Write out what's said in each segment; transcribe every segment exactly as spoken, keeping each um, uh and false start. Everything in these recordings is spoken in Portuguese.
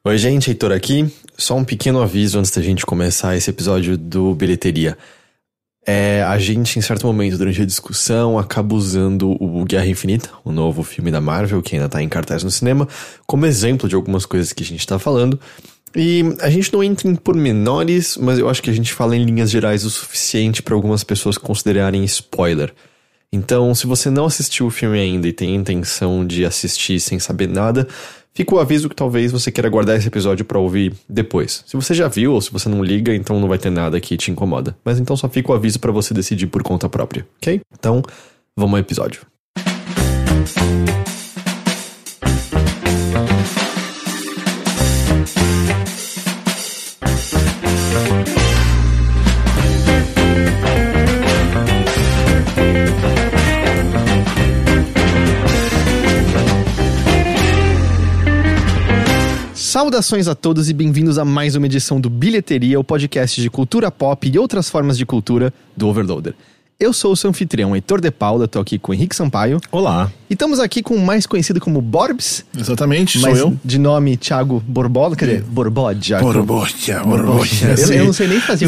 Oi gente, Heitor aqui. Só um pequeno aviso antes da gente começar esse episódio do Bilheteria. É, a gente, em certo momento, durante a discussão, acaba usando o Guerra Infinita, o novo filme da Marvel, que ainda tá em cartaz no cinema, como exemplo de algumas coisas que a gente tá falando. E a gente não entra em pormenores, mas eu acho que a gente fala em linhas gerais o suficiente para algumas pessoas considerarem spoiler. Então, se você não assistiu o filme ainda e tem a intenção de assistir sem saber nada, fica o aviso que talvez você queira guardar esse episódio pra ouvir depois. Se você já viu ou se você não liga, então não vai ter nada que te incomoda. Mas então só fica o aviso pra você decidir por conta própria, ok? Então, vamos ao episódio. Saudações a todos e bem-vindos a mais uma edição do Bilheteria, o podcast de cultura pop e outras formas de cultura do Overloader. Eu sou o seu anfitrião, Heitor de Paula, tô aqui com o Henrique Sampaio. Olá. E estamos aqui com o mais conhecido como Borbs. Exatamente, mas sou eu. De nome Thiago Borbola, quer dizer, Borbodja. Borbodja, Borbodja. Eu, eu não sei nem fazer o...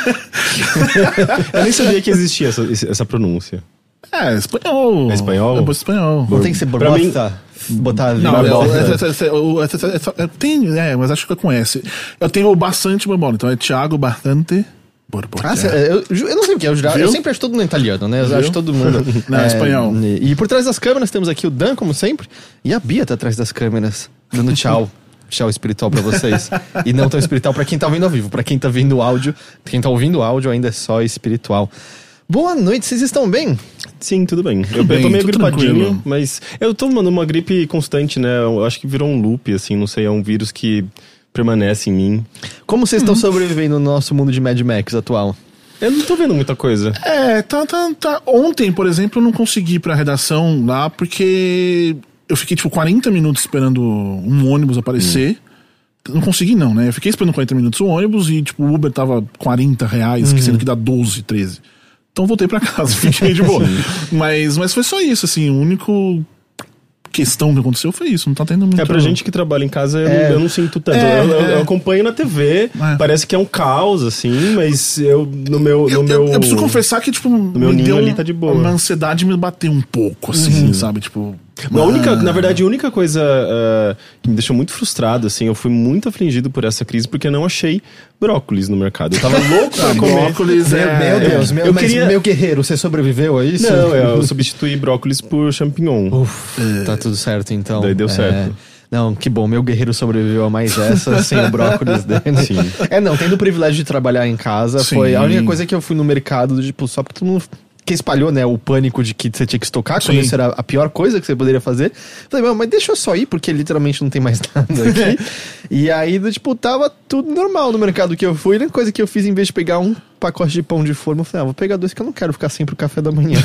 Eu nem sabia que existia essa, essa pronúncia. É, espanhol. É espanhol? É espanhol. Não tem que ser Borbota? Botar Não, eu, eu, eu, eu tenho, é, mas acho que é com S. Eu tenho bastante borbola, então é Thiago Bastante Borbodja. Ah, eu, eu não sei o que é, eu, eu sempre acho todo mundo italiano, né? Eu Viu? acho todo mundo... Não, é, espanhol. E, e por trás das câmeras temos aqui o Dan, como sempre, e a Bia tá atrás das câmeras, dando tchau. Tchau espiritual pra vocês. E não tão espiritual pra quem tá ouvindo ao vivo. Pra quem tá vendo o áudio, quem tá ouvindo o áudio ainda é só espiritual. Boa noite, vocês estão bem? Sim, tudo bem. Eu, bem, eu tô meio tudo gripadinho, tranquilo. mas eu tô tomando uma gripe constante, né? Eu acho que virou um loop, assim, não sei, é um vírus que permanece em mim. Como vocês estão sobrevivendo no nosso mundo de Mad Max atual? Eu não tô vendo muita coisa. É, tá, tá, tá. Ontem, por exemplo, eu não consegui ir pra redação lá porque eu fiquei tipo quarenta minutos esperando um ônibus aparecer. Hum. Não consegui não, né? Eu fiquei esperando quarenta minutos o ônibus e tipo o Uber tava quarenta reais, Uhum. sendo que dá doze, treze. Então voltei pra casa, fiquei de boa. mas, mas foi só isso, assim, o único questão que aconteceu foi isso, não tá tendo muito... É, pra gente que trabalha em casa, eu, É. não, eu não sinto tanto. É, eu, eu, é. eu acompanho na T V, É. parece que é um caos, assim, mas eu, no meu... No Eu, meu... eu, eu preciso confessar que, tipo, meu me ninho deu ali tá de boa. uma ansiedade me bateu um pouco, assim, sabe? Tipo... A única, ah, na verdade, a única coisa uh, que me deixou muito frustrado, assim, eu fui muito afligido por essa crise porque eu não achei brócolis no mercado. Eu tava louco pra Ah, comer. brócolis Meu, é... meu Deus, meu, eu mas queria- meu guerreiro, você sobreviveu a isso? Não, eu substituí brócolis por champignon. Uf, tá tudo certo então. Daí deu certo. Não, que bom, meu guerreiro sobreviveu a mais essa, sem o brócolis dele. Sim. É, não, tendo o privilégio de trabalhar em casa, Sim. foi a única coisa que eu fui no mercado, tipo, só porque todo mundo... que espalhou, né, o pânico de que você tinha que estocar, quando Sim. isso era a pior coisa que você poderia fazer. Falei, meu, mas deixa eu só ir, porque literalmente não tem mais nada aqui. E aí, tipo, tava tudo normal no mercado que eu fui. A única coisa que eu fiz, em vez de pegar um pacote de pão de forma, eu falei, ah, vou pegar dois que eu não quero ficar sem pro café da manhã.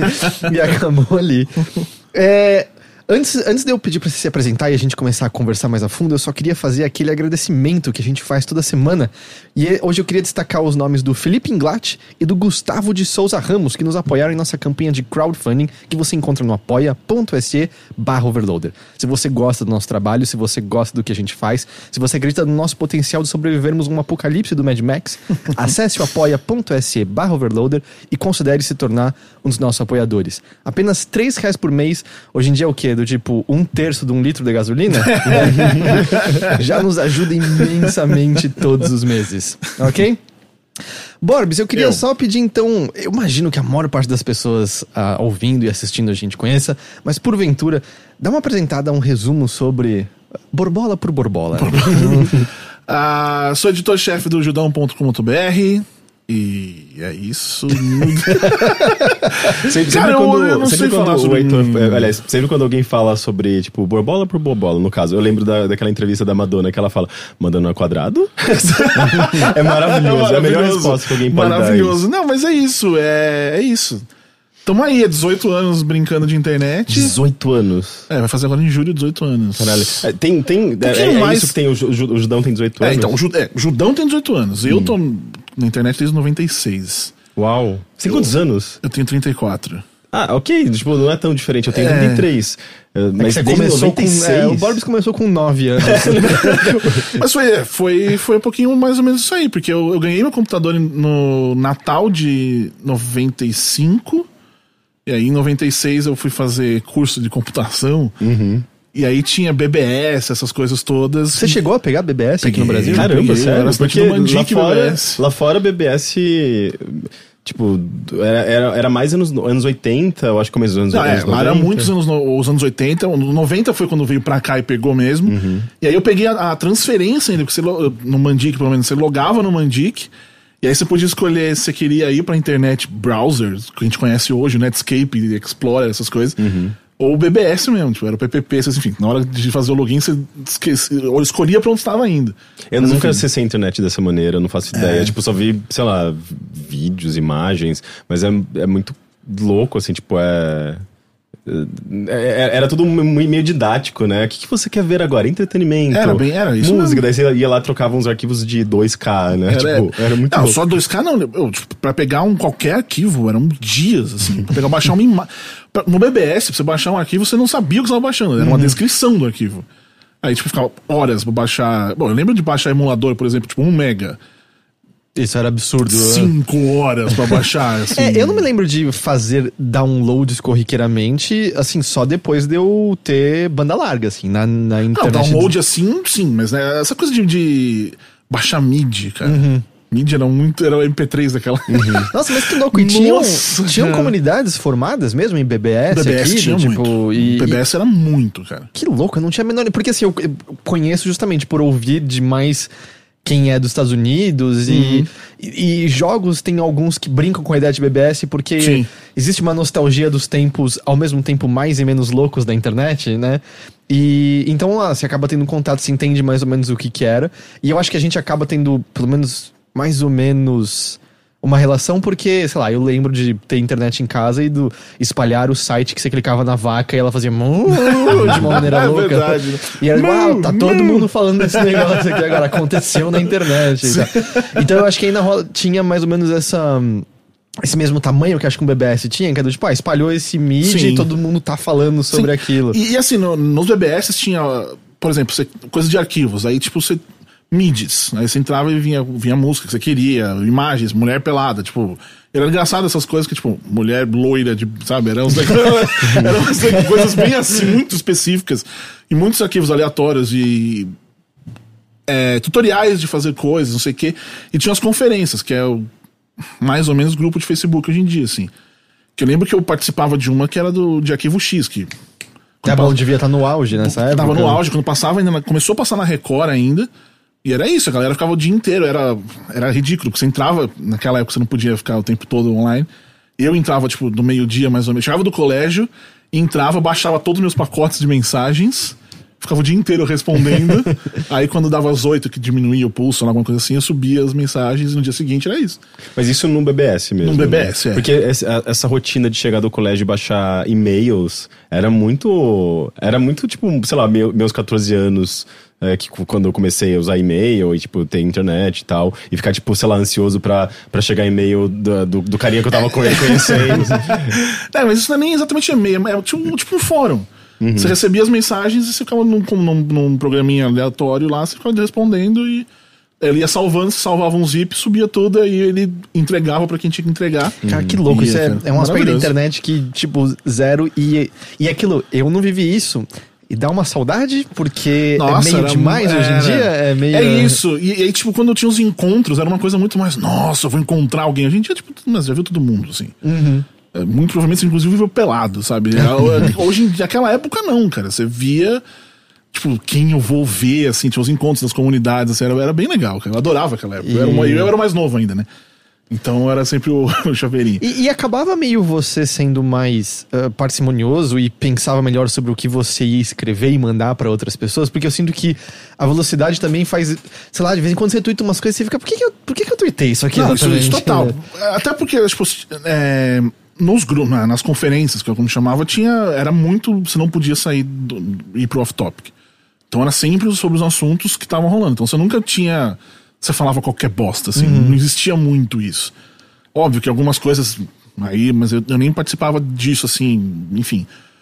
E acabou ali. É... Antes, antes de eu pedir pra você se apresentar e a gente começar a conversar mais a fundo, eu só queria fazer aquele agradecimento que a gente faz toda semana. E hoje eu queria destacar os nomes do Felipe Inglat e do Gustavo de Souza Ramos, que nos apoiaram em nossa campanha de crowdfunding, que você encontra no apoia.se barra overloader. Se você gosta do nosso trabalho, se você gosta do que a gente faz, se você acredita no nosso potencial de sobrevivermos um apocalipse do Mad Max, acesse o apoia.se barra overloader e considere se tornar um dos nossos apoiadores. Apenas três reais por mês, hoje em dia é o quê? Do tipo um terço de um litro de gasolina? Já nos ajuda imensamente todos os meses, ok? Borbs, eu queria Eu. só pedir então, eu imagino que a maior parte das pessoas ah, ouvindo e assistindo a gente conheça, mas porventura, dá uma apresentada, um resumo sobre Borbola por Borbola. Ah, sou editor-chefe do judão ponto com ponto b r e é isso. Sempre, Cara, sempre eu- quando, eu não sempre sei quando falar o sobre- Heitor, é, aliás, sempre quando alguém fala sobre, tipo, borbola por borbola, no caso, eu lembro da, daquela entrevista da Madonna que ela fala, mandando ao quadrado? É maravilhoso, é a melhor resposta que alguém pode dar. Maravilhoso. Não, mas é isso, é, é isso. Tamo aí, há dezoito anos brincando de internet. dezoito anos. É, vai fazer agora em julho dezoito anos. Caralho. É, tem, tem, é, é mais- isso que tem, o, Ju- o Judão tem dezoito É, anos? então, o Ju- é, o Judão tem dezoito anos. Eu tô na internet desde noventa e seis. Uau. Você tem quantos anos? Eu tenho trinta e quatro. Ah, ok, tipo, não é tão diferente, eu tenho É. trinta e três. Uh, mas é você começou com... É, o Borbs começou com nove anos. Mas foi, foi, foi um pouquinho mais ou menos isso aí, porque eu, eu ganhei meu computador no Natal de noventa e cinco, e aí em noventa e seis eu fui fazer curso de computação. Uhum. E aí tinha B B S, essas coisas todas. Você chegou a pegar B B S Peguei, aqui no Brasil? Caramba, peguei, sério? era Porque lá fora, B B S. lá fora B B S... Tipo, era, era, era mais anos, anos oitenta, eu acho que começo dos anos, Não, anos é, lá era muitos anos, os anos oitenta. noventa foi quando veio pra cá e pegou mesmo. Uhum. E aí eu peguei a, a transferência ainda, porque você, no Mandic, pelo menos, você logava no Mandic. E aí você podia escolher se você queria ir pra internet browser, que a gente conhece hoje, o Netscape, Explorer, essas coisas. Uhum. Ou o B B S mesmo, tipo, era o P P P, enfim, na hora de fazer o login você esqueci, ou escolhia pra onde estava indo. Eu Mas, nunca enfim. acessei a internet dessa maneira, eu não faço ideia. É. Tipo, só vi, sei lá, vídeos, imagens, mas é, é muito louco, assim, tipo, é... é- Era tudo meio didático, né? O que, que você quer ver agora? Entretenimento. Era bem- era isso música, mesmo. daí você ia lá, trocava uns arquivos de dois K, né? Era, tipo, era muito não, louco. só dois K não. Eu, tipo, pra pegar um qualquer arquivo, eram dias, assim. Pra pegar, baixar uma imagem. No B B S, pra você baixar um arquivo, você não sabia o que você estava baixando. Era uma descrição do arquivo. Aí, tipo, ficava horas pra baixar. Bom, eu lembro de baixar emulador, por exemplo, tipo, um mega. Isso era absurdo. Cinco horas pra baixar, assim. É, eu não me lembro de fazer downloads corriqueiramente, assim, só depois de eu ter banda larga, assim, na, na Não, internet. download assim, sim, mas né, essa coisa de, de baixar M I D, cara. Uhum. M I D era muito. Era o M P três daquela. Nossa, mas que louco. E tinham, Nossa, tinham cara. comunidades formadas mesmo em B B S? B B S aqui, tinha tipo, muito. E, B B S era muito, cara. Que louco, eu não tinha a menor... Porque assim, eu eu conheço justamente por ouvir demais quem é dos Estados Unidos e, e, e jogos tem alguns que brincam com a ideia de B B S porque Sim. existe uma nostalgia dos tempos, ao mesmo tempo mais e menos loucos da internet, né? E então lá, você acaba tendo contato, você entende mais ou menos o que que era. E eu acho que a gente acaba tendo, pelo menos, mais ou menos... uma relação porque, sei lá, eu lembro de ter internet em casa e do espalhar o site que você clicava na vaca e ela fazia mu de uma maneira É louca. verdade. E era, uau, tá todo mundo falando desse negócio aqui agora, aconteceu na internet. E tal. Então eu acho que ainda rola, tinha mais ou menos essa... esse mesmo tamanho que acho que um B B S tinha, que é do tipo, ah, espalhou esse mídia Sim. e todo mundo tá falando sobre Sim. aquilo. E, e assim, no- nos B B S tinha, por exemplo, você, coisa de arquivos. Aí, tipo, você. Midis. Aí você entrava e vinha, vinha música que você queria, imagens, mulher pelada, tipo. Era engraçado essas coisas que, tipo, mulher loira, de, sabe? Eram, uns, eram umas coisas bem assim, muito específicas. E muitos arquivos aleatórios e. é, tutoriais de fazer coisas, não sei o quê. E tinha as conferências, que é o mais ou menos grupo de Facebook hoje em dia, assim. Que eu lembro que eu participava de uma que era do, de Arquivo X, que. Tá bom, devia estar no auge nessa época. Tava no auge, quando passava ainda. na- Começou a passar na Record ainda. E era isso, a galera ficava o dia inteiro. Era, era ridículo, porque você entrava. Naquela época você não podia ficar o tempo todo online. Eu entrava, tipo, do meio-dia mais ou menos. Chegava do colégio, entrava, baixava todos os meus pacotes de mensagens. Ficava o dia inteiro respondendo. Aí quando dava as oito, que diminuía o pulso, alguma coisa assim, eu subia as mensagens e no dia seguinte era isso. Mas isso no B B S mesmo. No B B né? S, é. Porque essa, essa rotina de chegar do colégio e baixar e-mails era muito. Era muito, tipo, sei lá, meu- meus catorze anos. É, que cu- quando eu comecei a usar e-mail e, tipo, ter internet e tal, e ficar, tipo, sei lá, ansioso pra, pra chegar e-mail do, do, do carinha que eu tava conhe- conhecendo. assim. É, mas isso não é nem exatamente e-mail, é tipo, um- tipo um fórum. Uhum. Você recebia as mensagens e você ficava num, num, num programinha aleatório lá, você ficava respondendo e ele ia salvando, você salvava um zip, subia tudo, aí ele entregava pra quem tinha que entregar. Cara, que louco, Ia, isso é, cara. é um aspecto da Maravilhoso. internet que, tipo, zero e... E aquilo, eu não vivi isso... E dá uma saudade, porque Nossa, é meio era demais mu- hoje em era. dia. É meio. É isso. E, e aí, tipo, quando eu tinha os encontros, era uma coisa muito mais. Nossa, eu vou encontrar alguém. A gente já, tipo, mas já viu todo mundo, assim. Uhum. É, muito provavelmente, você, inclusive, viu pelado, sabe? Hoje, em- naquela época, não, cara. Você via. Tipo, quem eu vou ver, assim, tinha os encontros das comunidades, assim, era, era bem legal, cara. Eu adorava aquela época. Eu, era, uma- eu era o mais novo ainda, né? Então era sempre o, o chaveirinho. E, e acabava meio você sendo mais ah, parcimonioso e pensava melhor sobre o que você ia escrever e mandar pra outras pessoas, porque eu sinto que a velocidade também faz, sei lá, de vez em quando você tuita umas coisas e você fica, por que, que, eu, por que, que eu tuitei isso aqui Não, isso, exatamente? isso total. Até porque, tipo, é, nos grupos, na- nas conferências, que eu como chamava, tinha. Era muito. Você não podia sair do, ir pro off-topic. Então era sempre sobre os assuntos que estavam rolando. Então você nunca tinha. Você falava qualquer bosta, assim. Uhum. Não existia muito isso. Óbvio que algumas coisas. Aí, mas eu, eu nem participava disso, assim, enfim.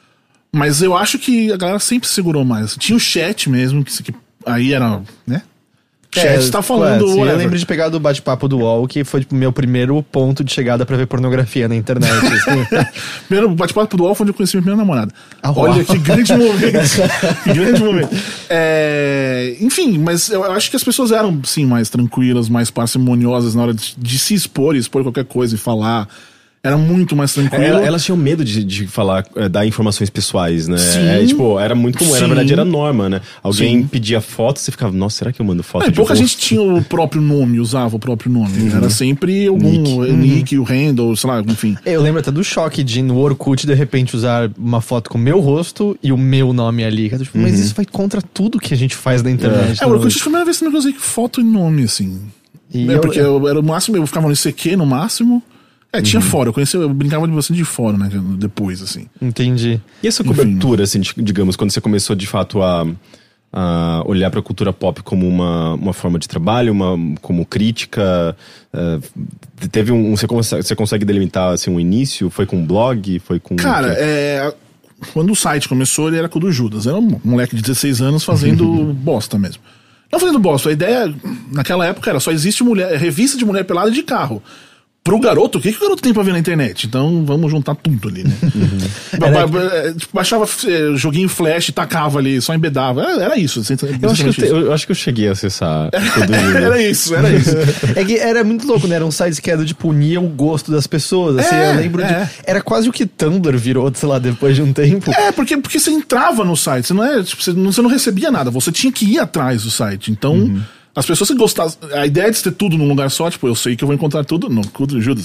Mas eu acho que a galera sempre segurou mais. Tinha o chat mesmo, que, que aí era, né? Chat É, tá falando. é, sim, eu whatever. lembro de pegar do bate-papo do U O L, que foi tipo, meu primeiro ponto de chegada pra ver pornografia na internet. Assim. Primeiro bate-papo do U O L foi onde eu conheci minha primeira namorada. Ah, Olha uau. que grande momento. Que grande momento. É, enfim, mas eu acho que as pessoas eram, sim, mais tranquilas, mais parcimoniosas na hora de, de se expor, expor qualquer coisa e falar. Era muito mais tranquilo. Ela- Elas tinham medo de, de falar, eh, dar informações pessoais, né? Sim. É, tipo, era muito comum, Sim. na verdade era norma, né? Alguém Sim. pedia foto, você ficava, nossa, será que eu mando foto É, de pouca rosto? gente tinha o próprio nome, usava o próprio nome. Era sempre algum Nick. o nick, o handle, sei lá, enfim. Eu lembro até do choque de no Orkut de repente usar uma foto com o meu rosto e o meu nome ali. Cara, tipo, Mas isso vai contra tudo que a gente faz na internet. É, o né? Orkut foi a primeira vez que eu usei foto e nome, assim. E é, eu- porque eu, era o máximo, eu ficava no I C Q no máximo. É, tinha fora, eu conhecia, eu brincava de bastante de fora, né? Depois, assim. Entendi. E essa Enfim. cobertura, assim, de- digamos, quando você começou de fato a, a olhar pra cultura pop como uma, uma forma de trabalho, uma, como crítica, eh, teve um, você consegue, você consegue delimitar, assim, um início? Foi com um blog? Foi com... Cara, é, quando o site começou, ele era com o do Judas. Era um moleque de dezesseis anos fazendo bosta mesmo. Não fazendo bosta, a ideia naquela época era só existe mulher, revista de mulher pelada de carro. Pro garoto, o que, que o garoto tem pra ver na internet? Então vamos juntar tudo ali, né? Ba- ba- ba- tipo, baixava é, joguinho flash, tacava ali, só embedava. Era, era isso. Eu acho, que eu, te- eu acho que eu cheguei a acessar tudo isso. Era isso, era isso. É que era muito louco, né? Eram sites que era tipo, unia o gosto das pessoas. Assim, É, eu lembro é. de. Era quase o que Tumblr virou, sei lá, depois de um tempo. É, porque, porque você entrava no site, você não, é, tipo, você, não, você não recebia nada, você tinha que ir atrás do site. Então, as pessoas que gostavam. A ideia de ter tudo num lugar só, tipo, eu sei que eu vou encontrar tudo no cu do Judas.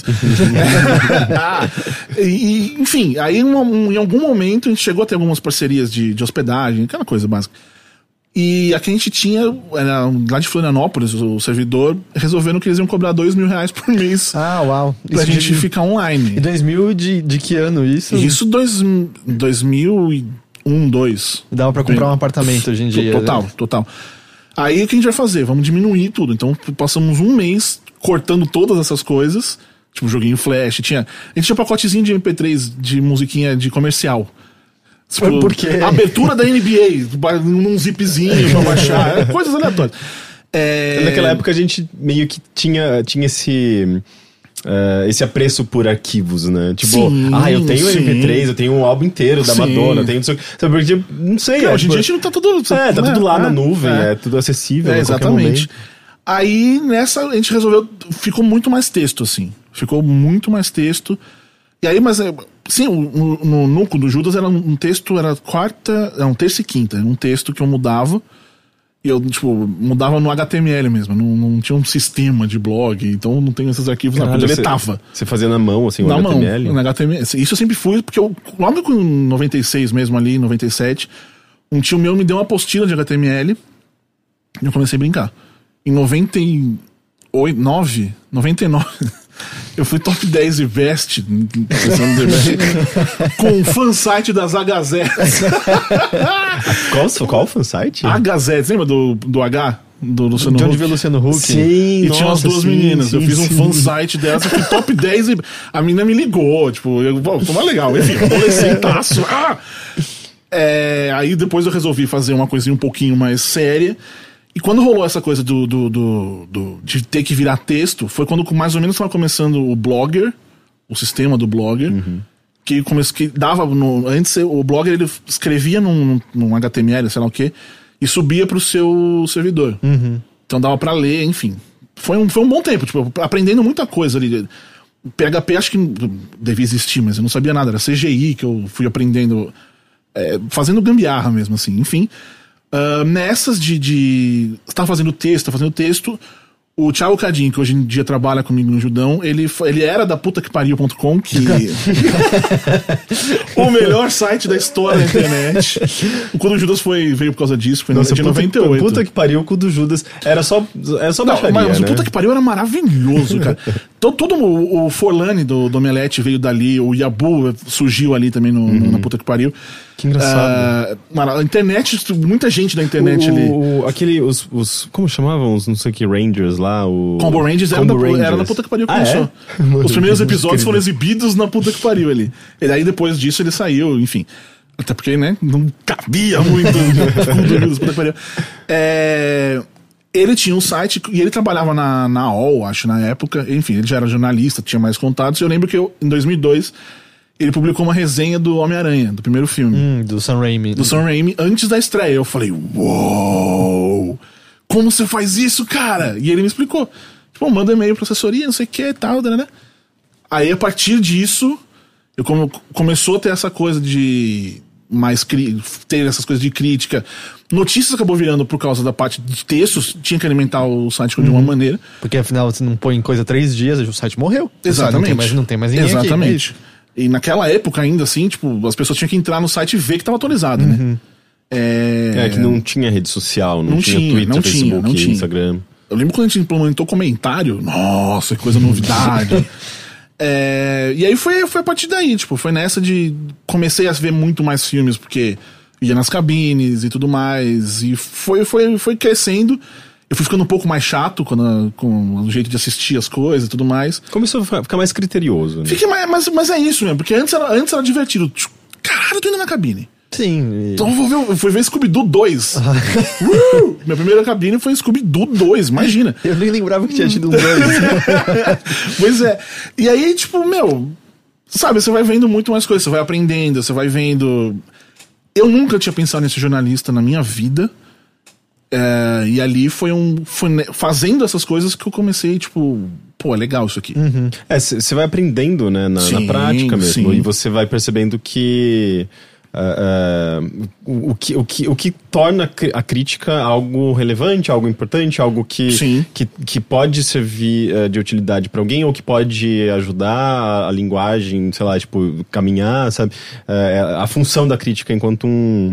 Ah, e, e, enfim, aí um, um, em algum momento a gente chegou a ter algumas parcerias de, de hospedagem, aquela coisa básica. E aqui a gente tinha, era, lá de Florianópolis, o, o servidor, resolvendo que eles iam cobrar dois mil reais por mês Ah, uau. pra Isso gente de, ficar online. Em dois mil de, de que ano isso? Isso dois, dois mil e um, dois. Dava pra comprar um apartamento hoje em dia. Total, né? total. Aí o que a gente vai fazer? Vamos diminuir tudo. Então passamos um mês cortando todas essas coisas. Tipo, joguinho flash. Tinha, a gente tinha um pacotezinho de M P três de musiquinha de comercial. Tipo, Por quê? abertura da N B A, num zipzinho pra baixar. é, Coisas aleatórias. É, Naquela época a gente meio que tinha, tinha esse... eh, esse apreço por arquivos, né? Tipo, Sim, ah, eu tenho sim. M P três, eu tenho um álbum inteiro da Sim. Madonna, eu tenho. Não sei, sabe, porque, não sei. Porque é, hoje em tipo, dia a gente não tá tudo. É, tá né? tudo lá É, na nuvem, é. é, tudo acessível. É, a qualquer exatamente. momento. Aí nessa a gente resolveu. Ficou muito mais texto, assim. Ficou muito mais texto. E aí, mas. é, Sim, o- no, no núcleo do Judas era um texto, era quarta. Era um terça e quinta. Um texto que eu mudava. E eu, tipo, mudava no H T M L mesmo. Não, não tinha um sistema de blog. Então não tem esses arquivos, não. Eu Caralho, deletava. Você, você fazia na mão, assim, o Na mão, H T M L? no H T M L. Isso eu sempre fui, porque eu, logo com noventa e seis mesmo ali, noventa e sete, um tio meu me deu uma apostila de H T M L e eu comecei a brincar. Em noventa e oito, nove, noventa e nove, eu fui top dez de Vest, com o fansite das H Z. Qual, qual fansite? H Z, lembra do, do H? Do Luciano De onde Huck? veio o Luciano Huck? Sim, E tinha as nossa, duas sim, meninas. eu sim, fiz um sim. fansite dessa, fui top dez e a menina me ligou. Tipo, eu, pô, foi mais legal. Enfim, adolescentaço. Ah! É, aí depois eu resolvi fazer uma coisinha um pouquinho mais séria. E quando rolou essa coisa do, do, do, do- de ter que virar texto, foi quando mais ou menos estava começando o Blogger, o sistema do Blogger. Que, come, que dava. No, antes o Blogger ele escrevia num, num H T M L, sei lá o que, e subia pro seu servidor. Então dava pra ler, enfim. Foi um, foi um bom tempo, tipo, aprendendo muita coisa ali. P H P acho que devia existir, mas eu não sabia nada. Era C G I que eu fui aprendendo, é, fazendo gambiarra mesmo, assim. Enfim, ah, nessas de, de... Você tá fazendo texto, tá fazendo texto... O Thiago Cadinho, que hoje em dia trabalha comigo no Judão, ele, foi- ele era da puta que pariu ponto com, que o melhor site da história da internet. O Cu do Judas foi, veio por causa disso, foi Nossa, de puta, noventa e oito. puta que pariu, o cu do Judas. Era só, era só Não, baixaria, mas né? o Puta que Pariu era maravilhoso, cara. todo todo o, o Forlani do, do Omelete veio dali, o Yabu surgiu ali também no, no- na Puta que Pariu. Que engraçado. Ah, mano, a internet, muita gente da internet o, ali. o- aquele, os, os, como chamavam os, não sei que, Rangers lá, o... Combo Rangers era, Combo da, Rangers. era na Puta que Pariu que Ah, começou. é? Os primeiros episódios foram exibidos na Puta que Pariu ali. E daí depois disso ele saiu, enfim. Até porque, né, não cabia muito conteúdos. É, ele tinha um site e ele trabalhava na, na U O L, acho, na época. Enfim, ele já era jornalista, tinha mais contatos. Eu lembro que eu, em dois mil e dois, ele publicou uma resenha do Homem-Aranha, do primeiro filme. Hum, do Sam Raimi. Do Sam Raimi, antes da estreia. Eu falei, uou! Como você faz isso, cara? E ele me explicou. Tipo, manda e-mail pra assessoria, não sei o que e tal, né? Aí, a partir disso, eu come, começou a ter essa coisa de mais cri, ter essas coisas de crítica. Notícias acabou virando por causa da parte de textos, tinha que alimentar o site de uma uhum. maneira. Porque afinal você não põe coisa três dias, o site morreu. Exatamente. Não tem mais, não tem mais ninguém Exatamente. Aqui, e naquela época ainda assim, tipo, as pessoas tinham que entrar no site e ver que tava atualizado, uhum. né? É... é que não tinha rede social, não, não tinha, tinha Twitter, não Facebook, tinha, não tinha. Instagram. Eu lembro quando a gente implementou comentário, nossa, que coisa novidade. É, e aí foi, foi a partir daí, tipo, foi nessa de comecei a ver muito mais filmes, porque ia nas cabines e tudo mais, e foi, foi, foi crescendo. Eu fui ficando um pouco mais chato quando, com o jeito de assistir as coisas e tudo mais. Começou a ficar mais criterioso, né? Fiquei mais, mas, mas é isso mesmo, porque antes era, antes era divertido. Caralho, eu tô indo na cabine. Sim. E... Então eu vou ver, eu fui ver Scooby-Doo dois. uh! Minha primeira cabine foi Scooby-Doo dois, imagina. Eu nem lembrava que tinha tido um dois. Pois é. E aí, tipo, meu, sabe, você vai vendo muito mais coisas, você vai aprendendo, você vai vendo. Eu nunca tinha pensado nesse jornalista na minha vida. É, e ali foi um. Foi fazendo essas coisas que eu comecei, tipo, pô, é legal isso aqui. Uhum. É, você vai aprendendo, né, na, sim, na prática mesmo. Sim. E você vai percebendo que. Uh, uh, o, o, que, o, que, o que torna a crítica algo relevante, algo importante, algo que, que, que pode servir uh, de utilidade para alguém ou que pode ajudar a, a linguagem, sei lá, tipo, caminhar, sabe? Uh, a função da crítica enquanto um,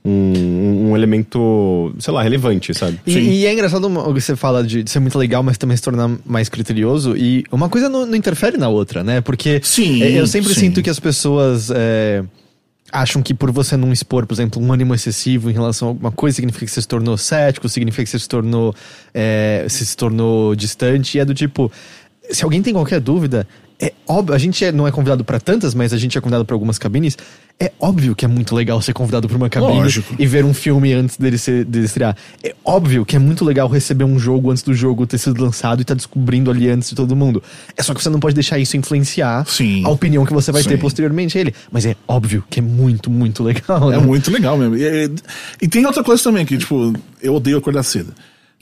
um, um elemento, sei lá, relevante, sabe? E, e é engraçado o que você fala de, de ser muito legal, mas também se tornar mais criterioso. E uma coisa não, não interfere na outra, né? Porque sim, eu sempre sim. sinto que as pessoas... É, acham que por você não expor, por exemplo, um ânimo excessivo em relação a alguma coisa, significa que você se tornou cético, significa que você se tornou, é, você se tornou distante, e é do tipo, se alguém tem qualquer dúvida, é óbvio, a gente é, não é convidado pra tantas, mas a gente é convidado pra algumas cabines, é óbvio que é muito legal ser convidado pra uma cabine Lógico. E ver um filme antes dele, ser, dele estrear. É óbvio que é muito legal receber um jogo antes do jogo ter sido lançado e tá descobrindo ali antes de todo mundo. É só que você não pode deixar isso influenciar Sim. a opinião que você vai Sim. ter posteriormente a ele. Mas é óbvio que é muito, muito legal, né? É muito legal mesmo. E, e tem outra coisa também, que tipo, eu odeio acordar cedo.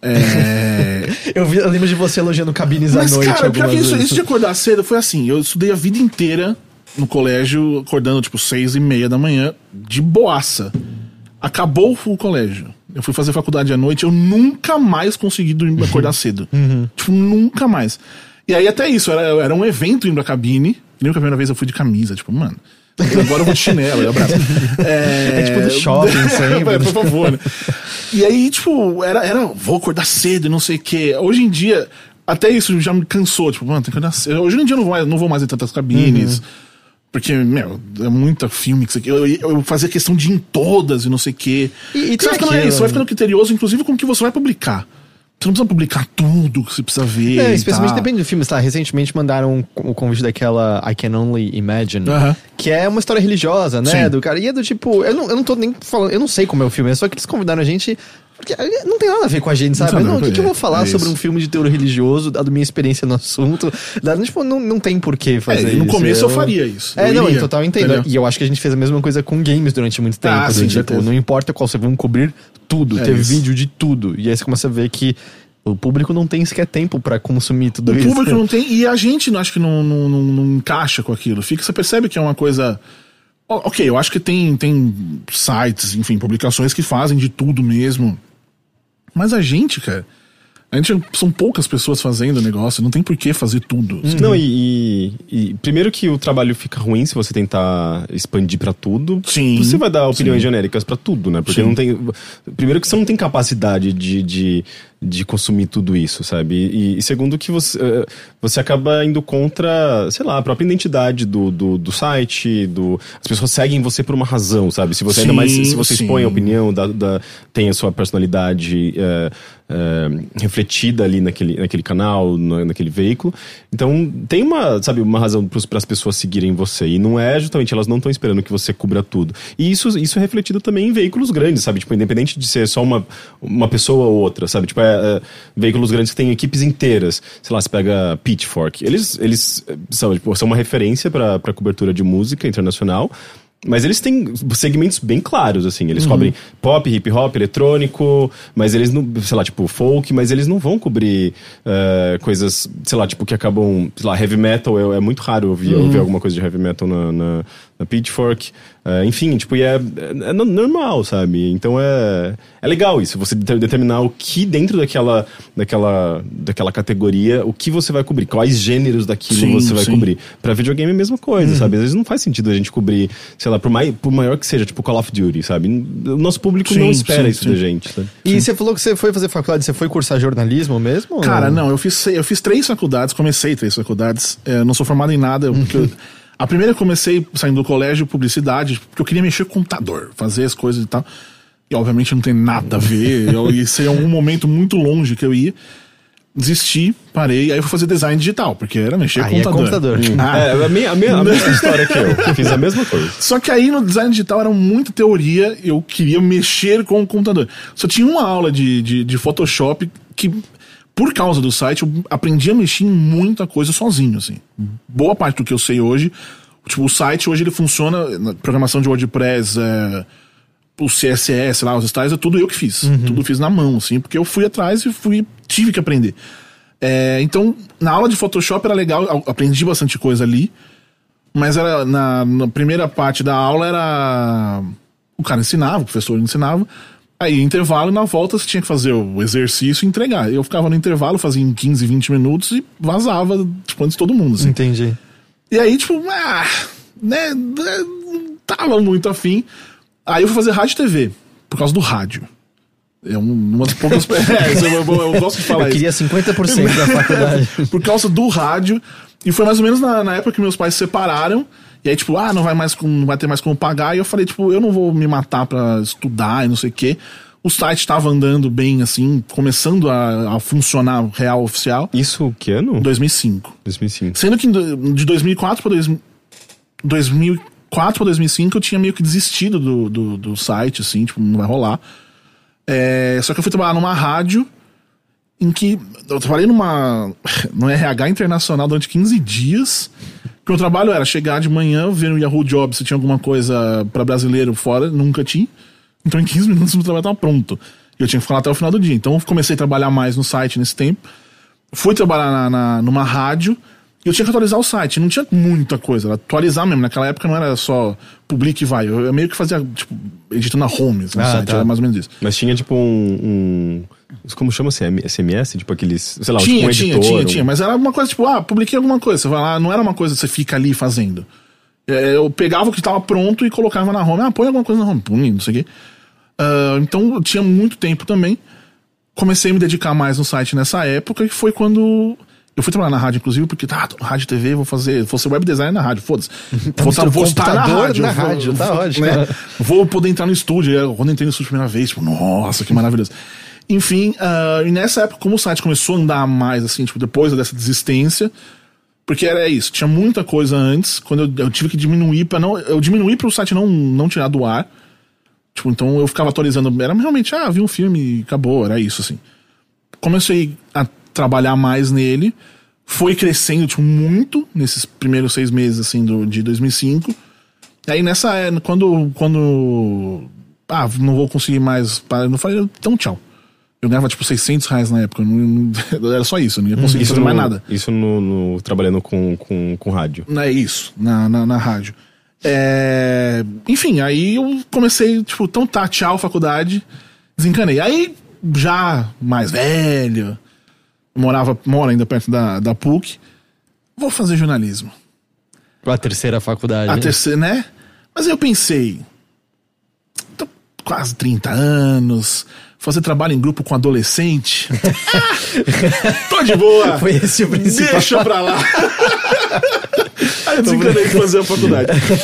É... eu, vi, eu lembro de você elogiando cabines Mas, à noite. cara, pior que isso, vezes. isso de acordar cedo foi assim, eu estudei a vida inteira no colégio, acordando tipo seis e meia da manhã, de boaça. Acabou o colégio. Eu fui fazer faculdade à noite, eu nunca mais consegui dormir, acordar cedo. Uhum. Tipo, nunca mais. E aí até isso, era, era um evento indo pra cabine. Lembro que a primeira vez eu fui de camisa, tipo, mano... Agora eu vou de chinelo, eu abraço. É... é tipo do shopping sempre. Por favor, né? E aí, tipo, era, era vou acordar cedo e não sei o quê. Hoje em dia, até isso já me cansou. Tipo, mano, tem que acordar cedo. Hoje em dia eu não vou mais, não vou mais em tantas cabines. Uhum. Porque, meu, é muita filme que você eu, eu fazia questão de ir em todas e não sei o quê. E, e você, vai ficando, aquilo, você vai ficando criterioso, inclusive, com o que você vai publicar. Você não precisa publicar tudo que você precisa ver. É, especialmente depende do filme. Tá? Recentemente mandaram o convite daquela I Can Only Imagine, uh-huh. que é uma história religiosa, né? Sim. Do cara. E é do tipo, eu não, eu não tô nem falando, eu não sei como é o filme, é só que eles convidaram a gente. Porque não tem nada a ver com a gente, sabe? Não, não, o que, que eu vou falar é sobre um filme de teor religioso, dado minha experiência no assunto? Dado, tipo, não, não tem por que fazer é, no isso. No começo eu, eu faria isso. É, eu não, iria, em total entendo. Entendeu? E eu acho que a gente fez a mesma coisa com games durante muito tempo. Ah, do, sim, tipo, não importa qual, você vamos cobrir tudo. É teve isso. Vídeo de tudo. E aí você começa a ver que o público não tem sequer tempo pra consumir tudo o isso. O público não tem, e a gente acho que não, não, não, não encaixa com aquilo. Fica, você percebe que é uma coisa... Ok, eu acho que tem, tem sites, enfim, publicações que fazem de tudo mesmo. Mas a gente, cara... A gente, são poucas pessoas fazendo o negócio, não tem por que fazer tudo. Uhum. Não, e, e, e primeiro que o trabalho fica ruim se você tentar expandir pra tudo. Sim. Você vai dar opiniões sim. genéricas pra tudo, né? Porque sim. não tem... Primeiro que você não tem capacidade de, de, de consumir tudo isso, sabe? E, e segundo que você, você acaba indo contra, sei lá, a própria identidade do, do, do site, do, as pessoas seguem você por uma razão, sabe? Se você sim, ainda mais, se você sim. expõe a opinião, da, da, tem a sua personalidade é, é, refletida ali naquele, naquele canal, na, naquele veículo, então tem uma, sabe, uma razão para as pessoas seguirem você, e não é justamente, elas não estão esperando que você cubra tudo. E isso, isso é refletido também em veículos grandes, sabe? Tipo, independente de ser só uma, uma pessoa ou outra, sabe? Tipo, é, é, veículos grandes que têm equipes inteiras. Sei lá, você pega Pitchfork. Eles, eles são, tipo, são uma referência para cobertura de música internacional, mas eles têm segmentos bem claros, assim. Eles uhum. cobrem pop, hip hop, eletrônico, mas eles não, sei lá, tipo, folk, mas eles não vão cobrir uh, coisas, sei lá, tipo, que acabam, sei lá, heavy metal. É, é muito raro ouvir, uhum. ouvir alguma coisa de heavy metal na, na, na Pitchfork. Uh, enfim, tipo, e é, é, é normal, sabe? Então é, é legal isso, você determinar o que dentro daquela, daquela, daquela categoria, o que você vai cobrir, quais gêneros daquilo sim, você vai sim. cobrir. Pra videogame é a mesma coisa, uhum. sabe? Às vezes não faz sentido a gente cobrir, sei lá, por, mais, por maior que seja, tipo Call of Duty, sabe? O nosso público sim, não espera sim, isso sim. da gente, sabe? E sim. você falou que você foi fazer faculdade, você foi cursar jornalismo mesmo? Cara, ou... não, eu fiz, eu fiz três faculdades, comecei três faculdades, é, não sou formado em nada, porque uhum. eu, a primeira eu comecei saindo do colégio, publicidade, porque eu queria mexer com computador, fazer as coisas e tal. E obviamente não tem nada a ver, eu, isso é um momento muito longe que eu ia. Desisti, parei, aí eu fui fazer design digital, porque era mexer com computador. É computador. Hum. Ah. É, a, minha, a, minha, a mesma história que eu, fiz a mesma coisa. Só que aí no design digital era muita teoria, eu queria mexer com o computador. Só tinha uma aula de, de, de Photoshop que, por causa do site, eu aprendi a mexer em muita coisa sozinho, assim. Boa parte do que eu sei hoje, tipo, o site hoje ele funciona, na programação de WordPress, é, o C S S lá, os styles, é tudo eu que fiz. Uhum. Tudo fiz na mão, assim, porque eu fui atrás e fui, tive que aprender. É, então, na aula de Photoshop era legal, aprendi bastante coisa ali, mas era na, na primeira parte da aula era... O cara ensinava, o professor ensinava, aí intervalo e na volta você tinha que fazer o exercício e entregar. Eu ficava no intervalo, fazia em quinze, vinte minutos e vazava, tipo, antes de todo mundo, assim. Entendi. E aí, tipo, ah, né, não tava muito afim. Aí eu fui fazer rádio e T V, por causa do rádio. É uma das poucas... é, eu, eu, eu gosto de falar eu isso. Eu queria cinquenta por cento da faculdade. Por causa do rádio. E foi mais ou menos na, na época que meus pais se separaram. E aí, tipo, ah, não vai, mais com, não vai ter mais como pagar. E eu falei, tipo, eu não vou me matar pra estudar e não sei o quê. O site tava andando bem, assim, começando a, a funcionar real, oficial. Isso que ano? dois mil e cinco. dois mil e cinco. Sendo que de dois mil e quatro pra dois mil e quatro pra dois mil e cinco eu tinha meio que desistido do, do, do site, assim, tipo, não vai rolar. É, só que eu fui trabalhar numa rádio em que eu trabalhei numa no R H internacional durante quinze dias. Que o trabalho era chegar de manhã, ver no Yahoo Jobs se tinha alguma coisa pra brasileiro fora, nunca tinha. Então em quinze minutos o trabalho tava pronto. E eu tinha que ficar lá até o final do dia. Então eu comecei a trabalhar mais no site nesse tempo. Fui trabalhar na, na, numa rádio e eu tinha que atualizar o site. Não tinha muita coisa, era atualizar mesmo. Naquela época não era só publica e vai. Eu, eu meio que fazia, tipo, editando a homes no ah, site, tá. Era mais ou menos isso. Mas tinha tipo um... um... Como chama? S M S? Tipo aqueles... Sei lá, tinha, tipo um tinha, editor, tinha, um... tinha. Mas era uma coisa tipo, ah, publiquei alguma coisa. Você vai lá, não era uma coisa que você fica ali fazendo. Eu pegava o que estava pronto e colocava na home. Ah, põe alguma coisa na home. Põe, não sei o quê. Uh, então eu tinha muito tempo também. Comecei a me dedicar mais no site nessa época, que foi quando... Eu fui trabalhar na rádio, inclusive, porque tá, tô na rádio e T V, vou fazer, vou ser web designer na rádio, foda-se. Vou, tá, vou estar na rádio. Na vou, rádio, tá ótimo. Né, vou poder entrar no estúdio. Quando eu entrei no estúdio a primeira vez, tipo, nossa, que maravilhoso. Enfim, uh, e nessa época, como o site começou a andar mais, assim, tipo, depois dessa desistência, porque era isso, tinha muita coisa antes, quando eu, eu tive que diminuir para não. Eu diminuí para o site não, não tirar do ar. Tipo, então eu ficava atualizando. Era realmente, ah, vi um filme e acabou, era isso, assim. Comecei a trabalhar mais nele, foi crescendo tipo, muito nesses primeiros seis meses assim, do, de dois mil e cinco. E aí nessa quando quando ah, não vou conseguir mais, não falei, então tchau. Eu ganhava tipo seiscentos reais na época, não, não, era só isso, eu não ia conseguir isso fazer no, mais nada. Isso no, no, trabalhando com, com, com rádio. Não é isso, na, na, na rádio. É, enfim, aí eu comecei, tipo, então tá, tchau, faculdade, desencanei. Aí já mais velho, morava, moro ainda perto da, da P U C, vou fazer jornalismo. A terceira faculdade. A terceira, né? Mas eu pensei, tô quase trinta anos, fazer trabalho em grupo com adolescente. ah, tô de boa. Foi esse o principal. Deixa pra lá. Aí eu desencanei de fazer a faculdade.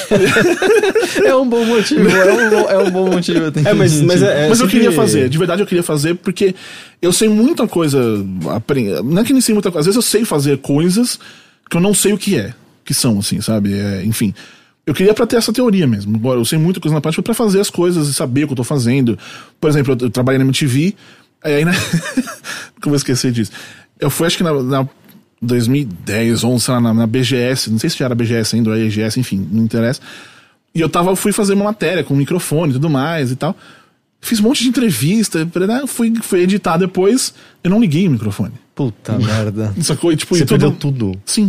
É um bom motivo, é um bom, é um bom motivo. Eu tenho É, mas, mas, é, é Mas eu sempre- queria fazer, de verdade eu queria fazer, porque eu sei muita coisa. apre- Não é que nem sei muita coisa, às vezes eu sei fazer coisas que eu não sei o que é, que são, assim, sabe? É, enfim. Eu queria pra ter essa teoria mesmo. Embora eu sei muita coisa na prática pra fazer as coisas e saber o que eu tô fazendo. Por exemplo, eu, eu trabalhei na M T V, aí, né? Nunca vou esquecer disso. Eu fui, acho que na, na dois mil e dez, onze, sei lá, na, na B G S, não sei se já era B G S ainda, ou E G S, enfim, não interessa. E eu tava, fui fazer uma matéria com microfone e tudo mais e tal. Fiz um monte de entrevista, né? fui, fui editar depois, eu não liguei o microfone. Puta merda. Sacou? E, tipo, Você e tudo, perdeu tudo. Sim.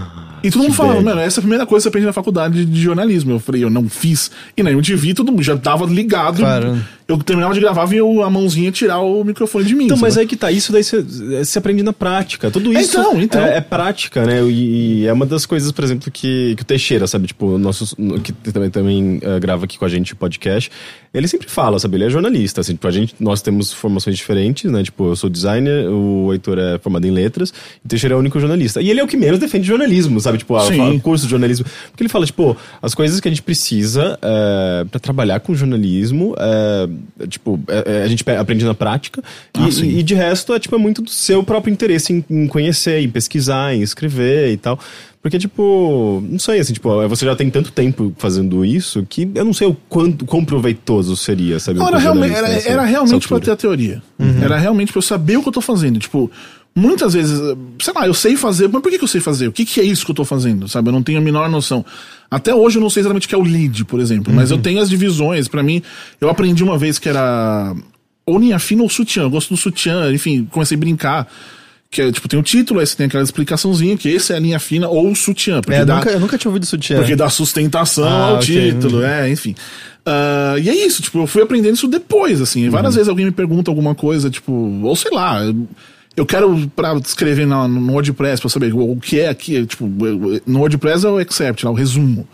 E todo mundo que falava, bad. mano, essa é a primeira coisa que você aprende na faculdade de jornalismo. Eu falei, eu não fiz. E na M T V todo mundo já tava ligado. Caramba. Eu terminava de gravar e eu, a mãozinha tirar o microfone de mim. Então, sabe? mas aí que tá, isso daí você você aprende na prática. Tudo isso Então, então. É, é prática, né? E, e é uma das coisas, por exemplo, que, que o Teixeira, sabe? Tipo, nosso, que também, também uh, grava aqui com a gente o podcast. Ele sempre fala, sabe? Ele é jornalista, assim, tipo, a gente, nós temos formações diferentes, né? Tipo, eu sou designer, o Heitor é formado em letras, e o Teixeira é o único jornalista. E ele é o que menos defende jornalismo, sabe? Tipo, a, Sim. a curso de jornalismo. Porque ele fala, tipo, as coisas que a gente precisa é, pra trabalhar com jornalismo, é, é, tipo, é, é, a gente pe- aprende na prática, Ah, e, sim. e de resto é, tipo, é muito do seu próprio interesse em, em conhecer, em pesquisar, em escrever e tal. Porque, tipo, não sei, assim, tipo, você já tem tanto tempo fazendo isso que eu não sei o quanto, quão proveitoso seria, sabe? Não, um era, realmente, jornalista era, nessa- era nessa realmente pra altura. ter a teoria. Era realmente pra eu saber o que eu tô fazendo. Tipo, muitas vezes, sei lá, eu sei fazer, mas por que, que eu sei fazer? O que, que é isso que eu tô fazendo? Sabe? Eu não tenho a menor noção. Até hoje eu não sei exatamente o que é o lead, por exemplo, mas eu tenho as divisões. Pra mim, eu aprendi uma vez que era ou linha fina ou sutiã. Eu gosto do sutiã, enfim, comecei a brincar. Que é, tipo, tem o título, aí você tem aquela explicaçãozinha que esse é a linha fina ou o sutiã. Porque É, eu dá, nunca, eu nunca tinha ouvido sutiã. porque dá sustentação Ah, ao ok. título, é, enfim. Ah, e é isso, tipo, eu fui aprendendo isso depois, assim. Várias vezes alguém me pergunta alguma coisa, tipo, ou sei lá, eu quero pra escrever no, no WordPress pra saber o que é aqui, tipo, no WordPress é o excerpt, lá, o resumo.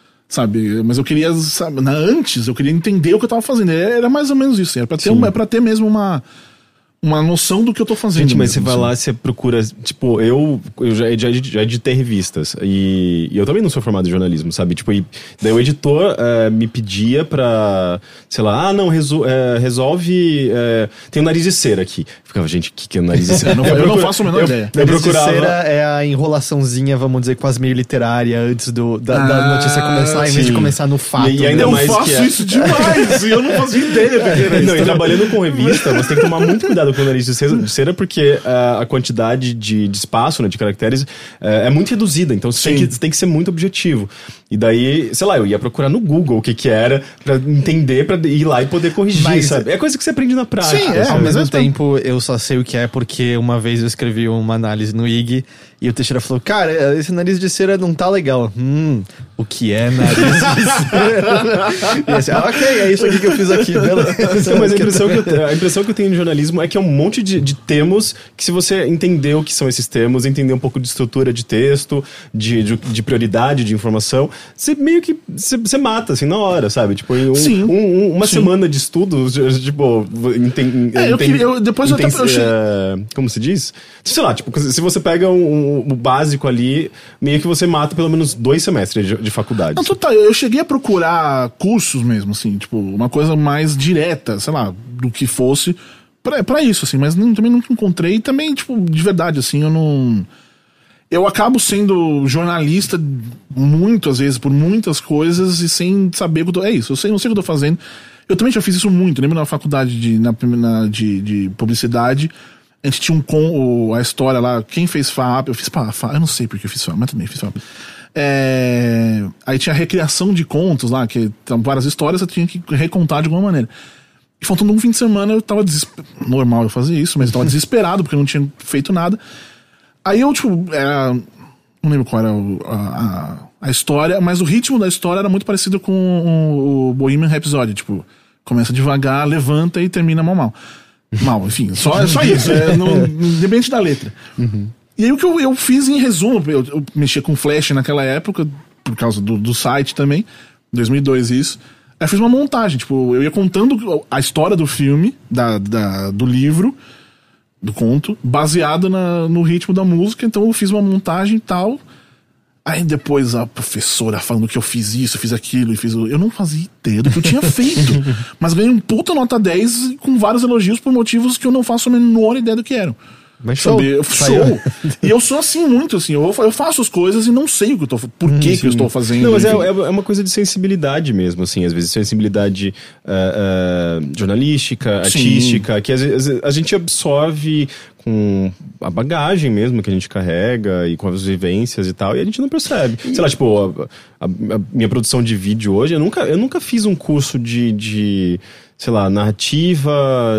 Sabe? Mas eu queria, sabe, na, antes eu queria entender o que eu tava fazendo. Era mais ou menos isso, era pra ter, uma, é pra ter mesmo uma. Uma noção do que eu tô fazendo. Gente, mas você mesmo, vai assim. lá, você procura. Tipo, eu, eu já, já, já editei revistas. E, e eu também não sou formado em jornalismo, sabe? Tipo, e, daí o editor eh, me pedia pra. Sei lá, ah, não, resol, eh, resolve. eh, tem um nariz de cera aqui. Ficava, gente, o que, que é um nariz de cera? Eu não- eu não faço a menor eu, ideia. Eu procurava. Cera é a enrolaçãozinha, vamos dizer, quase meio literária antes do, da, da Ah, notícia começar, em vez de sim. começar no fato. E- e ainda né? Eu mais faço que é- isso demais e eu não fazia ideia do que era isso. Não, e trabalhando com revista, você tem que tomar muito cuidado com o nariz de cera, de cera porque ah, a quantidade de, de espaço, né, de caracteres, eh, é muito reduzida. Então você tem Sim. que, você tem que ser muito objetivo. E daí, sei lá, eu ia procurar no Google o que que era pra entender, pra ir lá e poder corrigir, Mas- sabe? É coisa que você aprende na prática. Sim, é, sabe? Ao mesmo mas é- tempo, eu só sei o que é porque uma vez eu escrevi uma análise no I G e o Teixeira falou, cara, esse nariz de cera não tá legal. Hum, o que é nariz de cera? E assim, ah, ok, é isso aqui que eu fiz aqui, beleza. Não, mas a impressão, que eu, a impressão que eu tenho no jornalismo é que é um monte de, de termos que, se você entender o que são esses termos, entender um pouco de estrutura de texto, de, de, de prioridade de informação, você meio que você, você mata, assim, na hora, sabe? Tipo, em um, Sim. um- um- uma Sim. semana de estudos, tipo, enten, É, eu enten- queria- eu- depois eu até- intensi- eu che- é, como se diz? Sei lá, tipo, se você pega o um, um, básico ali, meio que você mata pelo menos dois semestres de, de faculdade. Não, total, eu cheguei a procurar cursos mesmo, assim, tipo, uma coisa mais direta, sei lá, do que fosse pra, pra isso, assim, mas não- também nunca encontrei. E também, tipo, de verdade, assim, eu não. Eu acabo sendo jornalista muito, às vezes, por muitas coisas e sem saber o que eu tô. É isso, eu sei, não sei o que eu tô fazendo. Eu também já fiz isso muito, lembro na faculdade de, na, na- de, de publicidade. A gente tinha um com o- a história lá, quem fez F A P, eu fiz F A P, eu não sei porque eu fiz F A P, mas também fiz F A P. É, aí tinha a recriação de contos lá, que são várias histórias, eu tinha que recontar de alguma maneira. E faltando um fim de semana eu tava desesperado. Normal eu fazer isso, mas eu tava desesperado porque eu não tinha feito nada. Aí eu, tipo, era. Não lembro qual era o- a, a, a história, mas o ritmo da história era muito parecido com o, o Bohemian Rhapsody. Tipo, começa devagar, levanta e termina mal, mal. Mal, enfim, só, é só isso, é no, independente da letra. E aí o que eu, eu fiz em resumo, eu, eu mexia com Flash naquela época, por causa do, do site também, dois mil e dois isso. Aí eu fiz uma montagem, tipo, eu ia contando a história do filme, da, da, do livro, do conto, baseado na, no ritmo da música. Então eu fiz uma montagem e tal. Aí depois a professora falando que eu fiz isso, eu fiz aquilo, e fiz. Eu não fazia ideia do que eu tinha feito. Mas ganhei um puta nota dez com vários elogios por motivos que eu não faço a menor ideia do que eram. Mas show. Sabe? Show. E eu sou assim muito, assim. Eu, eu faço as coisas e não sei o que eu tô por que, hum, que eu estou fazendo. Não, mas é, é uma coisa de sensibilidade mesmo, assim. Às vezes sensibilidade uh, uh, jornalística, artística, sim, que às vezes a gente absorve com a bagagem mesmo que a gente carrega e com as vivências e tal, e a gente não percebe. Sei lá, tipo, a, a, a minha produção de vídeo hoje, eu nunca, eu nunca fiz um curso de, de sei lá, narrativa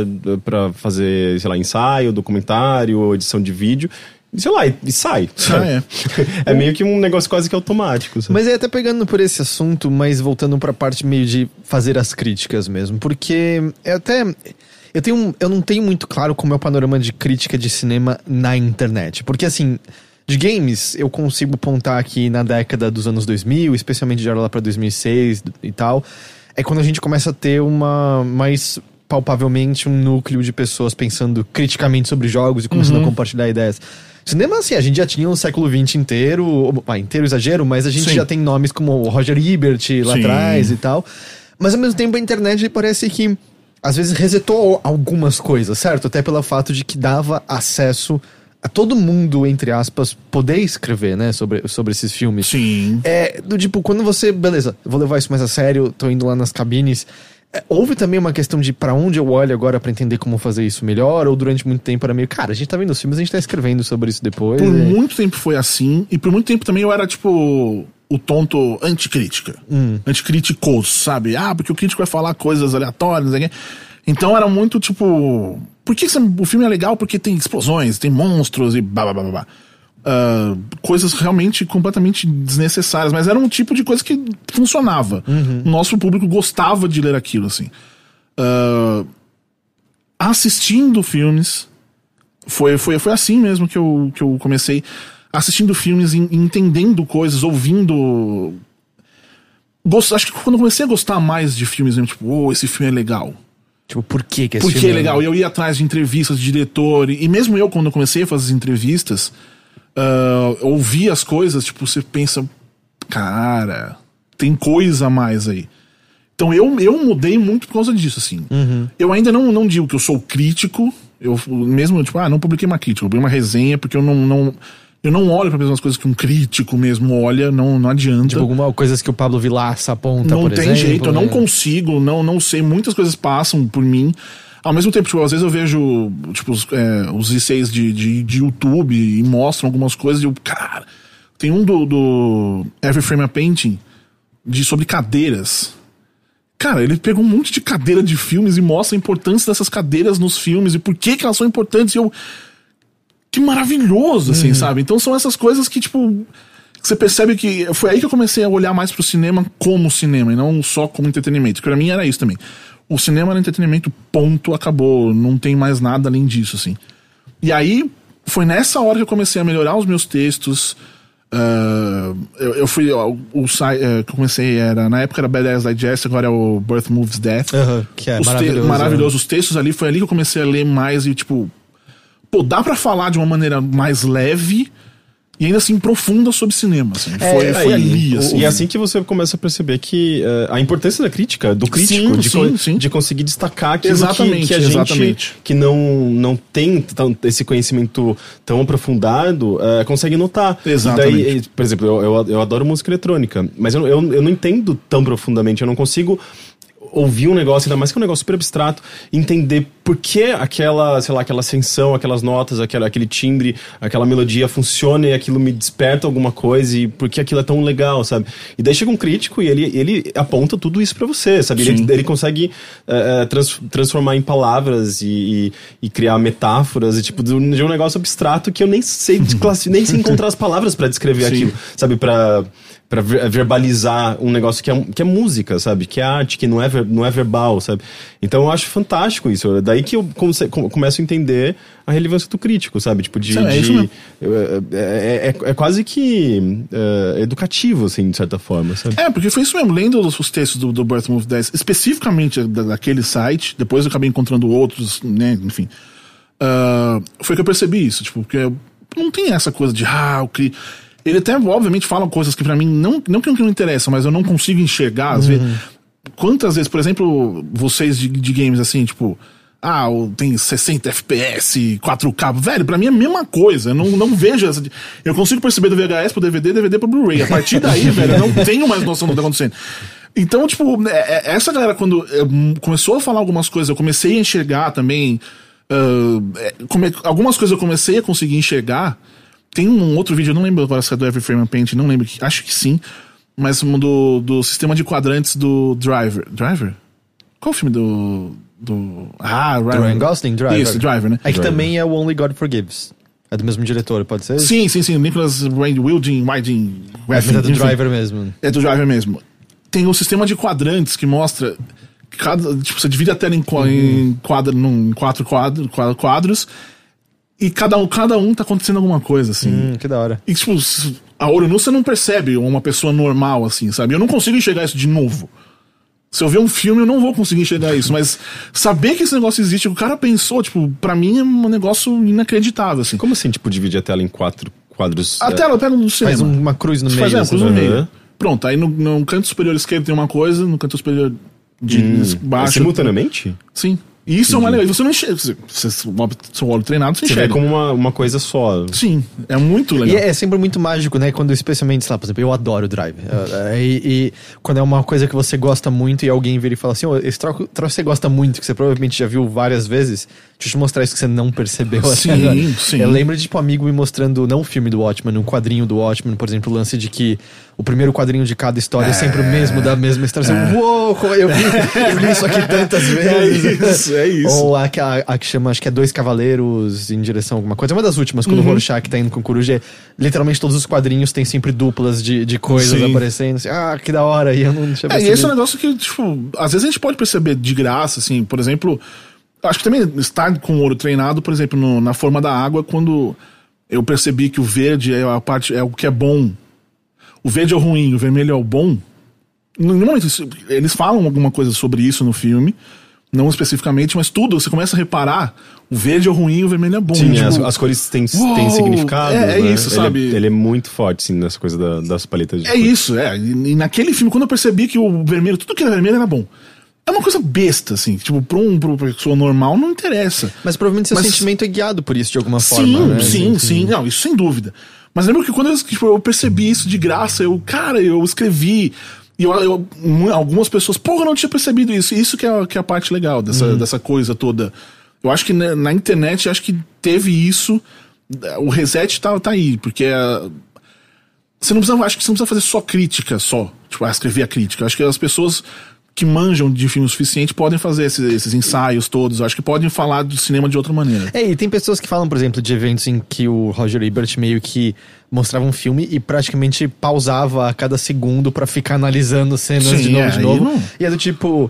pra fazer, sei lá, ensaio, documentário, edição de vídeo. Sei lá, e, e sai. Ah, é. É meio que um negócio quase que automático. Sabe? Mas é até pegando por esse assunto, mas voltando pra parte meio de fazer as críticas mesmo. Porque é até... Eu, tenho, eu não tenho muito claro como é o panorama de crítica de cinema na internet. Porque, assim, de games, eu consigo apontar aqui na década dos anos dois mil, especialmente de lá pra dois mil e seis e tal. É quando a gente começa a ter uma mais palpavelmente um núcleo de pessoas pensando criticamente sobre jogos e começando uhum. a compartilhar ideias. Cinema, assim, a gente já tinha o século vinte inteiro, ah, inteiro exagero, mas a gente Sim. já tem nomes como o Roger Ebert lá Sim. atrás e tal. Mas ao mesmo tempo a internet parece que às vezes resetou algumas coisas, certo? Até pelo fato de que dava acesso a todo mundo, entre aspas, poder escrever, né, sobre, sobre esses filmes. Sim. É, do tipo, quando você, beleza, vou levar isso mais a sério, tô indo lá nas cabines, é, houve também uma questão de pra onde eu olho agora pra entender como fazer isso melhor, ou durante muito tempo era meio, cara, a gente tá vendo os filmes, a gente tá escrevendo sobre isso depois. Por e... muito tempo foi assim, e por muito tempo também eu era, tipo, o tonto anticrítica. Hum. Anticríticos, sabe? Ah, porque o crítico vai falar coisas aleatórias, não sei o quê. Então era muito, tipo... Por que o filme é legal? Porque tem explosões, tem monstros e blá blá blá blá. Uh, coisas realmente completamente desnecessárias. Mas era um tipo de coisa que funcionava. Uhum. O nosso público gostava de ler aquilo, assim. Uh, assistindo filmes... Foi, foi, foi assim mesmo que eu, que eu comecei. Assistindo filmes, entendendo coisas, ouvindo... Gost... Acho que quando eu comecei a gostar mais de filmes, eu, tipo, oh, esse filme é legal. Tipo, por que que esse Por filme que é legal? Eu ia atrás de entrevistas de diretor. E mesmo eu, quando eu comecei a fazer as entrevistas, uh, ouvir as coisas, tipo, você pensa, cara, tem coisa a mais aí. Então eu, eu mudei muito por causa disso, assim. Uhum. Eu ainda não, não digo que eu sou crítico. Eu mesmo, tipo, ah, não publiquei uma crítica, eu publiquei uma resenha, porque eu não... não Eu não olho para as mesmas coisas que um crítico mesmo olha, não, não adianta. Tipo, algumas coisas que o Pablo Vilaça aponta, não por exemplo. Não tem jeito, eu não é. consigo, não, não sei. Muitas coisas passam por mim. Ao mesmo tempo, tipo, às vezes eu vejo tipo, os, é, os I Cs de, de, de YouTube e mostram algumas coisas e eu, cara... Tem um do, do Every Frame a Painting de, sobre cadeiras. Cara, ele pegou um monte de cadeira de filmes e mostra a importância dessas cadeiras nos filmes e por que que elas são importantes. E eu... Que maravilhoso, assim, uhum. sabe? Então são essas coisas que, tipo... Que você percebe que... Foi aí que eu comecei a olhar mais pro cinema como cinema e não só como entretenimento. Que pra mim era isso também. O cinema era entretenimento, ponto, acabou. Não tem mais nada além disso, assim. E aí, foi nessa hora que eu comecei a melhorar os meus textos. Uh, eu, eu fui... O, o site uh, que eu comecei era... Na época era Badass Digest, agora é o Birth Moves Death. Uhum, que é os maravilhoso. Te- maravilhoso. Os textos ali, foi ali que eu comecei a ler mais e, tipo... Pô, dá pra falar de uma maneira mais leve e ainda assim profunda sobre cinema, assim. É, foi, foi ali, assim. E é assim que você começa a perceber que uh, a importância da crítica, do crítico, sim, de, sim, co- sim. de conseguir destacar aquilo exatamente, que, que a exatamente. gente que não, não tem tão, esse conhecimento tão aprofundado uh, consegue notar. Exatamente. E daí, por exemplo, eu, eu, eu adoro música eletrônica, mas eu, eu, eu não entendo tão profundamente, eu não consigo ouvir um negócio, ainda mais que é um negócio super abstrato, entender por que aquela, sei lá, aquela ascensão, aquelas notas, aquela, aquele timbre, aquela melodia funciona e aquilo me desperta alguma coisa e por que aquilo é tão legal, sabe? E daí chega um crítico e ele, ele aponta tudo isso pra você, sabe? Ele, ele consegue uh, trans, transformar em palavras e, e, e criar metáforas e tipo, de um, de um negócio abstrato que eu nem sei, classe, nem sei encontrar as palavras pra descrever Sim. aquilo, sabe? Pra... Pra verbalizar um negócio que é, que é música, sabe? Que é arte, que não é, ver, não é verbal, sabe? Então eu acho fantástico isso. daí que eu come- começo a entender a relevância do crítico, sabe? Tipo, de... Sim, é de- isso mesmo. é, é, é- é quase que é, educativo, assim, de certa forma, sabe? É, porque foi isso mesmo, lendo os, os textos do, do Birth Move dez, especificamente da, daquele site, depois eu acabei encontrando outros, né, enfim. Uh, foi que eu percebi isso, tipo, porque não tem essa coisa de, ah, o cri... Ele até, obviamente, fala coisas que pra mim, não, não que não interessam, mas eu não consigo enxergar, às vezes. Quantas vezes, por exemplo, vocês de, de games assim, tipo, ah, tem sessenta F P S, quatro K, velho, pra mim é a mesma coisa, eu não, não vejo essa... Eu consigo perceber do V H S pro D V D, D V D pro Blu-ray, a partir daí, velho, eu não tenho mais noção do que tá acontecendo. Então, tipo, é, é, essa galera, quando eu, começou a falar algumas coisas, eu comecei a enxergar também, uh, é, come, algumas coisas eu comecei a conseguir enxergar. Tem um outro vídeo, eu não lembro agora se é do Every Frame Paint, não lembro, acho que sim, mas do, do sistema de quadrantes do Driver. Driver? Qual o filme do... do ah, Do Ryan Gosling, Driver. Isso, Driver, né? É que Driver. também é o Only God Forgives. É do mesmo diretor, pode ser? Sim, sim, sim, Nicholas Wilding, Wilding... É, mas é do enfim. Driver mesmo. É do Driver mesmo. Tem o sistema de quadrantes que mostra... Cada, tipo, você divide a tela em, qua- em, quadra, num, em quatro quadro, quadro- quadros e cada um, cada um tá acontecendo alguma coisa, assim. Hum, que da hora. E, tipo, a olho nu você não percebe uma pessoa normal, assim, sabe? Eu não consigo enxergar isso de novo. Se eu ver um filme, eu não vou conseguir enxergar isso. Mas saber que esse negócio existe, o cara pensou, tipo, pra mim é um negócio inacreditável, assim. Como assim, tipo, dividir a tela em quatro quadros? A é, tela pega no cinema. Faz um- uma cruz no Você meio. Faz é, uma assim. cruz no Uhum. meio. Pronto, aí no, no canto superior esquerdo tem uma coisa, no canto superior de hum, baixo... simultaneamente? Sim. E isso é uma legal. E você não enxerga. Você, você, seu olho treinado, você Você vê enxerga. como uma, uma coisa só. Sim, é muito legal. E é sempre muito mágico, né? Quando, especialmente, sei lá, por exemplo, eu adoro Drive. É, E, e quando é uma coisa que você gosta muito e alguém vira e fala assim, oh, esse troço troço você gosta muito, que você provavelmente já viu várias vezes, deixa eu te mostrar isso que você não percebeu até Sim, agora. sim. Eu lembro de, tipo, um amigo me mostrando, não o filme do Watchmen, um quadrinho do Watchmen, por exemplo, o lance de que o primeiro quadrinho de cada história é, sempre o mesmo, da mesma história. Você, uou, como eu vi, eu li isso aqui tantas vezes. É isso, é isso. Ou a, que- a, a que chama, acho que é Dois Cavaleiros em direção a alguma coisa. É uma das últimas, quando o Rorschach tá indo com o Coruja. Literalmente todos os quadrinhos têm sempre duplas de, de coisas Sim. aparecendo. Assim, ah, que da hora. E eu não tinha É, e percebido. esse é um negócio que, tipo, às vezes a gente pode perceber de graça, assim, por exemplo, acho que também estar com o olho treinado, por exemplo, no- na forma da água, quando eu percebi que o verde é a parte, é o que é bom. O verde é o ruim, o vermelho é o bom. No no momento, isso- eles falam alguma coisa sobre isso no filme, não especificamente, mas tudo, você começa a reparar, o verde é o ruim, o vermelho é bom. Sim, Tipo, as, as cores têm, uou, têm significado. é- é né? isso, Ele sabe? Ele é muito forte, assim, nessa coisa da- das paletas de É cores. isso, é. E, e naquele filme, quando eu percebi que o vermelho, tudo que era vermelho era bom. É uma coisa besta, assim. Tipo, pra, um, pra uma pessoa normal não interessa. Mas provavelmente seu Mas- sentimento é guiado por isso de alguma Sim, forma. Né? sim, Enfim. sim. Não, isso sem dúvida. Mas lembro que quando eu, tipo, eu percebi isso de graça, eu, cara, eu escrevi. E eu, eu- mu- algumas pessoas, porra, eu não tinha percebido isso. Isso que é, que é a parte legal dessa, dessa coisa toda. Eu acho que na, na internet, acho que teve isso. O reset tá, tá aí, porque é, você não precisa, acho que você não precisa fazer só crítica, só. Tipo, ah, escrever a crítica. Eu acho que as pessoas que manjam de filme o suficiente podem fazer esses, esses ensaios todos. Eu acho que podem falar do cinema de outra maneira. É, e tem pessoas que falam, por exemplo, de eventos em que o Roger Ebert meio que mostrava um filme e praticamente pausava a cada segundo pra ficar analisando cenas Sim, de novo, é, de aí novo. não- E é do tipo...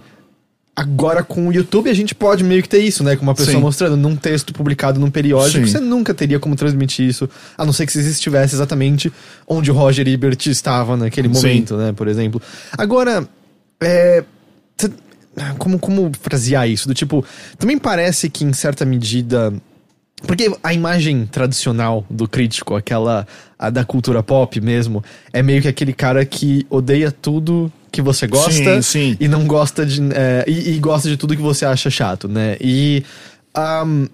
Agora com o YouTube a gente pode meio que ter isso, né? Com uma pessoa Sim. mostrando num texto publicado num periódico. Sim. Você nunca teria como transmitir isso, a não ser que você estivesse exatamente onde o Roger Ebert estava naquele Sim. momento, né? Por exemplo. Agora, é... cê- Como, como frasear isso? Do tipo, também parece que em certa medida... Porque a imagem tradicional do crítico, aquela a da cultura pop mesmo, é meio que aquele cara que odeia tudo que você gosta Sim, sim. e não gosta de. É, e, e gosta de tudo que você acha chato, né? E. ahm,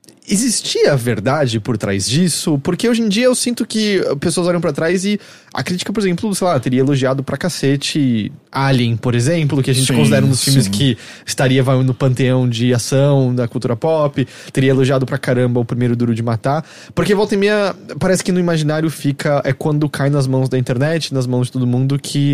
existia verdade por trás disso? Porque hoje em dia eu sinto que pessoas olham pra trás e a crítica, por exemplo, sei lá, teria elogiado pra cacete Alien, por exemplo, que a gente Sim, considera um dos filmes sim. que estaria vai, no panteão de ação da cultura pop, teria elogiado pra caramba o primeiro Duro de Matar, porque volta e meia parece que no imaginário fica, é quando cai nas mãos da internet, nas mãos de todo mundo, que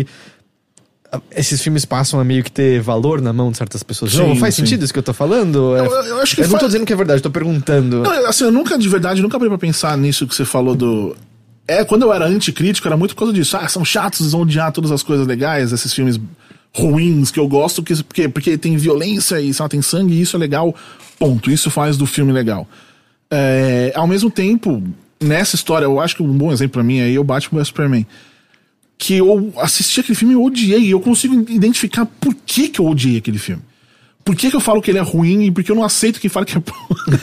esses filmes passam a meio que ter valor na mão de certas pessoas. Sim, Não, faz sim. sentido isso que eu tô falando? É- Eu- eu acho que eu não faz- tô dizendo que é verdade, tô perguntando. Não, assim, eu nunca, de verdade, nunca parei pra pensar nisso que você falou do... É, quando eu era anticrítico, era muito por causa disso. Ah, são chatos, eles vão odiar todas as coisas legais, esses filmes ruins, que eu gosto, que, porque, porque tem violência e sabe, tem sangue, e isso é legal, ponto. Isso faz do filme legal. É, ao mesmo tempo, nessa história, eu acho que um bom exemplo pra mim é o Batman versus Superman. Que eu assisti aquele filme e eu odiei, e eu consigo identificar por que que eu odiei aquele filme. Por que que eu falo que ele é ruim e por que eu não aceito quem fala que é bom?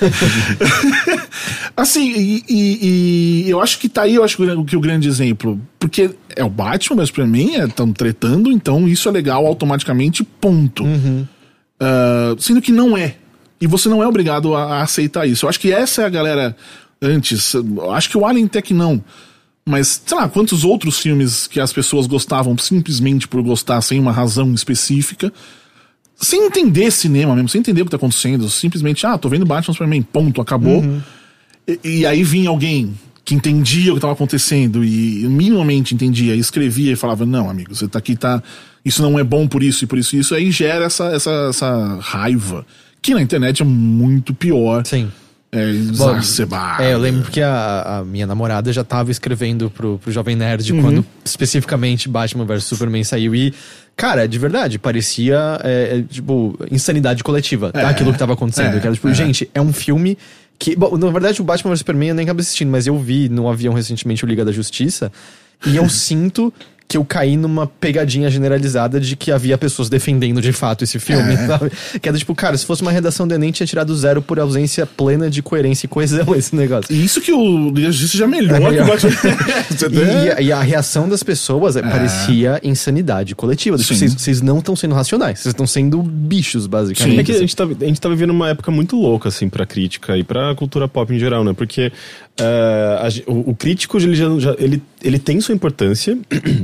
Assim, e, e, e eu acho que tá aí, eu acho que o grande exemplo. Porque é o Batman, mas pra mim estão tretando, então isso é legal automaticamente, ponto. Uhum. Uh, sendo que não é. E você não é obrigado a, a aceitar isso. Eu acho que essa é a galera antes. Eu acho que o Alien até que não. Mas, sei lá, quantos outros filmes que as pessoas gostavam simplesmente por gostar, sem uma razão específica, sem entender cinema mesmo, sem entender o que tá acontecendo, simplesmente, ah, tô vendo Batman Superman, ponto, acabou. Uhum. E, e aí vinha alguém que entendia o que tava acontecendo e minimamente entendia, e escrevia e falava, não, amigo, você tá aqui, tá, isso não é bom por isso e por isso e isso, aí gera essa, essa, essa raiva, que na internet é muito pior. Sim. É, exacerbado. É, eu lembro porque a, a minha namorada já tava escrevendo pro, pro Jovem Nerd uhum. quando especificamente Batman versus Superman saiu e, cara, de verdade, parecia é, tipo, insanidade coletiva, é, tá? Aquilo que tava acontecendo. É, que era, tipo, é. gente, é um filme que, bom, na verdade o Batman versus Superman eu nem acabei assistindo, mas eu vi no avião recentemente o Liga da Justiça e eu sinto que eu caí numa pegadinha generalizada de que havia pessoas defendendo de fato esse filme, é. sabe? Que era tipo, cara, se fosse uma redação do Enem, tinha tirado zero por ausência plena de coerência e coesão esse negócio. E isso que o Liga da Justiça já melhor é melhor. que o Batman. e, a, e a reação das pessoas é. parecia insanidade coletiva. Vocês não estão sendo racionais, vocês estão sendo bichos, basicamente. Sim. É que a gente, tá, a gente tá vivendo uma época muito louca, assim, pra crítica e pra cultura pop em geral, né? Porque uh, a, o, o crítico, ele, já, já, ele, ele tem sua importância...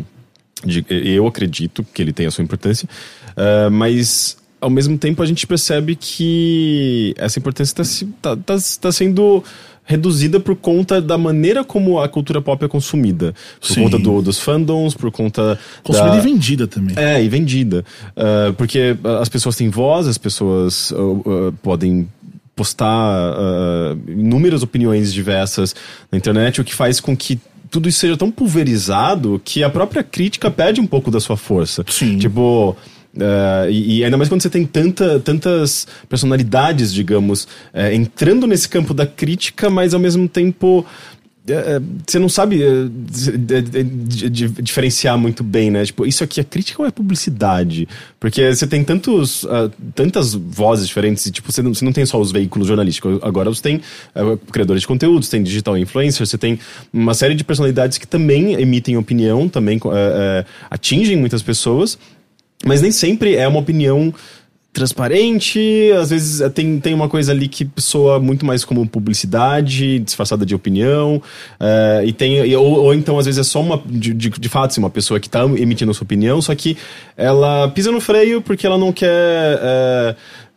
De, eu acredito que ele tem a sua importância, uh, mas ao mesmo tempo a gente percebe que essa importância está tá, tá, tá sendo reduzida por conta da maneira como a cultura pop é consumida. Por Sim. conta do, dos fandoms, por conta... Consumida da... e vendida também. É, e vendida. Uh, porque as pessoas têm voz, as pessoas uh, uh, podem... postar uh, inúmeras opiniões diversas na internet, o que faz com que tudo isso seja tão pulverizado que a própria crítica perde um pouco da sua força. Sim. Tipo... Uh, e, e ainda mais quando você tem tanta, tantas personalidades, digamos, uh, entrando nesse campo da crítica, mas ao mesmo tempo... Uh, você não sabe uh, de, de, de diferenciar muito bem, né? Tipo, isso aqui é crítica ou é publicidade? Porque você tem tantos, uh, tantas vozes diferentes e, tipo, você não, você não tem só os veículos jornalísticos. Agora você tem uh, criadores de conteúdos, tem digital influencers, você tem uma série de personalidades que também emitem opinião, também uh, uh, atingem muitas pessoas, mas nem sempre é uma opinião transparente, às vezes tem, tem uma coisa ali que soa muito mais como publicidade, disfarçada de opinião, uh, e tem, ou, ou então às vezes é só uma, de, de, de fato, uma pessoa que está emitindo a sua opinião, só que ela pisa no freio porque ela não quer... Uh,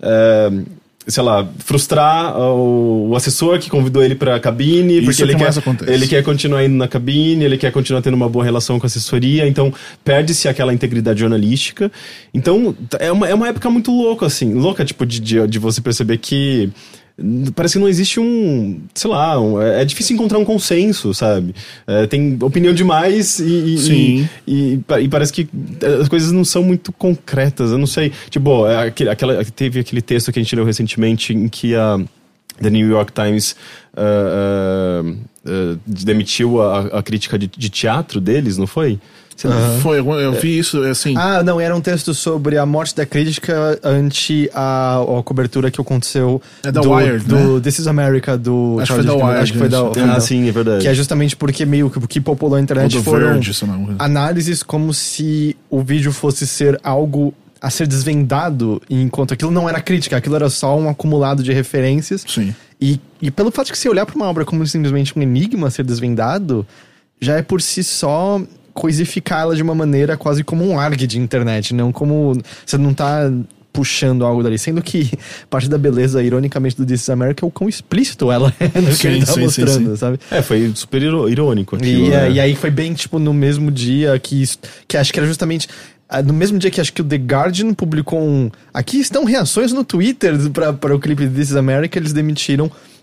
uh, sei lá, frustrar o, o assessor que convidou ele pra cabine, Isso porque é ele, que quer, mais acontece. ele quer continuar indo na cabine, ele quer continuar tendo uma boa relação com a assessoria, então perde-se aquela integridade jornalística. Então é uma, é uma época muito louca, assim, louca, tipo, de, de, de você perceber que parece que não existe um, sei lá, um, é difícil encontrar um consenso, sabe? É, tem opinião demais e, Sim. e, e, e parece que as coisas não são muito concretas, eu não sei. Tipo, aquele, aquela, teve aquele texto que a gente leu recentemente em que a The New York Times uh, uh, uh, demitiu a, a crítica de, de teatro deles, não foi? Uhum. Foi, eu vi isso, assim... Ah, não, era um texto sobre a morte da crítica ante a, a cobertura que aconteceu é da do, Wired, do né? This is America, do Acho Charles que foi da Wired, acho que foi da, ah, da, sim, é verdade. Que é justamente porque meio que o que populou a internet foram Verge, não. análises como se o vídeo fosse ser algo a ser desvendado, enquanto aquilo não era crítica, aquilo era só um acumulado de referências. Sim. E, e pelo fato de que você olhar pra uma obra como simplesmente um enigma a ser desvendado, já é por si só coisificar ela de uma maneira quase como um arg de internet, não como... Você não tá puxando algo dali, sendo que parte da beleza, ironicamente, do This is America é o quão explícito ela é no sim, que ele tá sim, mostrando, sim, sim. sabe? É, foi super irônico aquilo, e, né? e aí foi bem, tipo, no mesmo dia que... Que acho que era justamente... No mesmo dia que acho que o The Guardian publicou um... Aqui estão reações no Twitter para o clipe de This is America, eles demitiram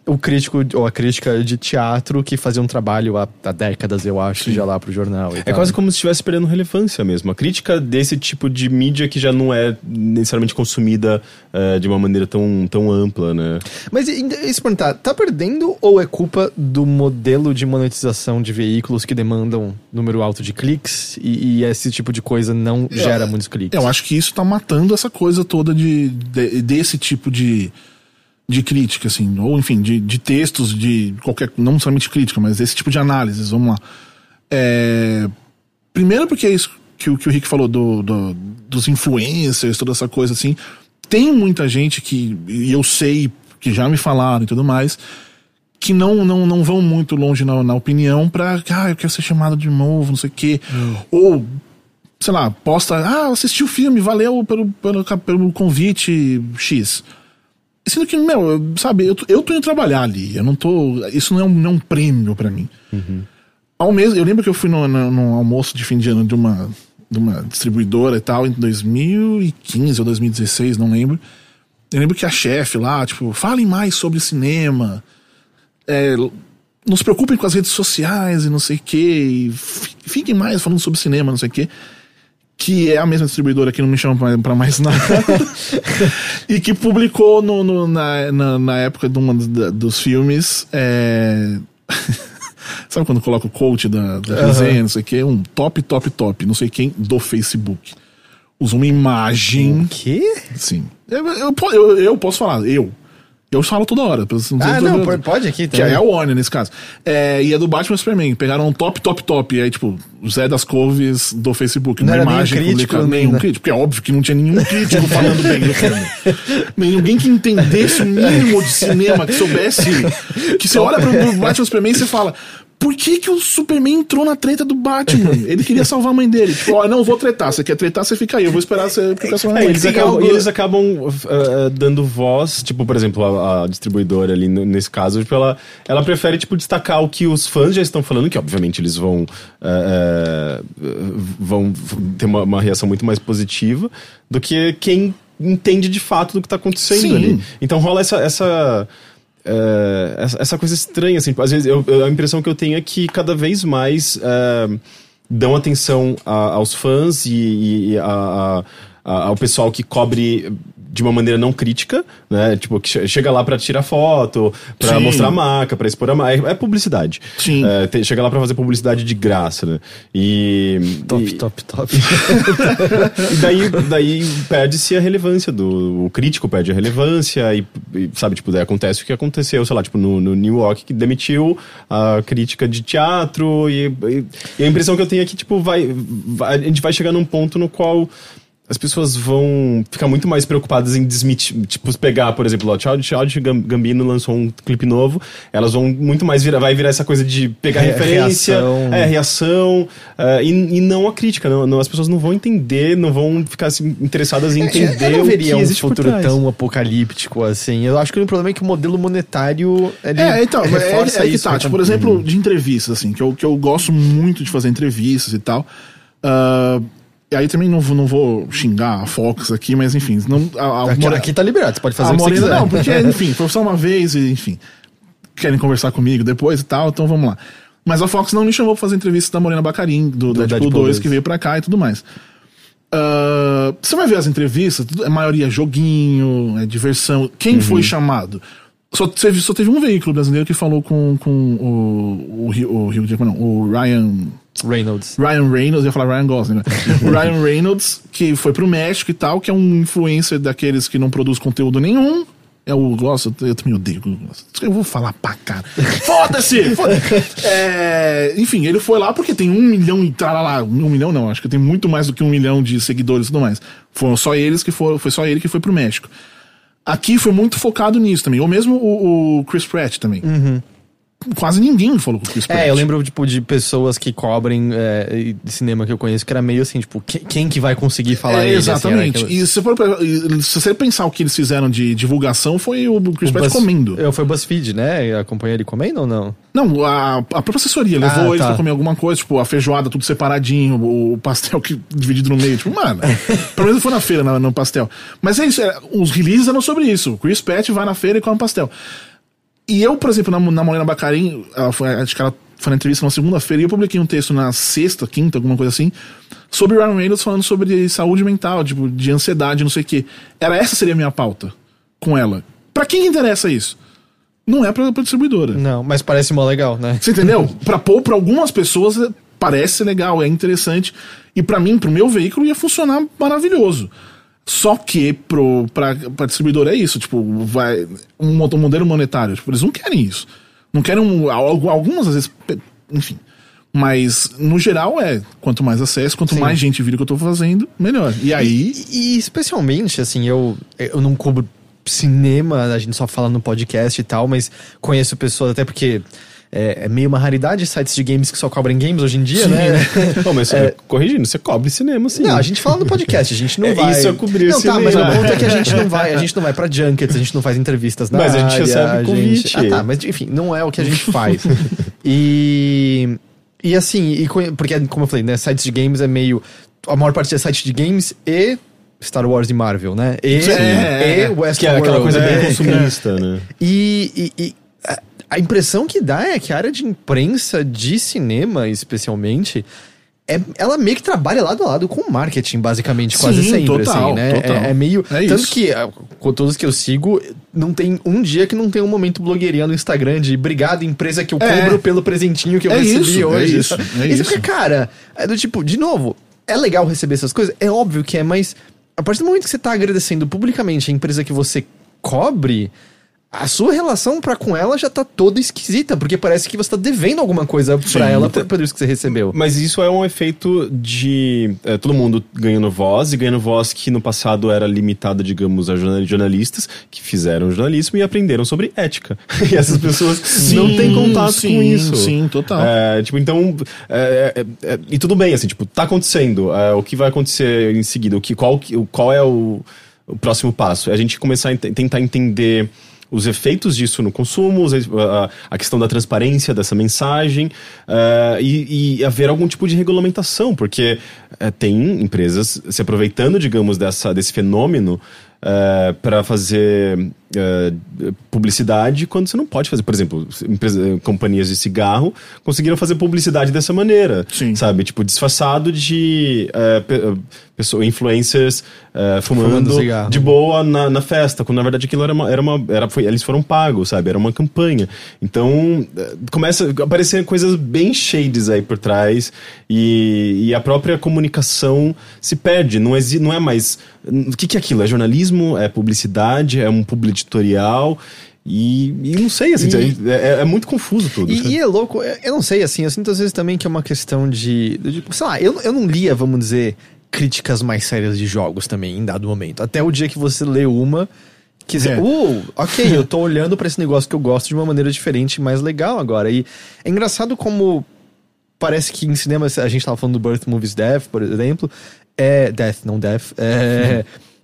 o crítico ou a crítica de teatro que fazia um trabalho há, há décadas, eu acho, Sim. já lá pro jornal. E é tal. quase como se estivesse perdendo relevância mesmo. A crítica desse tipo de mídia que já não é necessariamente consumida uh, de uma maneira tão, tão ampla, né? Mas e se perguntar, tá perdendo ou é culpa do modelo de monetização de veículos que demandam número alto de cliques e, e esse tipo de coisa não eu, gera muitos cliques? Eu acho que isso tá matando essa coisa toda de, de desse tipo de de crítica, assim, ou enfim, de, de textos, de qualquer, não somente crítica, mas esse tipo de análises, vamos lá. É, primeiro porque é isso que, que o Rick falou do, do, dos influencers, toda essa coisa assim, tem muita gente que, e eu sei, que já me falaram e tudo mais, que não, não, não vão muito longe na, na opinião pra, ah, eu quero ser chamado de novo, não sei o quê, hum. ou, sei lá, posta, ah, assisti o filme, valeu pelo, pelo, pelo convite X. Sendo que, meu, sabe, eu, eu tô indo trabalhar ali, eu não tô. Isso não é um, não é um prêmio pra mim. Uhum. Ao mesmo, eu lembro que eu fui no, no, no almoço de fim de ano de uma, de uma distribuidora e tal, em dois mil e quinze ou dois mil e dezesseis, não lembro. Eu lembro que a chefe lá, tipo, falem mais sobre cinema, é, não se preocupem com as redes sociais e não sei o que, fiquem mais falando sobre cinema, não sei o que. Que é a mesma distribuidora que não me chama pra, pra mais nada. E que publicou no, no, na, na, na época de uma da, dos filmes. É... Sabe quando coloca o coach da, da uhum. resenha, não sei o que? Um top, top, top, não sei quem, do Facebook. Usa uma imagem. O quê? Sim. Eu, eu, eu, eu posso falar, eu. Eu falo toda hora. Não ah, não, eu, pode aqui também. Que é a Warner nesse caso. É, e é do Batman Superman. Pegaram um top, top, top. E aí, tipo, o Zé das Couves do Facebook. Não uma era imagem nenhum crítico, publicada. Nenhum crítico. Porque é óbvio que não tinha nenhum crítico falando bem do filme. Ninguém que entendesse o mínimo de cinema, que soubesse. Que você olha pro, pro Batman Superman e você fala. Por que que o Superman entrou na treta do Batman? Ele queria salvar a mãe dele. Tipo, ó, não, vou tretar. Você quer tretar, você fica aí. Eu vou esperar você ficar salvando a mãe. Eles acabam, eles acabam uh, dando voz, tipo, por exemplo, a, a distribuidora ali, nesse caso, tipo, ela, ela prefere, tipo, destacar o que os fãs já estão falando, que obviamente eles vão, uh, uh, vão ter uma, uma reação muito mais positiva do que quem entende de fato do que está acontecendo Sim. ali. Então rola essa... essa Uh, essa, essa coisa estranha, assim, às vezes eu, eu, a impressão que eu tenho é que cada vez mais uh, dão atenção a, aos fãs e, e a, a, a, ao pessoal que cobre de uma maneira não crítica, né? Tipo, que chega lá pra tirar foto, pra Sim. mostrar a marca, pra expor a marca. É, é publicidade. Sim. É, tem, chega lá pra fazer publicidade de graça, né? E... Top, e, top, top. E daí, daí perde-se a relevância do... O crítico perde a relevância e, e sabe, tipo, daí acontece o que aconteceu, sei lá, tipo, no, no New York, que demitiu a crítica de teatro e, e, e a impressão que eu tenho é que, tipo, vai, vai, a gente vai chegar num ponto no qual... as pessoas vão ficar muito mais preocupadas em desmitir, tipo, pegar, por exemplo, o Childish Gambino lançou um clipe novo, elas vão muito mais virar, vai virar essa coisa de pegar Re- referência, reação, é, reação uh, e, e não a crítica, não, não, as pessoas não vão entender, não vão ficar assim, interessadas em entender eu não o veria que um existe futuro tão apocalíptico assim. Eu acho que o problema é que o modelo monetário ele é, então, reforça é, é, é isso. Que tá, tipo, por exemplo, uhum. de entrevistas, assim, que eu, que eu gosto muito de fazer entrevistas e tal. Uh, E aí também não vou, não vou xingar a Fox aqui, mas enfim. Não, a, a aqui, More... aqui tá liberado, você pode fazer a o que Morena, você quiser. Não, porque, enfim, foi só uma vez e, enfim, querem conversar comigo depois e tal, então vamos lá. Mas a Fox não me chamou pra fazer entrevista da Morena Bacarin, do, do Deadpool dois, que veio pra cá e tudo mais. Uh, você vai ver as entrevistas, é maioria joguinho, é diversão. Quem uhum. foi chamado? Só teve, só teve um veículo brasileiro que falou com, com o, o, o, o, o, não, o Ryan... Reynolds. Ryan Reynolds, eu ia falar Ryan Gosling, né? O Ryan Reynolds, que foi pro México e tal, que é um influencer daqueles que não produz conteúdo nenhum. É o... Nossa, eu também odeio. Eu vou falar pra cara. Foda-se! Foda-se! É, enfim, ele foi lá porque tem um milhão e tal lá. Um milhão não, acho que tem muito mais do que um milhão de seguidores e tudo mais. Foram só eles que foram, foi só ele que foi pro México. Aqui foi muito focado nisso também. Ou mesmo o, o Chris Pratt também. Uhum. Quase ninguém falou com o Chris Pratt. É, eu lembro, tipo, de pessoas que cobrem é, de cinema que eu conheço, que era meio assim, tipo, quem, quem que vai conseguir falar é, ele? Exatamente. Assim, aquela... E se, for, se você pensar o que eles fizeram de divulgação, foi o Chris o Pratt Buzz... comendo. Eu, foi o BuzzFeed, né? Acompanha ele comendo ou não? Não, a, a própria assessoria levou ah, eles tá. pra comer alguma coisa, tipo, a feijoada tudo separadinho, o, o pastel que, dividido no meio. Tipo, mano, pelo menos foi na feira, no, no pastel. Mas é isso, é, os releases eram sobre isso. O Chris Pratt vai na feira e come pastel. E eu, por exemplo, na, na Morena Baccarin, ela foi, acho que ela foi na entrevista na segunda-feira, e eu publiquei um texto na sexta, quinta, alguma coisa assim, sobre Ryan Reynolds falando sobre saúde mental, tipo, de ansiedade, não sei o quê. Era essa seria a minha pauta com ela. Pra quem interessa isso? Não é pra, pra distribuidora. Não, mas parece mó legal, né? Você entendeu? Pra, pô, pra algumas pessoas parece legal, é interessante. E pra mim, pro meu veículo, ia funcionar maravilhoso. Só que pro, pra, pra distribuidora é isso, tipo, vai um, um modelo monetário. Tipo, eles não querem isso. Não querem um, algumas às vezes, enfim. Mas, no geral, é quanto mais acesso, quanto Sim. mais gente vira o que eu tô fazendo, melhor. E aí. E, e especialmente, assim, eu, eu não cubro cinema, a gente só fala no podcast e tal, mas conheço pessoas, até porque é, é meio uma raridade sites de games que só cobrem games hoje em dia, sim, né? Não, mas é, corrigindo, você cobre cinema, sim. Não, a gente fala no podcast, a gente não é, vai... Isso é cobrir não, cinema. Tá, mas o ponto é que a gente não vai, a gente não vai pra junkets, a gente não faz entrevistas na mas área. Mas a gente recebe convite. Gente... Ah, tá, mas enfim, não é o que a gente faz. e... E assim, e, porque como eu falei, né, sites de games é meio... A maior parte é site de games e... Star Wars e Marvel, né? E, é, e Westworld. Que é aquela coisa bem consumista, né? E, e, e a, a impressão que dá é que a área de imprensa de cinema, especialmente, é, ela meio que trabalha lado a lado com marketing, basicamente, quase Sim, sempre, total, assim, né? Total. É, é meio... É tanto isso. que, com todos que eu sigo, não tem um dia que não tem um momento blogueirinha no Instagram de obrigado, empresa que eu é. cobro pelo presentinho que eu é recebi isso, hoje. É isso, é isso. isso. Porque, cara, é do tipo, de novo, é legal receber essas coisas? É óbvio que é, mas... A partir do momento que você tá agradecendo publicamente a empresa que você cobre, a sua relação pra com ela já tá toda esquisita, porque parece que você tá devendo alguma coisa pra Sim, ela por, por isso que você recebeu. Mas isso é um efeito de é, todo mundo ganhando voz, e ganhando voz que no passado era limitada, digamos, a jornalistas que fizeram jornalismo e aprenderam sobre ética. E essas pessoas sim, não têm contato sim, com isso. Sim, total. É, tipo, então, é, é, é, e tudo bem, assim, tipo, tá acontecendo, é, o que vai acontecer em seguida, o que, qual, qual é o, o próximo passo? É a gente começar a ent- tentar entender os efeitos disso no consumo, a questão da transparência dessa mensagem uh, e, e haver algum tipo de regulamentação, porque uh, tem empresas se aproveitando, digamos, dessa, desse fenômeno uh, para fazer uh, publicidade quando você não pode fazer. Por exemplo, empresa, companhias de cigarro conseguiram fazer publicidade dessa maneira, Sim. sabe? Tipo, disfarçado de uh, pe- pessoa, influencers uh, fumando, fumando de boa na, na festa, quando na verdade aquilo era uma... Era uma era, foi, eles foram pagos, sabe? Era uma campanha. Então, uh, começa a aparecer coisas bem shades aí por trás e, e a própria comunicação se perde. Não é, não é mais... O que, que é aquilo? É jornalismo? É publicidade? É um publi editorial? E, e não sei, assim, e, é, é muito confuso tudo. E, e é louco, eu não sei, assim, eu sinto às vezes também que é uma questão de, de sei lá, eu, eu não lia, vamos dizer, críticas mais sérias de jogos também, em dado momento. Até o dia que você lê uma, que dizer, é. uh, ok, eu tô olhando pra esse negócio que eu gosto de uma maneira diferente e mais legal agora. E é engraçado como parece que em cinema, a gente tava falando do Birth Movies Death, por exemplo, é... Death, não Death, é...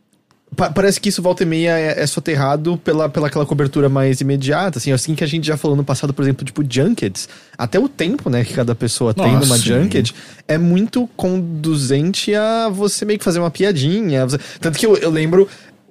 Pa- parece que isso volta e meia é, é soterrado pela, pela aquela cobertura mais imediata, assim, assim que a gente já falou no passado, por exemplo, tipo junkets, até o tempo, né, que cada pessoa Nossa, tem numa sim. junket, é muito conduzente a você meio que fazer uma piadinha, você... tanto que eu, eu lembro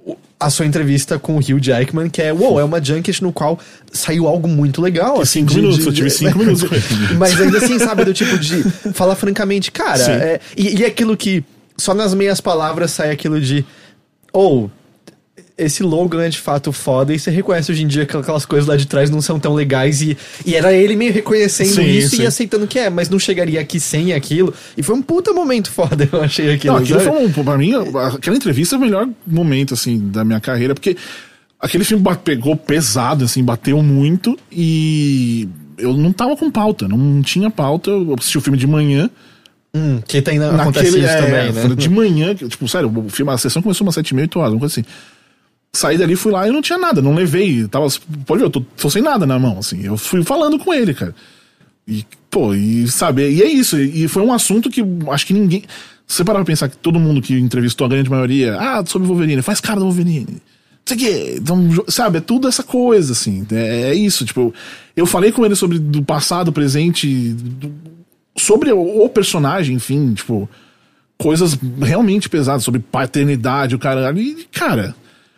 a sua entrevista com o Hugh Jackman, que é, uou, é uma junket no qual saiu algo muito legal, assim, cinco de, minutos, de, eu tive cinco minutos com ele. Mas ainda assim, sabe, do tipo de falar francamente, cara, é, e, e é aquilo que só nas meias palavras sai aquilo de ou, oh, esse logo é de fato foda, e você reconhece hoje em dia que aquelas coisas lá de trás não são tão legais, e, e era ele meio reconhecendo sim, isso sim. e aceitando que é, mas não chegaria aqui sem aquilo, e foi um puta momento foda, eu achei aquilo. Não, aquilo foi um, pra mim, aquela entrevista é o melhor momento, assim, da minha carreira, porque aquele filme pegou pesado, assim, bateu muito, e eu não tava com pauta, não tinha pauta, eu assisti o filme de manhã. Hum, que tem na, acontece isso é, também, né? De manhã, tipo, sério, o filme, a sessão começou umas sete e meia, oito horas, uma coisa assim. Saí dali, fui lá e não tinha nada, não levei, tava, pode ver, eu tô, tô sem nada na mão, assim, eu fui falando com ele, cara. E, pô, e sabe, e é isso, e foi um assunto que acho que ninguém, se você parar pra pensar que todo mundo que entrevistou, a grande maioria, ah, sobre Wolverine, faz cara do Wolverine, não sei o quê, então, sabe, é tudo essa coisa, assim, é, é isso, tipo, eu falei com ele sobre do passado, presente, do, sobre o, o personagem, enfim, tipo, coisas realmente pesadas, sobre paternidade, o cara, e, cara,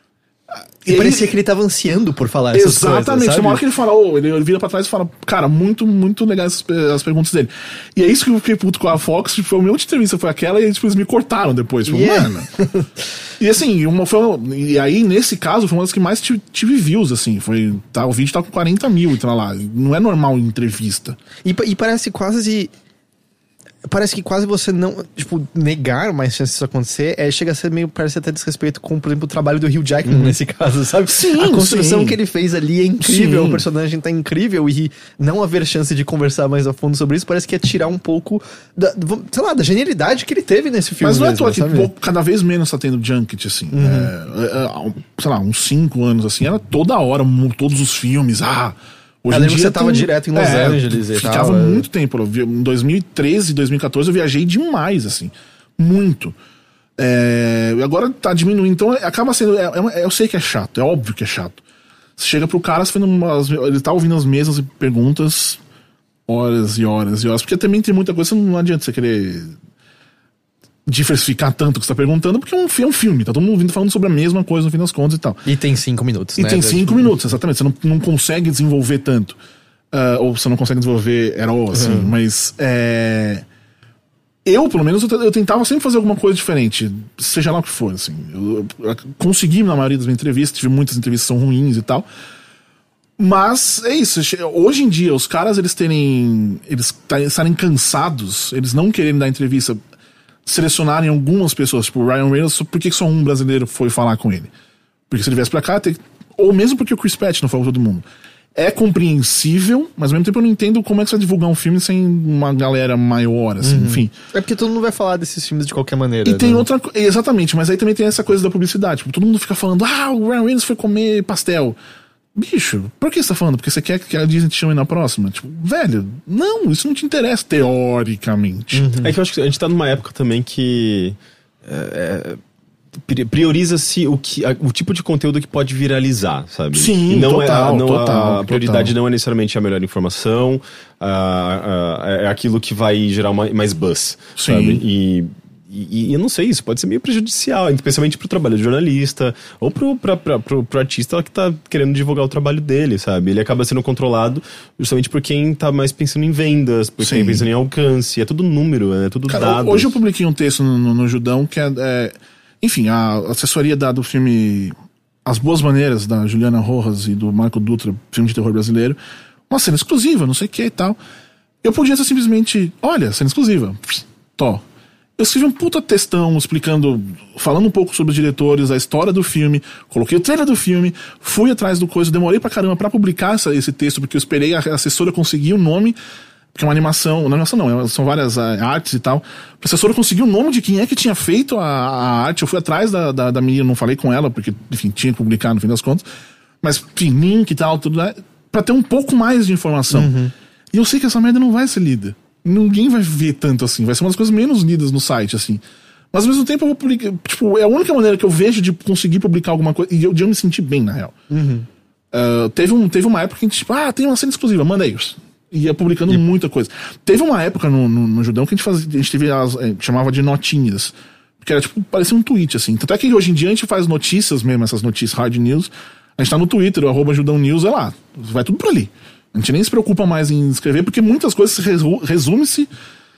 E, e parecia aí, que ele tava ansiando por falar essas coisas. Exatamente. Tem uma hora que ele fala, oh, ele vira pra trás e fala, cara, muito, muito legais as, as perguntas dele. E é isso que eu fiquei puto com a Fox, tipo, foi a minha última entrevista, foi aquela, e tipo, eles me cortaram depois. Tipo, yeah. Mano. E assim, uma, foi uma, e aí, nesse caso, foi uma das que mais tive, tive views, assim. Foi, tá, o vídeo tá com quarenta mil e tá lá. Não é normal em entrevista. E, e parece quase. Parece que quase você não, tipo, negar mais chances disso acontecer, é, chega a ser meio, parece até desrespeito com, por exemplo, o trabalho do Hugh Jackman, uhum. nesse caso, sabe? Sim, a construção sim. que ele fez ali é incrível, Sim. o personagem tá incrível, e não haver chance de conversar mais a fundo sobre isso parece que é tirar um pouco da, sei lá, da genialidade que ele teve nesse filme. Mas não mesmo, é à toa que pouco, cada vez menos tá tendo junket, assim. Uhum. É, é, sei lá, uns cinco anos, assim, era toda hora, todos os filmes, ah... Hoje eu em lembro dia que você tava tem, direto em Los é, Angeles e ficava tal. Ficava muito tempo. Em dois mil e treze, dois mil e catorze eu viajei demais, assim. Muito. É, agora tá diminuindo. Então acaba sendo... É, é, eu sei que é chato, é óbvio que é chato. Você chega pro cara, você umas, ele tá ouvindo as mesmas perguntas horas e horas e horas. Porque também tem muita coisa, não adianta você querer diversificar tanto o que você tá perguntando, porque é um, é um filme, tá todo mundo vindo falando sobre a mesma coisa no fim das contas e tal. E tem cinco minutos, e né? E tem cinco minutos, exatamente. Você não, não consegue desenvolver tanto. Uh, ou você não consegue desenvolver at all, assim. Uhum. Mas é... eu, pelo menos, eu, eu tentava sempre fazer alguma coisa diferente, seja lá o que for, assim. Eu, eu consegui na maioria das minhas entrevistas, tive muitas entrevistas que são ruins e tal. Mas é isso. Hoje em dia, os caras, eles terem... eles estarem cansados, eles não quererem dar entrevista... selecionarem algumas pessoas, tipo o Ryan Reynolds, por que só um brasileiro foi falar com ele? Porque se ele viesse pra cá, tem... ou mesmo porque o Chris Pratt não falou com todo mundo. É compreensível, mas ao mesmo tempo eu não entendo como é que você vai divulgar um filme sem uma galera maior, assim, uhum. Enfim. É porque todo mundo vai falar desses filmes de qualquer maneira. E tem né? outra coisa, exatamente, mas aí também tem essa coisa da publicidade. Tipo, todo mundo fica falando, ah, o Ryan Reynolds foi comer pastel. Bicho, por que você tá falando? Porque você quer que a Disney te chame na próxima? Tipo, velho, não, isso não te interessa, teoricamente. Uhum. É que eu acho que a gente tá numa época também que é, prioriza-se o, que, a, o tipo de conteúdo que pode viralizar, sabe? Sim, e não total, é, não total, a prioridade total. não é necessariamente a melhor informação, a, a, é aquilo que vai gerar uma, mais buzz, Sim. sabe? E... E, e eu não sei, isso pode ser meio prejudicial, especialmente pro trabalho de jornalista ou pro, pra, pra, pro, pro artista que tá querendo divulgar o trabalho dele, sabe? Ele acaba sendo controlado justamente por quem tá mais pensando em vendas, por quem pensando em alcance, é tudo número, é tudo Cara, dados. Hoje eu publiquei um texto no, no, no Judão que é, é... Enfim, a assessoria da, do filme As Boas Maneiras, da Juliana Rojas e do Marco Dutra, filme de terror brasileiro, uma cena exclusiva, não sei o que e tal. Eu podia ser simplesmente, olha, cena exclusiva, tó. Eu escrevi um puta textão explicando, falando um pouco sobre os diretores, a história do filme, coloquei o trailer do filme, fui atrás do coisa, demorei pra caramba pra publicar essa, esse texto, porque eu esperei a assessora conseguir o nome, porque é uma animação, não é animação não, são várias uh, artes e tal. A assessora conseguiu o nome de quem é que tinha feito a, a arte, eu fui atrás da, da, da menina, não falei com ela, porque, enfim, tinha que publicar no fim das contas, mas, enfim, link e tal, tudo, né, pra ter um pouco mais de informação. Uhum. E eu sei que essa merda não vai ser lida. Ninguém vai ver tanto assim, vai ser uma das coisas menos lidas no site, assim. Mas ao mesmo tempo eu vou publicar, tipo, é a única maneira que eu vejo de conseguir publicar alguma coisa, e eu, de eu me sentir bem, na real. Uhum. Uh, teve, um, teve uma época que a gente, tipo, ah, tem uma cena exclusiva, manda aí. E ia publicando e... muita coisa. Teve uma época no, no, no Judão que a gente fazia, a gente teve as, a gente chamava de notinhas, porque era tipo, parecia um tweet, assim. Tanto é que hoje em dia a gente faz notícias mesmo, essas notícias hard news, a gente tá no Twitter, o arroba Judão News, é lá, vai tudo por ali. A gente nem se preocupa mais em escrever, porque muitas coisas resu- resume-se.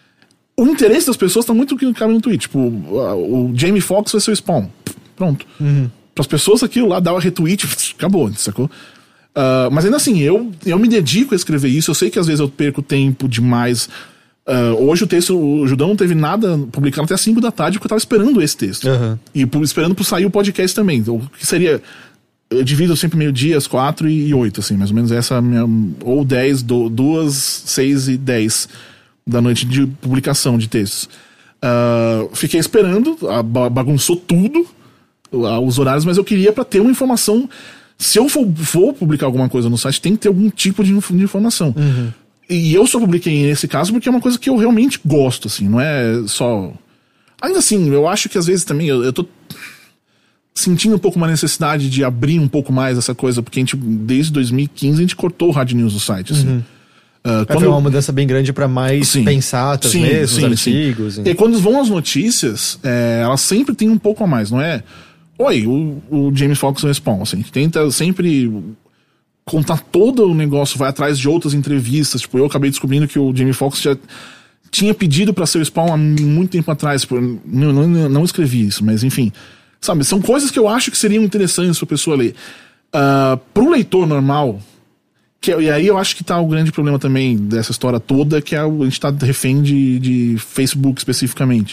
O interesse das pessoas tá muito que cabe no tweet. Tipo, o Jamie Foxx vai ser o Spawn. Pronto. Uhum. Para as pessoas aquilo lá dá o retweet, acabou, sacou? Uh, mas ainda assim, eu, eu me dedico a escrever isso. Eu sei que às vezes eu perco tempo demais. Uh, hoje o texto, o Judão não teve nada publicado até as cinco da tarde, porque eu tava esperando esse texto. Uhum. E esperando por sair o podcast também. O que seria. Eu divido sempre meio-dia, às quatro e oito, assim, mais ou menos essa minha. Ou dez, do, duas, seis e dez da noite de publicação de textos. Uh, fiquei esperando, a, bagunçou tudo, uh, os horários, mas eu queria pra ter uma informação. Se eu for, for publicar alguma coisa no site, tem que ter algum tipo de, de informação. Uhum. E eu só publiquei nesse caso porque é uma coisa que eu realmente gosto, assim, não é só. Ainda assim, eu acho que às vezes também eu, eu tô sentindo um pouco uma necessidade de abrir um pouco mais essa coisa, porque a gente, desde dois mil e quinze, a gente cortou o Hard News do site, assim. Uhum. Uh, quando... Foi uma mudança bem grande pra mais sim, pensatas sim, mesmo, sim, os artigos. Sim. E quando vão as notícias, é, elas sempre têm um pouco a mais, não é? Oi, o, o Jamie Foxx no Spawn, assim, tenta sempre contar todo o negócio, vai atrás de outras entrevistas. Tipo, eu acabei descobrindo que o Jamie Foxx já tinha pedido pra ser o Spawn há muito tempo atrás. Tipo, não, não, não escrevi isso, mas enfim. Sabe, são coisas que eu acho que seriam interessantes pra pessoa ler. Uh, pro leitor normal, que, e aí eu acho que tá o grande problema também dessa história toda, que é, a gente tá refém de, de Facebook especificamente.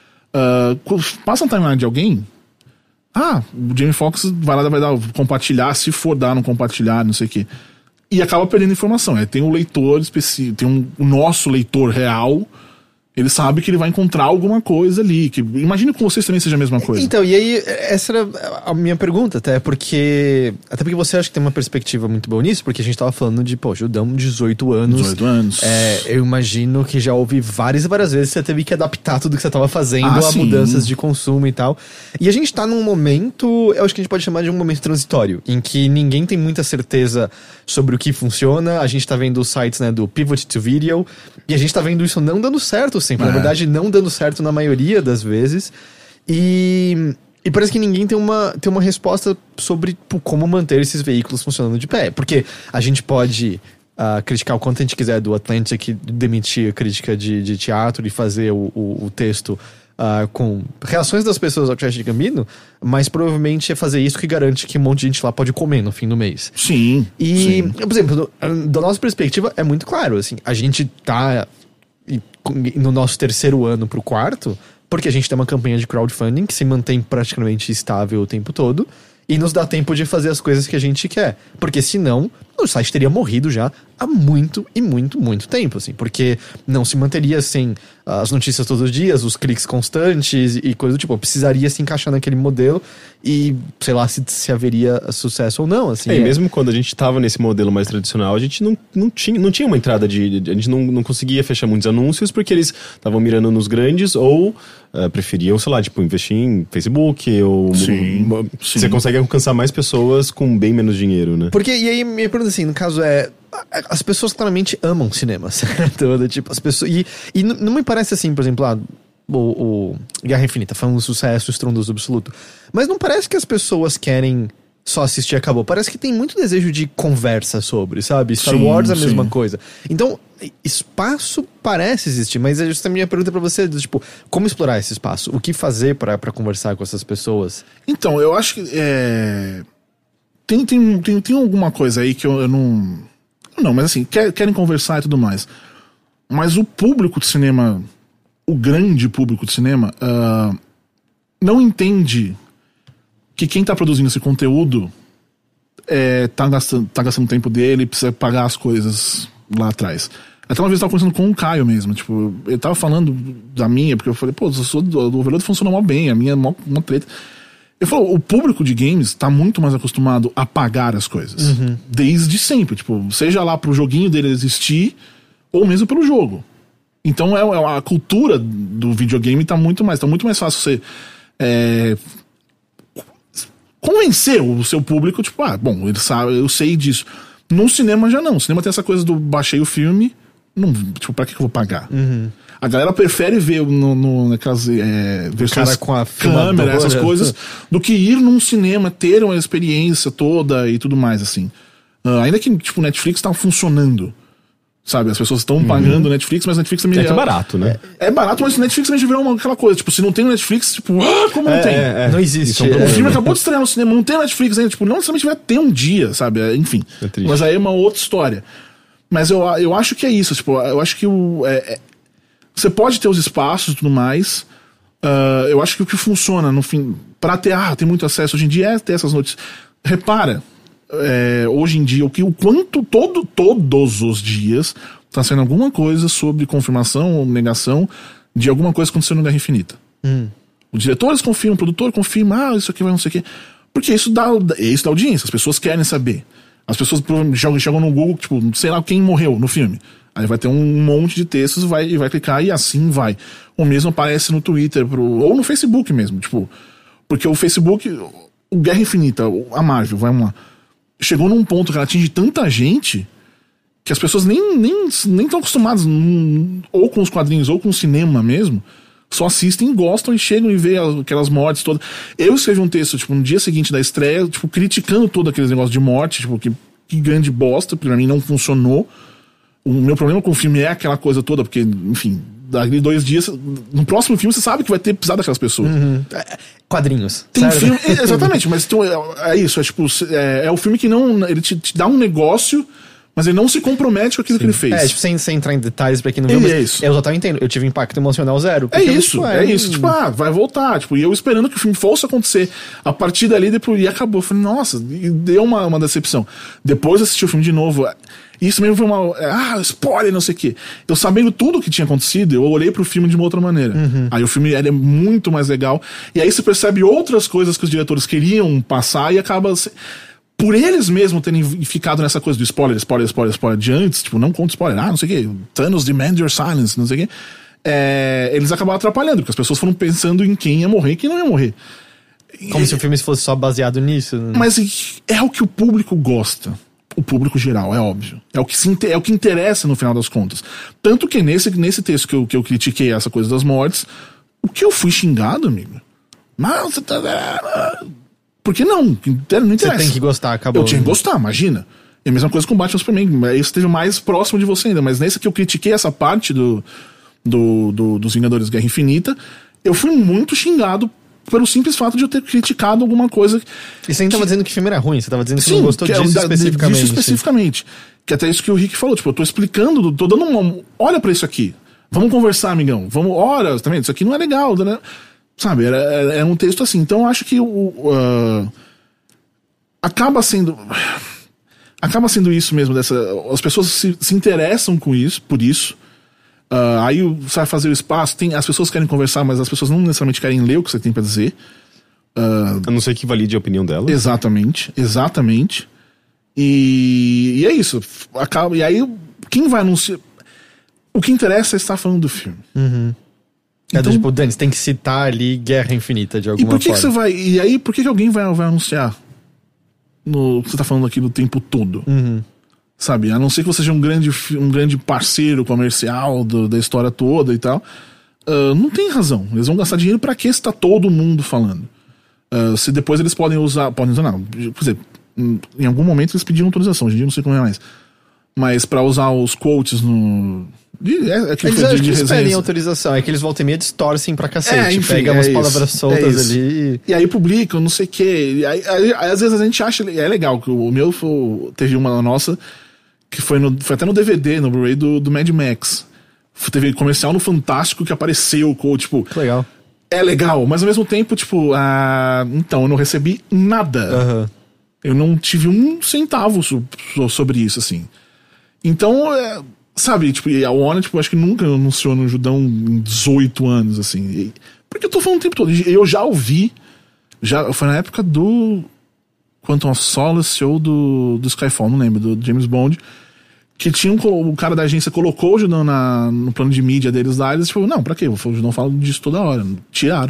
Uh, passa um timeline de alguém... Ah, o Jamie Foxx vai lá, vai dar, compartilhar, se for dar, não compartilhar, não sei o quê. E acaba perdendo informação. É, tem um leitor específico, tem um, o nosso leitor real, ele sabe que ele vai encontrar alguma coisa ali. Que, imagina que com vocês também seja a mesma coisa. Então, e aí, essa era a minha pergunta, até porque. Até porque você acha que tem uma perspectiva muito boa nisso, porque a gente tava falando de, pô, Judão, dezoito anos. dezoito anos. É, eu imagino que já houve várias e várias vezes que você teve que adaptar tudo que você tava fazendo ah, a sim. mudanças de consumo e tal. E a gente tá num momento, eu acho que a gente pode chamar de um momento transitório, em que ninguém tem muita certeza sobre o que funciona. A gente tá vendo os sites, né, do Pivot to Video, e a gente tá vendo isso não dando certo sempre. É. Na verdade, não dando certo na maioria das vezes. E, e parece que ninguém tem uma, tem uma resposta sobre pô, como manter esses veículos funcionando de pé. Porque a gente pode uh, criticar o quanto a gente quiser do Atlantic, demitir a crítica de, de teatro e fazer o, o, o texto uh, com reações das pessoas ao Trash de Gambino, mas provavelmente é fazer isso que garante que um monte de gente lá pode comer no fim do mês. Sim. E, sim. por exemplo, do, da nossa perspectiva, é muito claro, assim, a gente tá... no nosso terceiro ano pro quarto, porque a gente tem uma campanha de crowdfunding que se mantém praticamente estável o tempo todo e nos dá tempo de fazer as coisas que a gente quer, porque senão o site teria morrido já há muito e muito, muito tempo, assim, porque não se manteria sem as notícias todos os dias, os cliques constantes e coisa do tipo, precisaria se encaixar naquele modelo e sei lá se, se haveria sucesso ou não, assim. É, é. E mesmo quando a gente tava nesse modelo mais tradicional, a gente não, não, tinha, não tinha uma entrada de... a gente não, não conseguia fechar muitos anúncios porque eles estavam mirando nos grandes ou uh, preferiam, sei lá, tipo, investir em Facebook ou... Sim, você sim. consegue alcançar mais pessoas com bem menos dinheiro, né? Porque, e aí, minha pergunta assim, no caso é... as pessoas claramente amam cinema, certo? Tipo, as pessoas... E, e n- não me parece assim, por exemplo, ah, o, o Guerra Infinita foi um sucesso estrondoso absoluto. Mas não parece que as pessoas querem só assistir e acabou. Parece que tem muito desejo de conversa sobre, sabe? Star sim, Wars é a sim. mesma coisa. Então, espaço parece existir, mas é justamente a minha pergunta pra você, tipo, como explorar esse espaço? O que fazer pra, pra conversar com essas pessoas? Então, eu acho que é... Tem, tem, tem, tem alguma coisa aí que eu, eu não... Não, mas assim, quer, querem conversar e tudo mais. Mas o público de cinema, o grande público de cinema, uh, não entende que quem tá produzindo esse conteúdo é, tá, gastando, tá gastando tempo dele e precisa pagar as coisas lá atrás. Até uma vez eu tava conversando com o Caio mesmo, tipo, ele tava falando da minha, porque eu falei, pô, eu sou do, do Overload funciona mal bem, a minha é mó, mó treta. Ele falou, o público de games tá muito mais acostumado a pagar as coisas. Uhum. Desde sempre, tipo, seja lá pro joguinho dele existir, ou mesmo pelo jogo. Então é, é a cultura do videogame tá muito mais, tá muito mais fácil você é, convencer o seu público, tipo, ah, bom, ele sabe, eu sei disso. No cinema já não, no cinema tem essa coisa do baixei o filme, não, tipo, pra que, que eu vou pagar? Uhum. A galera prefere ver no, no, naquelas é, versões cara com a câmera, essas coisas, do que ir num cinema, ter uma experiência toda e tudo mais, assim. Uh, ainda que, tipo, Netflix tá funcionando, sabe? As pessoas estão uhum. pagando Netflix, mas Netflix também... É que é barato, né? É, é barato, mas Netflix também virou uma, aquela coisa, tipo, se não tem Netflix, tipo, ah, como não é, tem? É, é. Não existe. Então, é, o filme acabou de estrear no cinema, não tem Netflix ainda, tipo, não necessariamente vai ter um dia, sabe? Enfim. É mas aí é uma outra história. Mas eu, eu acho que é isso, tipo, eu acho que o... É, é, você pode ter os espaços e tudo mais. Uh, eu acho que o que funciona, no fim, pra ter, ah, tem muito acesso hoje em dia é ter essas notícias. Repara, é, hoje em dia, o, que, o quanto todo, todos os dias tá sendo alguma coisa sobre confirmação ou negação de alguma coisa acontecendo no Guerra Infinita. Hum. Os diretores confirmam, o produtor confirma, ah, isso aqui vai não sei o quê. Porque isso dá, isso dá audiência, as pessoas querem saber. As pessoas chegam, chegam no Google, tipo, sei lá quem morreu no filme. Aí vai ter um monte de textos e vai, vai clicar e assim vai. O mesmo aparece no Twitter, pro, ou no Facebook mesmo, tipo. Porque o Facebook, o Guerra Infinita, a Marvel, vamos lá, chegou num ponto que ela atinge tanta gente que as pessoas nem nem nem estão acostumadas, ou com os quadrinhos, ou com o cinema mesmo, só assistem, gostam e chegam e vê aquelas mortes todas. Eu escrevi um texto, tipo, no dia seguinte da estreia, tipo, criticando todo aqueles negócios de morte, tipo, que, que grande bosta, porque pra mim não funcionou. O meu problema com o filme é aquela coisa toda, porque, enfim, daqui dois dias, no próximo filme você sabe que vai ter pisado daquelas pessoas. Uhum. Quadrinhos. Tem certo? filme, exatamente, mas então, é, é isso, é tipo, é, é o filme que não, ele te, te dá um negócio, mas ele não se compromete com aquilo Sim. que ele fez. É, tipo, sem, sem entrar em detalhes pra quem não viu, mas é isso. eu total entendo, eu tive impacto emocional zero. É isso, eu, é, é isso, tipo, ah, vai voltar, tipo, e eu esperando que o filme fosse acontecer, a partir dali, depois, e acabou, eu falei, nossa, e deu uma, uma decepção. Depois assisti o filme de novo, isso mesmo foi uma, ah, spoiler, não sei o quê. Eu sabendo tudo o que tinha acontecido, eu olhei pro filme de uma outra maneira. Uhum. Aí o filme ele é muito mais legal, e aí você percebe outras coisas que os diretores queriam passar, e acaba... Por eles mesmos terem ficado nessa coisa do spoiler, spoiler, spoiler, spoiler de antes, tipo, não conta spoiler, ah, não sei o quê, Thanos demand your silence, não sei o quê, é, eles acabaram atrapalhando, porque as pessoas foram pensando em quem ia morrer e quem não ia morrer. Como e, se o filme fosse só baseado nisso. Né? Mas é o que o público gosta. O público geral, é óbvio. É o que, se, é o que interessa no final das contas. Tanto que nesse, nesse texto que eu, que eu critiquei essa coisa das mortes, o que eu fui xingado, amigo? Mas você tá... Por que não? Não interessa. Você tem que gostar, acabou. Eu tinha que gostar, imagina. E a mesma coisa com o Batman Superman. Isso esteve mais próximo de você ainda. Mas nesse que eu critiquei essa parte do, do, do, dos Vingadores Guerra Infinita, eu fui muito xingado pelo simples fato de eu ter criticado alguma coisa. E você nem tava dizendo que o filme era ruim, você tava dizendo que Sim, não gostou que disso é, da, especificamente. Disso especificamente. Que até isso que o Rick falou, tipo, eu tô explicando, tô dando uma... Olha pra isso aqui. Vamos conversar, amigão. Vamos, olha, tá vendo? Isso aqui não é legal, né? Sabe, era, era, era um texto assim. Então eu acho que o... Uh, acaba sendo... Acaba sendo isso mesmo, dessa, as pessoas se, se interessam com isso, por isso. Uh, aí você vai fazer o espaço, tem, as pessoas querem conversar, mas as pessoas não necessariamente querem ler o que você tem pra dizer. Uh, a não ser que valide a opinião dela. Exatamente, exatamente. E, e é isso. Acaba, e aí, quem vai anunciar... O que interessa é estar falando do filme. Uhum. É então, do tipo, Dani, você tem que citar ali Guerra Infinita de alguma forma. E por que, forma. que você vai... E aí, por que, que alguém vai, vai anunciar no que você tá falando aqui do tempo todo? Uhum. Sabe? A não ser que você seja um grande, um grande parceiro comercial do, da história toda e tal. Uh, não tem razão. Eles vão gastar dinheiro pra que está todo mundo falando? Uh, se depois eles podem usar... Podem usar, não. Por exemplo, em algum momento eles pediram autorização. Hoje em dia eu não sei como é mais. Mas pra usar os quotes no... De, é, eles de, acho de que eles pedem autorização. É que eles voltam e meia distorcem pra cacete. É, enfim, pega é umas isso, palavras soltas é ali. E aí publicam, não sei o quê. E aí, aí, aí, às vezes a gente acha... É legal, que o meu foi, teve uma nossa... Que foi, no, foi até no D V D, no Blu-ray do, do Mad Max. Teve comercial no Fantástico que apareceu, com, tipo... Que legal. É legal, mas ao mesmo tempo, tipo... Ah, então, eu não recebi nada. Uhum. Eu não tive um centavo so, so, sobre isso, assim. Então, é, sabe, tipo, a Warner, tipo, acho que nunca anunciou no Judão em dezoito anos, assim. E, porque eu tô falando o tempo todo. Eu já ouvi... Já, foi na época do... Quantum of Solace ou do, do Skyfall, não lembro, do James Bond, que tinha um, o cara da agência colocou o Judão na, no plano de mídia deles lá, e eles falaram, não, pra quê? O Judão fala disso toda hora. Tiraram.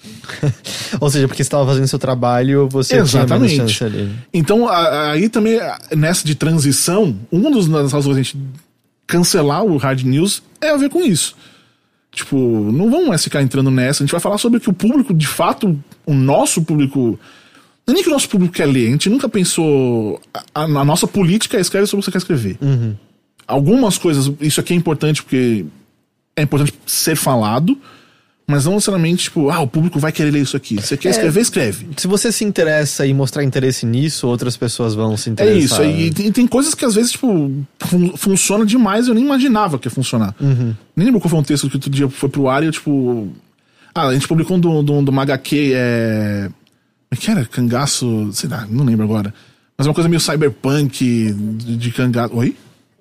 Ou seja, porque você estava fazendo seu trabalho, você Exatamente. tinha menos chance ali. Então, a, aí também, nessa de transição, uma das razões da gente cancelar o Hard News é a ver com isso. Tipo, não vamos mais ficar entrando nessa, a gente vai falar sobre o que o público, de fato, o nosso público... Não é nem que o nosso público quer ler, a gente nunca pensou... A, a nossa política é escreve sobre o que você quer escrever. Uhum. Algumas coisas, isso aqui é importante porque é importante ser falado, mas não necessariamente, tipo, ah, o público vai querer ler isso aqui. Você quer é, escrever, escreve. Se você se interessa e mostrar interesse nisso, outras pessoas vão se interessar. É isso, e tem, tem coisas que às vezes, tipo, fun- funciona demais, eu nem imaginava que ia funcionar. Uhum. Nem lembro qual foi um texto que outro dia foi pro ar e eu, tipo... Ah, a gente publicou do, do, do uma H Q, é... Como é que era? Cangaço... Sei lá, não lembro agora. Mas uma coisa meio cyberpunk, de, de cangaço... Oi?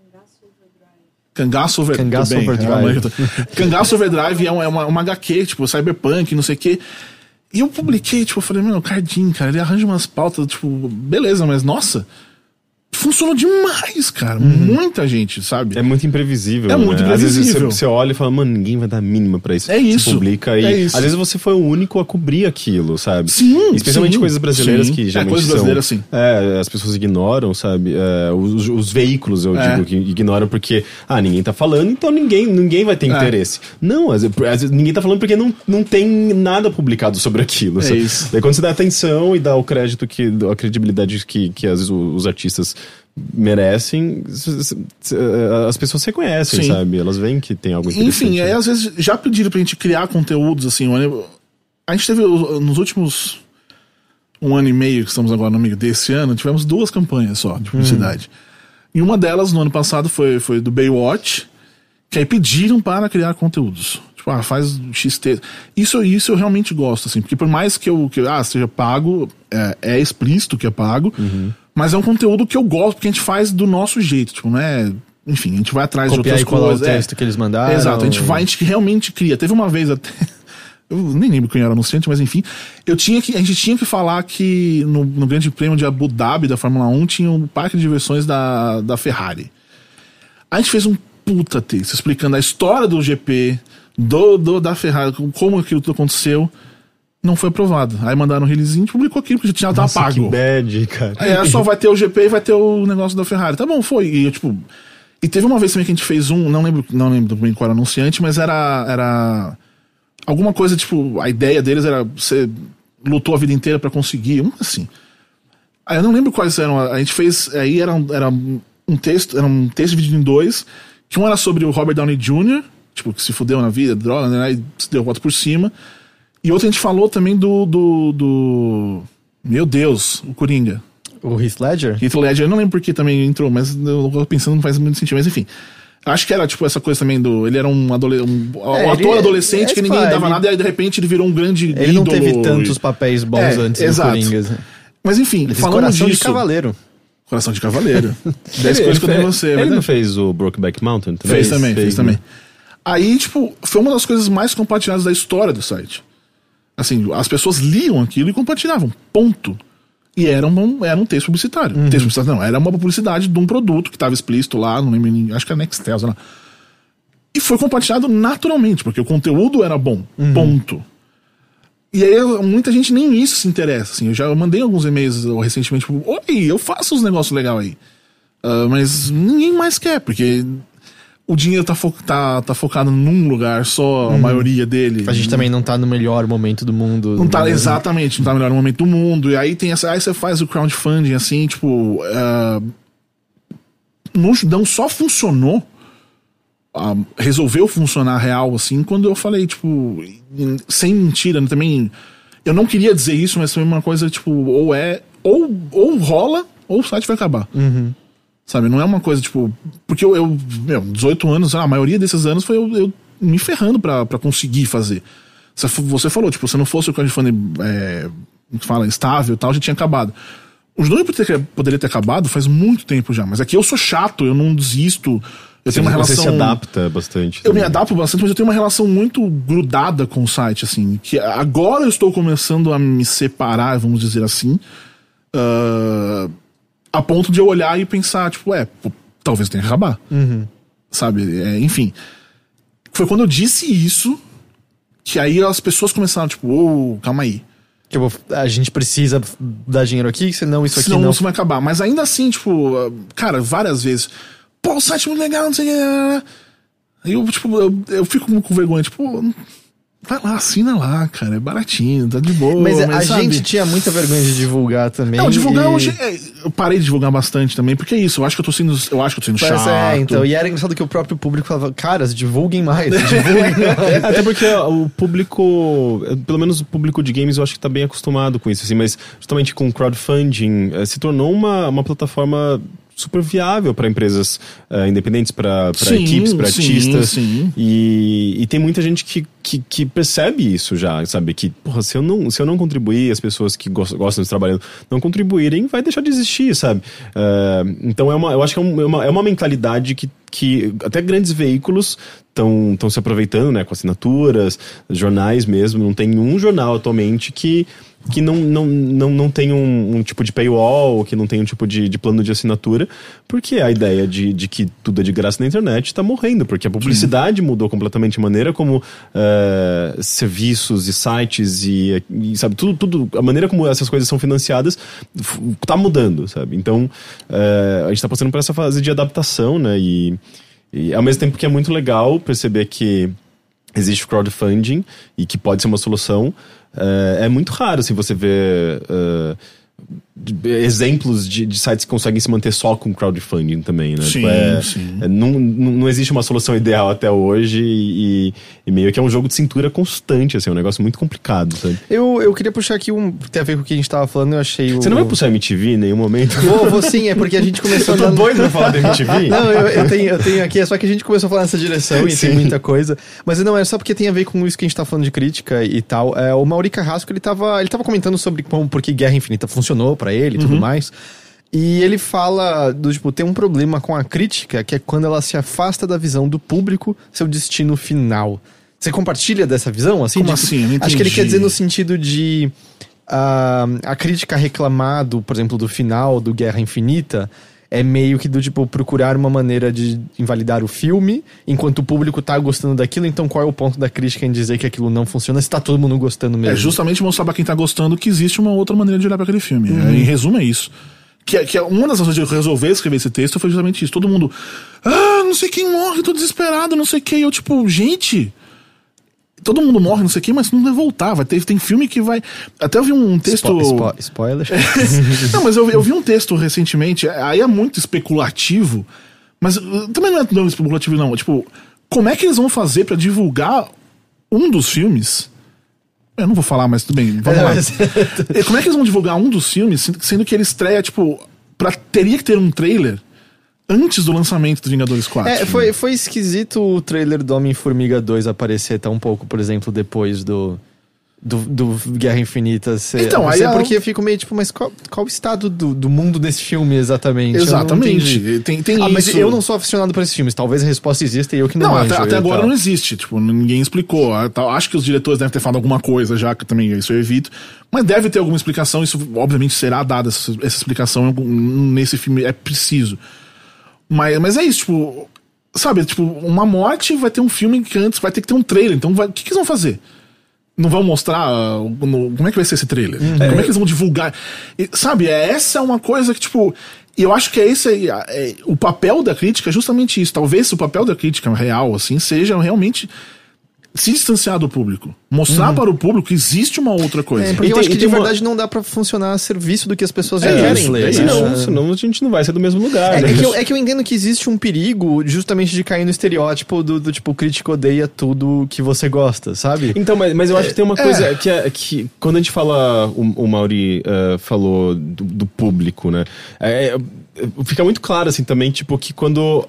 Cangaço Overdrive. Cangaço Overdrive. Cangaço Overdrive é uma, é uma, uma H Q, tipo, cyberpunk, não sei o quê. E eu publiquei, tipo, eu falei, meu, o Cardim, cara, ele arranja umas pautas, tipo, beleza, mas nossa, funcionou demais, cara. Uhum. Muita gente, sabe? É muito imprevisível. É né? muito imprevisível. Às vezes você, você olha e fala, mano, ninguém vai dar a mínima pra isso. É isso. Você publica e é isso. às vezes você foi o único a cobrir aquilo, sabe? Sim. Especialmente sim, coisas brasileiras sim. que é, geralmente coisas são... brasileiras, sim. É, as pessoas ignoram, sabe? É, os, os veículos, eu é. digo, que ignoram porque, ah, ninguém tá falando, então ninguém, ninguém vai ter é. interesse. Não, às vezes, às vezes ninguém tá falando porque não, não tem nada publicado sobre aquilo. É sabe? isso. Daí quando você dá atenção e dá o crédito, que, a credibilidade que, que às vezes os artistas merecem, as pessoas se conhecem, Sim. sabe? Elas veem que tem algo interessante. Enfim, aí às vezes já pediram pra gente criar conteúdos, assim, a gente teve nos últimos um ano e meio que estamos agora no meio desse ano, tivemos duas campanhas só de publicidade. Hum. E uma delas, no ano passado, foi, foi do Baywatch, que aí pediram para criar conteúdos. Tipo, ah, faz X T. Isso, isso eu realmente gosto, assim, porque por mais que eu, que, ah, seja pago, é, é explícito que é pago, uhum. mas é um conteúdo que eu gosto, porque a gente faz do nosso jeito, tipo, não é... Enfim, a gente vai atrás Copiar de outras coisas. O texto é. que eles mandaram. Exato, a gente vai, a gente realmente cria. Teve uma vez até... Eu nem lembro quem era o anunciante, mas enfim. Eu tinha que, a gente tinha que falar que no, no Grande Prêmio de Abu Dhabi da Fórmula um tinha um parque de diversões da, da Ferrari. A gente fez um puta texto explicando a história do G P, do, do, da Ferrari, como aquilo tudo aconteceu. Não foi aprovado. Aí mandaram um releasinho e publicou aquilo, porque já tava pago. Que bad, cara. Aí só vai ter o G P e vai ter o negócio da Ferrari. Tá bom, foi. E eu, tipo. E teve uma vez também que a gente fez um, não lembro, não lembro bem qual era o anunciante, mas era. era alguma coisa, tipo, a ideia deles era você lutou a vida inteira pra conseguir, um assim. Aí eu não lembro quais eram. A gente fez. Aí era, era um texto, era um texto dividido em dois, que um era sobre o Robert Downey júnior, tipo, que se fudeu na vida, droga, né? Aí se deu voto por cima. E outro a gente falou também do. do, do... Meu Deus, o Coringa. O Heath Ledger? Heath Ledger, eu não lembro por que também entrou, mas eu tô pensando, não faz muito sentido, mas enfim. Acho que era tipo essa coisa também do. Ele era um, adole, um, é, um ator ele, adolescente é, que ninguém dava ele, nada, e aí de repente ele virou um grande. Ele ídolo, não teve tantos papéis bons é, antes exato. do Coringa. Mas enfim, ele falando coração disso. de cavaleiro. Coração de cavaleiro. Dez coisas que eu dei você. Ele né? não fez o Brokeback Mountain também? Fez também, fez, fez também. Né? Aí, tipo, foi uma das coisas mais compartilhadas da história do site. Assim, as pessoas liam aquilo e compartilhavam. Ponto. E era um, era um texto publicitário. Uhum. Texto publicitário não, era uma publicidade de um produto que estava explícito lá, não lembro, acho que era Nextel, sei lá. E foi compartilhado naturalmente, porque o conteúdo era bom. Uhum. Ponto. E aí muita gente nem isso se interessa. Assim, eu já mandei alguns e-mails recentemente, tipo, oi, eu faço uns negócios legais aí. Uh, mas ninguém mais quer, porque o dinheiro tá, fo tá, tá focado num lugar só, a hum. maioria dele. A gente também não tá no melhor momento do mundo. Não tá, exatamente, não tá no melhor momento do mundo. E aí tem essa. Aí você faz o crowdfunding, assim, tipo. Uh, não, não só funcionou, uh, resolveu funcionar real, assim, quando eu falei, tipo, sem mentira, né, também. Eu não queria dizer isso, mas foi uma coisa, tipo, ou é. Ou, ou rola, ou o site vai acabar. Uhum. Sabe, não é uma coisa, tipo... Porque eu, eu meu, dezoito anos, a maioria desses anos foi eu, eu me ferrando pra, pra conseguir fazer. Você falou, tipo, se não fosse o crowdfunding é, fala, estável e tal, já tinha acabado. Os dois poderia ter acabado faz muito tempo já, mas aqui eu sou chato, eu não desisto. Eu você, tenho uma relação... Você se adapta bastante. Eu também. me adapto bastante, mas eu tenho uma relação muito grudada com o site, assim, que agora eu estou começando a me separar, vamos dizer assim, uh, a ponto de eu olhar e pensar, tipo, é, pô, talvez tenha que acabar. Uhum. Sabe? É, enfim. Foi quando eu disse isso que aí as pessoas começaram, tipo, ô, oh, calma aí. Tipo, a gente precisa dar dinheiro aqui, senão isso aqui senão não... isso vai acabar. Mas ainda assim, tipo, cara, várias vezes, pô, o site é muito legal, não sei o que. Aí eu, tipo, eu, eu fico com vergonha, tipo... Vai lá, assina lá, cara, é baratinho, tá de boa. Mas, mas a sabe? gente tinha muita vergonha de divulgar também. Não, divulgar e... hoje. É, eu parei de divulgar bastante também, porque é isso, eu acho que eu tô sendo. Eu acho que eu tô sendo Parece, chato. É, então. E era engraçado que o próprio público falava, caras, divulguem mais, divulguem mais. Até porque o público, pelo menos o público de games, eu acho que tá bem acostumado com isso, assim, mas justamente com crowdfunding, se tornou uma, uma plataforma super viável para empresas uh, independentes, para equipes, para artistas. Sim. E, e tem muita gente que, que, que percebe isso já, sabe? Que, porra, se eu não, se eu não contribuir, as pessoas que gostam, gostam de trabalhar não contribuírem, vai deixar de existir, sabe? Uh, então é uma, eu acho que é, um, é, uma, é uma mentalidade que, que até grandes veículos estão se aproveitando, né, com assinaturas, jornais mesmo. Não tem um jornal atualmente que, que não, não, não, não tem um, um tipo de paywall, que não tem um tipo de, de plano de assinatura, porque a ideia de, de que tudo é de graça na internet está morrendo, porque a publicidade Sim. mudou completamente a maneira como uh, serviços e sites e, e sabe, tudo, tudo, a maneira como essas coisas são financiadas está mudando, sabe? Então, uh, a gente está passando por essa fase de adaptação, né, e, e ao mesmo tempo que é muito legal perceber que existe crowdfunding e que pode ser uma solução. É, é muito raro assim, você ver uh, exemplos de, de sites que conseguem se manter só com crowdfunding também, né? Sim, tipo, é, sim. É, não, não existe uma solução ideal até hoje e, e meio que é um jogo de cintura constante, assim, é um negócio muito complicado, sabe? Eu, eu queria puxar aqui um... Tem a ver com o que a gente tava falando, eu achei... Você o... não vai puxar M T V em nenhum momento? Vou, vou sim, é porque a gente começou... Eu tô doido pra falar da M T V? Não, eu, eu, tenho, eu tenho aqui, é só que a gente começou a falar nessa direção e Sim. tem muita coisa. Mas não, é só porque tem a ver com isso que a gente tá falando de crítica e tal. É, o Mauri Carrasco, ele tava, ele tava comentando sobre como, porque Guerra Infinita funcionou pra ele e tudo Uhum. mais. E ele fala do, tipo, tem um problema com a crítica, que é quando ela se afasta da visão do público, seu destino final. Você compartilha dessa visão? Assim, Como de, assim? Eu não acho que ele entendi. quer dizer no sentido de... Uh, a crítica reclamar, do, por exemplo, do final do Guerra Infinita... É meio que do tipo, procurar uma maneira de invalidar o filme, enquanto o público tá gostando daquilo, então qual é o ponto da crítica em dizer que aquilo não funciona, se tá todo mundo gostando mesmo? É justamente mostrar pra quem tá gostando que existe uma outra maneira de olhar pra aquele filme. Uhum. É, em resumo, é isso. Que, é- que é uma das razões de eu resolver escrever esse texto foi justamente isso. Todo mundo, ah, não sei quem morre, tô desesperado, não sei o que. E eu, tipo, gente, todo mundo morre, não sei o que, mas não vai voltar. Vai ter, tem filme que vai. Até eu vi um texto. Spo- spo- spoiler? Não, mas eu, eu vi um texto recentemente, aí é muito especulativo, mas uh, também não é tão especulativo, não. Tipo, como é que eles vão fazer pra divulgar um dos filmes? Eu não vou falar, mas tudo bem, vamos lá. E como é que eles vão divulgar um dos filmes, sendo- sendo que ele estreia, tipo, pra, teria que ter um trailer antes do lançamento do Vingadores quatro? É, foi, foi esquisito o trailer do Homem-Formiga dois aparecer tão pouco, por exemplo, depois do, do, do Guerra Infinita. Ser, Então, aí ser é porque eu fico meio tipo, mas qual, qual o estado do, do mundo desse filme exatamente? Eu não entendi. Exatamente. Tem, tem Ah, mas isso. eu não sou aficionado por esses filmes. Talvez a resposta exista e eu que não Não, manjo até, e até agora tal. não existe. Tipo, ninguém explicou. Ah, tá, acho que os diretores devem ter falado alguma coisa já, que também isso eu evito. Mas deve ter alguma explicação. Isso, obviamente, será dada essa, essa explicação em algum- nesse filme. É preciso. Mas, mas é isso, tipo... Sabe, tipo, uma morte vai ter um filme que antes vai ter que ter um trailer. Então, vai- o que, que eles vão fazer? Não vão mostrar uh, no- como é que vai ser esse trailer? Como é que eles vão divulgar? E, sabe, é, essa é uma coisa que, tipo... E eu acho que é esse aí, é, o papel da crítica é justamente isso. Talvez o papel da crítica real, assim, seja realmente se distanciar do público. Mostrar para o público que existe uma outra coisa. É, porque E eu tem- acho que e de tem uma- verdade não dá pra funcionar a serviço do que as pessoas já É querem isso, ler. é né? isso. Senão, senão a gente não vai ser do mesmo lugar, É, né? é que eu, é que eu entendo que existe um perigo justamente de cair no estereótipo do, do tipo, o crítico odeia tudo que você gosta, sabe? Então, mas, mas eu acho que tem uma É. coisa que, é, que quando a gente fala, o, o Mauri eh, falou do, do público, né? É, é, fica muito claro, assim, também, tipo, que quando...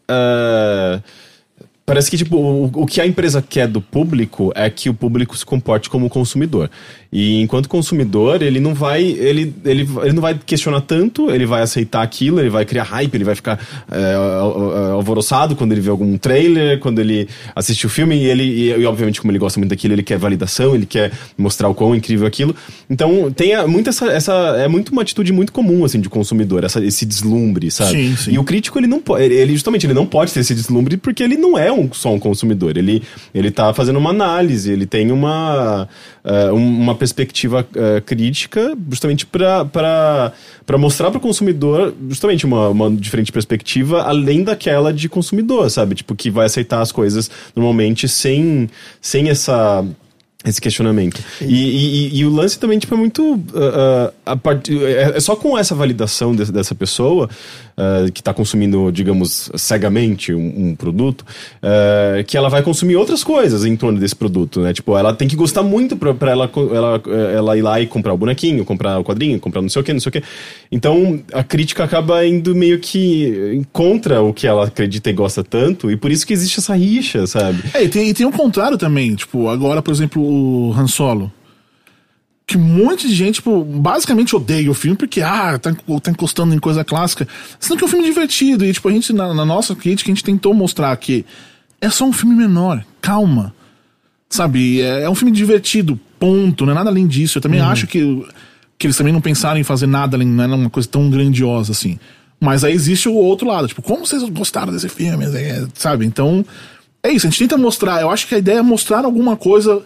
eh, parece que, tipo, o, o que a empresa quer do público é que o público se comporte como consumidor. E enquanto consumidor, ele não vai ele, ele, ele não vai questionar tanto, ele vai aceitar aquilo, ele vai criar hype, ele vai ficar é, al- al- alvoroçado quando ele vê algum trailer, quando ele assiste o filme, e ele, e, e, obviamente, como ele gosta muito daquilo, ele quer validação, ele quer mostrar o quão incrível é aquilo. Então, tem a- muito essa, essa. É muito uma atitude muito comum, assim, de consumidor, essa, esse deslumbre, sabe? Sim, sim. E o crítico, ele não pode. Ele, justamente, ele não pode ter esse deslumbre porque ele não é um, só um consumidor. Ele, ele tá fazendo uma análise, ele tem uma, uh, uma perspectiva uh, crítica justamente para mostrar para o consumidor justamente uma, uma diferente perspectiva além daquela de consumidor, sabe? Tipo, que vai aceitar as coisas normalmente sem, sem essa... esse questionamento. E, e, e o lance também, tipo, é muito... Uh, uh, a part... é, é só com essa validação de, dessa pessoa uh, que está consumindo, digamos, cegamente um, um produto, uh, que ela vai consumir outras coisas em torno desse produto, né? Tipo, ela tem que gostar muito pra, pra ela, ela, ela ir lá e comprar o bonequinho, comprar o quadrinho, comprar não sei o que, não sei o que. Então, a crítica acaba indo meio que contra o que ela acredita e gosta tanto, e por isso que existe essa rixa, sabe? É, e tem, e tem o contrário também. Tipo, agora, por exemplo, o Han Solo. Que um monte de gente, tipo, basicamente odeia o filme porque, ah, tá, tá encostando em coisa clássica. Sendo que é um filme divertido. E, tipo, a gente, na, na nossa crítica, a gente tentou mostrar que é só um filme menor, calma. Sabe, é, é um filme divertido, ponto, não é nada além disso. Eu também uhum. acho que, que eles também não pensaram em fazer nada além, não é uma coisa tão grandiosa assim. Mas aí existe o outro lado, tipo, como vocês gostaram desse filme, é, sabe? Então, é isso, a gente tenta mostrar, eu acho que a ideia é mostrar alguma coisa,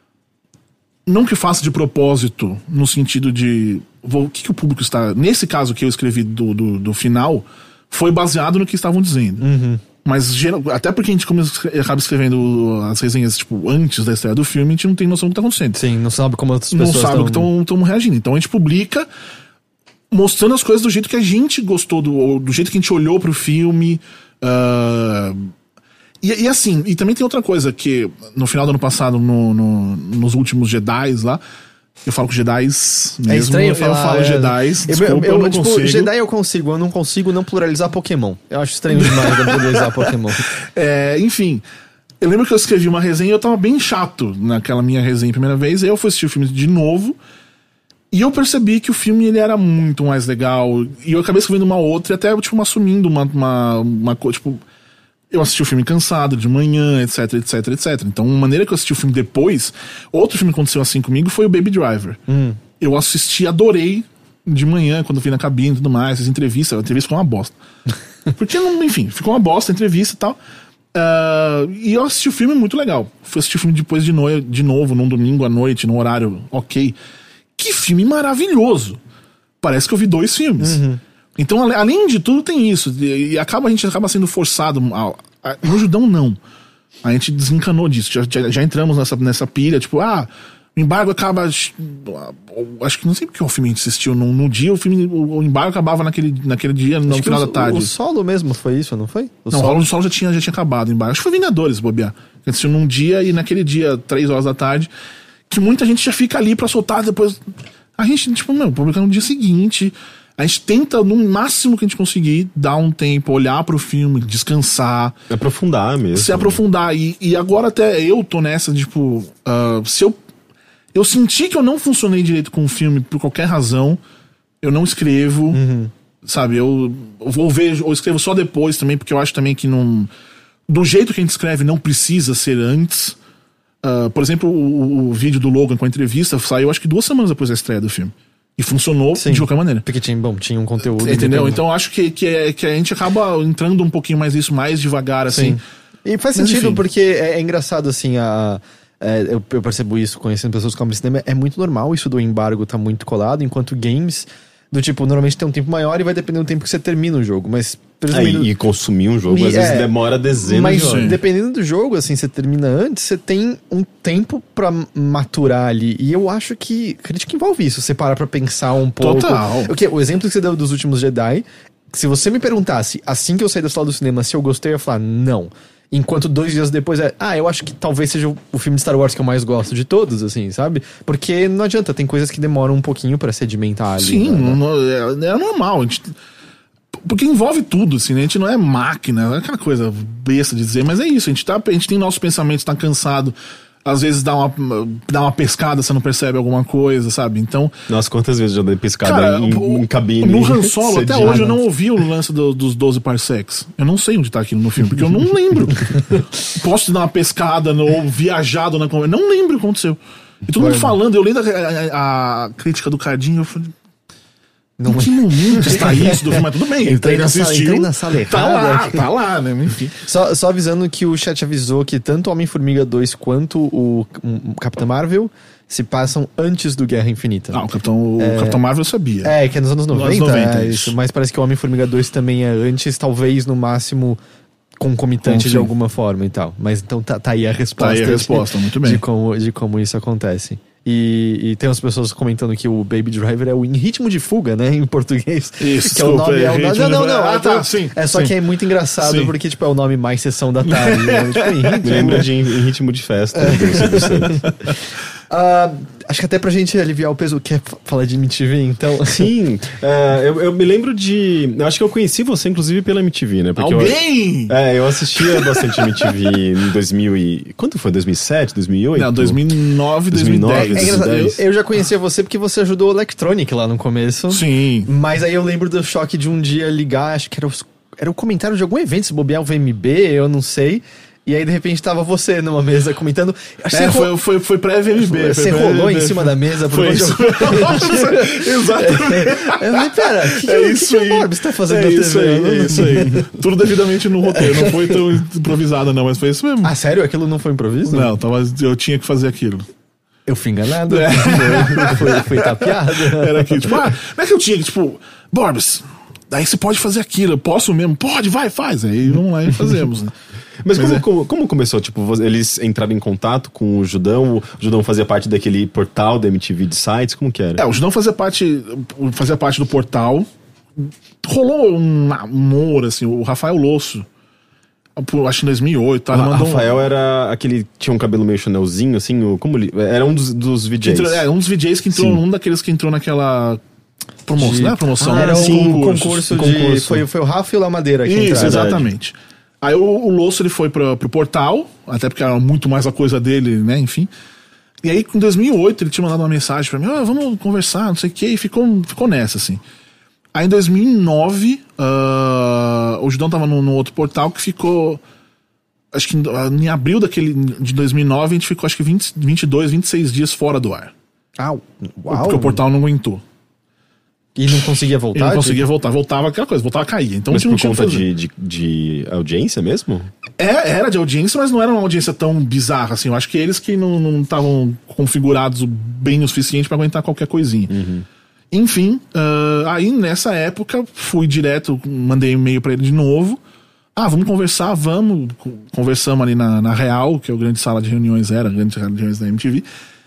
não que faça de propósito, no sentido de, vou, o que, que o público está... Nesse caso que eu escrevi do, do, do final, foi baseado no que estavam dizendo. Uhum. Mas, geral, até porque a gente come, acaba escrevendo as resenhas, tipo, antes da estreia do filme, a gente não tem noção do que tá acontecendo. Sim, não sabe como outras não pessoas sabe o que estão reagindo. Então a gente publica mostrando as coisas do jeito que a gente gostou, do, do jeito que a gente olhou pro filme. Uh, e, e assim, e também tem outra coisa, que no final do ano passado, no, no, nos últimos Jedis lá, eu falo com Jedis mesmo. É estranho falar, eu falo é... Jedis. Desculpa, eu, eu, eu não tipo, consigo. Jedi eu consigo, eu não consigo não pluralizar Pokémon. Eu acho estranho demais não pluralizar Pokémon. É, enfim, eu lembro que eu escrevi uma resenha e eu tava bem chato naquela minha resenha a primeira vez. Aí eu fui assistir o filme de novo e eu percebi que o filme ele era muito mais legal. E eu acabei escrevendo uma outra e até tipo, assumindo uma, uma, uma coisa, tipo... Eu assisti o filme cansado, de manhã, etc, etc, etc. Então, a maneira que eu assisti o filme depois... Outro filme que aconteceu assim comigo foi o Baby Driver. Hum. Eu assisti, adorei de manhã, quando eu fui na cabine e tudo mais. As entrevistas, a entrevista ficou uma bosta. Porque, não, enfim, ficou uma bosta a entrevista e tal. Uh, e eu assisti o filme muito legal. Fui assistir o filme depois de, no... de novo, num domingo à noite, num horário ok. Que filme maravilhoso! Parece que eu vi dois filmes. Uhum. Então, além de tudo, tem isso. E acaba, a gente acaba sendo forçado. A, a, no Judão, não. A gente desencanou disso. Já, já, já entramos nessa, nessa pilha. Tipo, ah, o embargo acaba... Acho que não sei porque o filme a gente assistiu. No, no dia, o filme o, o embargo acabava naquele, naquele dia, no Acho final o, da tarde. O Solo mesmo foi isso, não foi? O não, Solo? o Solo já tinha, já tinha acabado o embargo. Acho que foi Vingadores, bobear. A gente assistiu num dia e naquele dia, três horas da tarde, que muita gente já fica ali pra soltar depois... A gente, tipo, não, publica no dia seguinte... A gente tenta, no máximo que a gente conseguir, dar um tempo, olhar pro filme, descansar. Aprofundar mesmo. Se aprofundar. E, e agora até eu tô nessa, tipo... Uh, se eu... Eu senti que eu não funcionei direito com o filme por qualquer razão, eu não escrevo, uhum. sabe? Eu, eu vou ver, ou escrevo só depois também, porque eu acho também que não... Do jeito que a gente escreve, não precisa ser antes. Uh, por exemplo, o, o vídeo do Logan com a entrevista saiu, acho que duas semanas depois da estreia do filme. E funcionou Sim, de qualquer maneira. Porque tinha, bom, tinha um conteúdo. Entendeu? Então acho que, que, é, que a gente acaba entrando um pouquinho mais nisso, mais devagar, assim. Sim. E faz Mas, sentido, enfim. porque é, é engraçado, assim, a, é, eu, eu percebo isso conhecendo pessoas que comem cinema. É muito normal isso do embargo tá muito colado, enquanto games, do tipo, normalmente tem um tempo maior e vai depender do tempo que você termina o jogo. Mas... É, e consumir um jogo, e, às vezes, é, demora dezenas mas, de horas. Dependendo do jogo, assim, você termina antes, você tem um tempo pra maturar ali. E eu acho que crítica envolve isso. Você para pra pensar um pouco. Total. O, que, o exemplo que você deu dos últimos Jedi, se você me perguntasse, assim que eu saí da sala do cinema, se eu gostei, eu ia falar, não. Enquanto dois dias depois é, ah, eu acho que talvez seja o, o filme de Star Wars que eu mais gosto de todos, assim, sabe? Porque não adianta, tem coisas que demoram um pouquinho pra sedimentar ali. Sim, né? não, é, é normal. A gente... Porque envolve tudo, assim, né? A gente não é máquina, é aquela coisa besta de dizer, mas é isso, a gente, tá, a gente tem nossos pensamentos, tá cansado, às vezes dá uma, dá uma pescada, você não percebe alguma coisa, sabe? Então... Nossa, quantas vezes eu já dei pescada cara, em, o, em cabine? No Han Solo, até cedido. hoje, eu não ouvi o lance do, dos doze parsecs. Eu não sei onde tá aquilo no filme, porque eu não lembro. Posso te dar uma pescada no, ou viajado na conversa, não lembro o que aconteceu. E todo mundo falando, eu lendo a, a, a crítica do Cardinho, eu falei... Não, em que momento está isso do filme? Mas tudo bem, entrei, ele na assistiu, sala, entrei na sala errada. Tá lá, tá lá, né? Enfim. Só, só avisando que o chat avisou que tanto Homem-Formiga dois quanto o, o Capitão Marvel se passam antes do Guerra Infinita. Ah, o Capitão, é, o Capitão Marvel eu sabia. É, que é nos anos noventa, nos noventa é isso. Mas parece que o Homem-Formiga dois também é antes, talvez no máximo concomitante Sim. de alguma forma e tal. Mas então tá, tá aí a resposta. Tá aí a resposta, de, muito bem. De como, de como isso acontece. E, e tem umas pessoas comentando que o Baby Driver é o Em Ritmo de Fuga, né? Em português. Isso, que é o nome, é o nome. Não, não, não. Ah, é, tá, sim. É só sim. que é muito engraçado Sim. porque, tipo, é o nome mais sessão da tarde. Né? Tipo, em ritmo. Me lembra de em, em ritmo de festa. uh, acho que até pra gente aliviar o peso, quer falar de M T V, então. Sim, uh, eu, eu me lembro de. Eu acho que eu conheci você, inclusive, pela M T V, né? Porque Alguém? Eu, é, eu assistia bastante M T V em dois mil e... Quanto foi? dois mil e sete, dois mil e oito? Não, dois mil e nove, dois mil e dez. É engraçado, eu, eu já conhecia você porque você ajudou o Electronic lá no começo. Sim. Mas aí eu lembro do choque de um dia ligar, acho que era, os, era o comentário de algum evento, se bobear o V M B, eu não sei. E aí, de repente, tava você numa mesa comentando. É, ro... foi, foi, foi pré-V M B. Você rolou em cima da mesa. Foi isso. Exatamente. Eu falei, pera, o que, que, é isso que, que aí. o Borbs tá fazendo é na isso T V? Aí, é isso aí. Tudo devidamente no roteiro. Não foi tão improvisado, não, mas foi isso mesmo. Ah, sério? Aquilo não foi improviso? Não, tava, eu tinha que fazer aquilo. Eu fui enganado. É. Foi, foi tapeado. Era aqui, tipo, ah, não é que eu tinha, tipo, Borbs, daí você pode fazer aquilo, eu posso mesmo? Pode, vai, faz. Aí vamos lá e fazemos, né? Mas, Mas como, é. como, como começou? Tipo, eles entraram em contato com o Judão? O Judão fazia parte daquele portal da M T V de sites? Como que era? É, o Judão fazia parte, fazia parte do portal. Rolou um amor, assim, o Rafael Losso, acho que em dois mil e oito. Tá, o mandou Rafael um... era aquele... Tinha um cabelo meio chanelzinho, assim, o, como ele... Era um dos, dos V Js. Entrou, é, um dos V Js que entrou, Sim. um daqueles que entrou naquela... Promoção, de... não é promoção, ah, era um concurso. concurso, um de... concurso. Foi, foi o Rafa e o Lamadeira que Isso, entraram. exatamente. Aí o, o Losso ele foi pra, pro portal, até porque era muito mais a coisa dele, né, enfim. E aí em dois mil e oito ele tinha mandado uma mensagem pra mim, oh, vamos conversar, não sei o que, e ficou, ficou nessa, assim. Aí em dois mil e nove, uh, o Judão tava no, no outro portal que ficou... Acho que em, em abril daquele, de dois mil e nove a gente ficou acho que vinte, vinte e dois, vinte e seis dias fora do ar. Ah, uau. Porque o portal não aguentou. E não conseguia voltar? E não conseguia tipo... voltar. Voltava aquela coisa, voltava a cair. Então, mas não por tinha conta de, de, de audiência mesmo? É, era de audiência, mas não era uma audiência tão bizarra, assim. Eu acho que eles que não estavam configurados bem o suficiente pra aguentar qualquer coisinha. Uhum. Enfim, uh, aí nessa época, fui direto, mandei e-mail pra ele de novo. Ah, vamos conversar, vamos. Conversamos ali na, na Real, que é o grande sala de reuniões era, a grande sala de reuniões da M T V.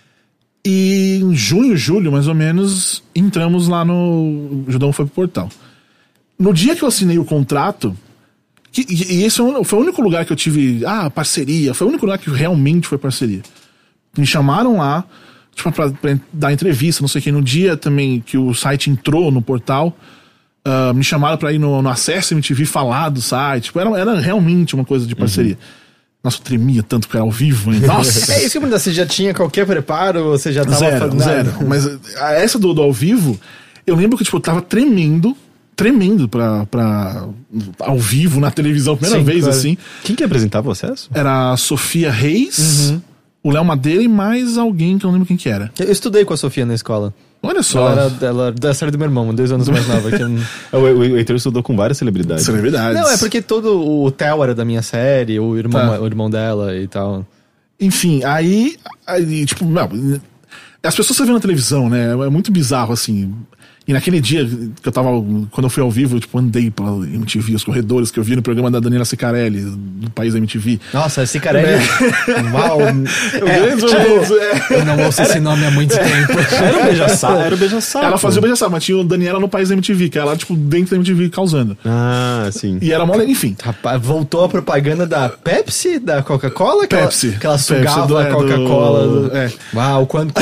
E em junho, julho, mais ou menos, entramos lá no... O Judão foi pro portal. No dia que eu assinei o contrato, que, e esse foi o único lugar que eu tive... Ah, parceria. Foi o único lugar que realmente foi parceria. Me chamaram lá, tipo, pra, pra dar entrevista, não sei o que. No dia também que o site entrou no portal, uh, me chamaram pra ir no, no Acesso M T V falar do site. Tipo, era, era realmente uma coisa de parceria. Uhum. Nossa, eu tremia tanto porque era ao vivo, hein? Nossa! É isso que eu me você já tinha qualquer preparo? Você já tava zero, fazendo... Zero, mas essa do, do ao vivo, eu lembro que, tipo, eu tava tremendo, tremendo pra, pra ao vivo, na televisão, primeira Sim, vez, claro. assim. Quem que apresentava o Acesso? Era a Sofia Reis, uhum. o Léo Madeira e mais alguém que eu não lembro quem que era. Eu estudei com a Sofia na escola. Olha só. Ela era, ela era da série do meu irmão, dois anos mais nova. Que eu... o, o Heitor estudou com várias celebridades. Celebridades. Não, é porque todo o Theo era da minha série, o irmão, tá. o irmão dela e tal. Enfim, aí, aí tipo, não, as pessoas você vê na televisão, né? É muito bizarro, assim. E naquele dia que eu tava, quando eu fui ao vivo, eu tipo, andei pela M T V, os corredores que eu vi no programa da Daniela Sicarelli, do País da M T V. Nossa, Sicarelli. É. Uau. É, tipo, é. Eu não ouço esse nome há muito tempo. Era o Beija-Saco. Era o Beija-Saco. Ela fazia o Beija-Saco, mas tinha o Daniela no País da M T V, que era lá, tipo, dentro da M T V causando. Ah, sim. E era mole, enfim. Rapaz, voltou a propaganda da Pepsi, da Coca-Cola? Que Pepsi. Ela, que ela sugava do, a Coca-Cola. Do... Do... É. Uau, quanto...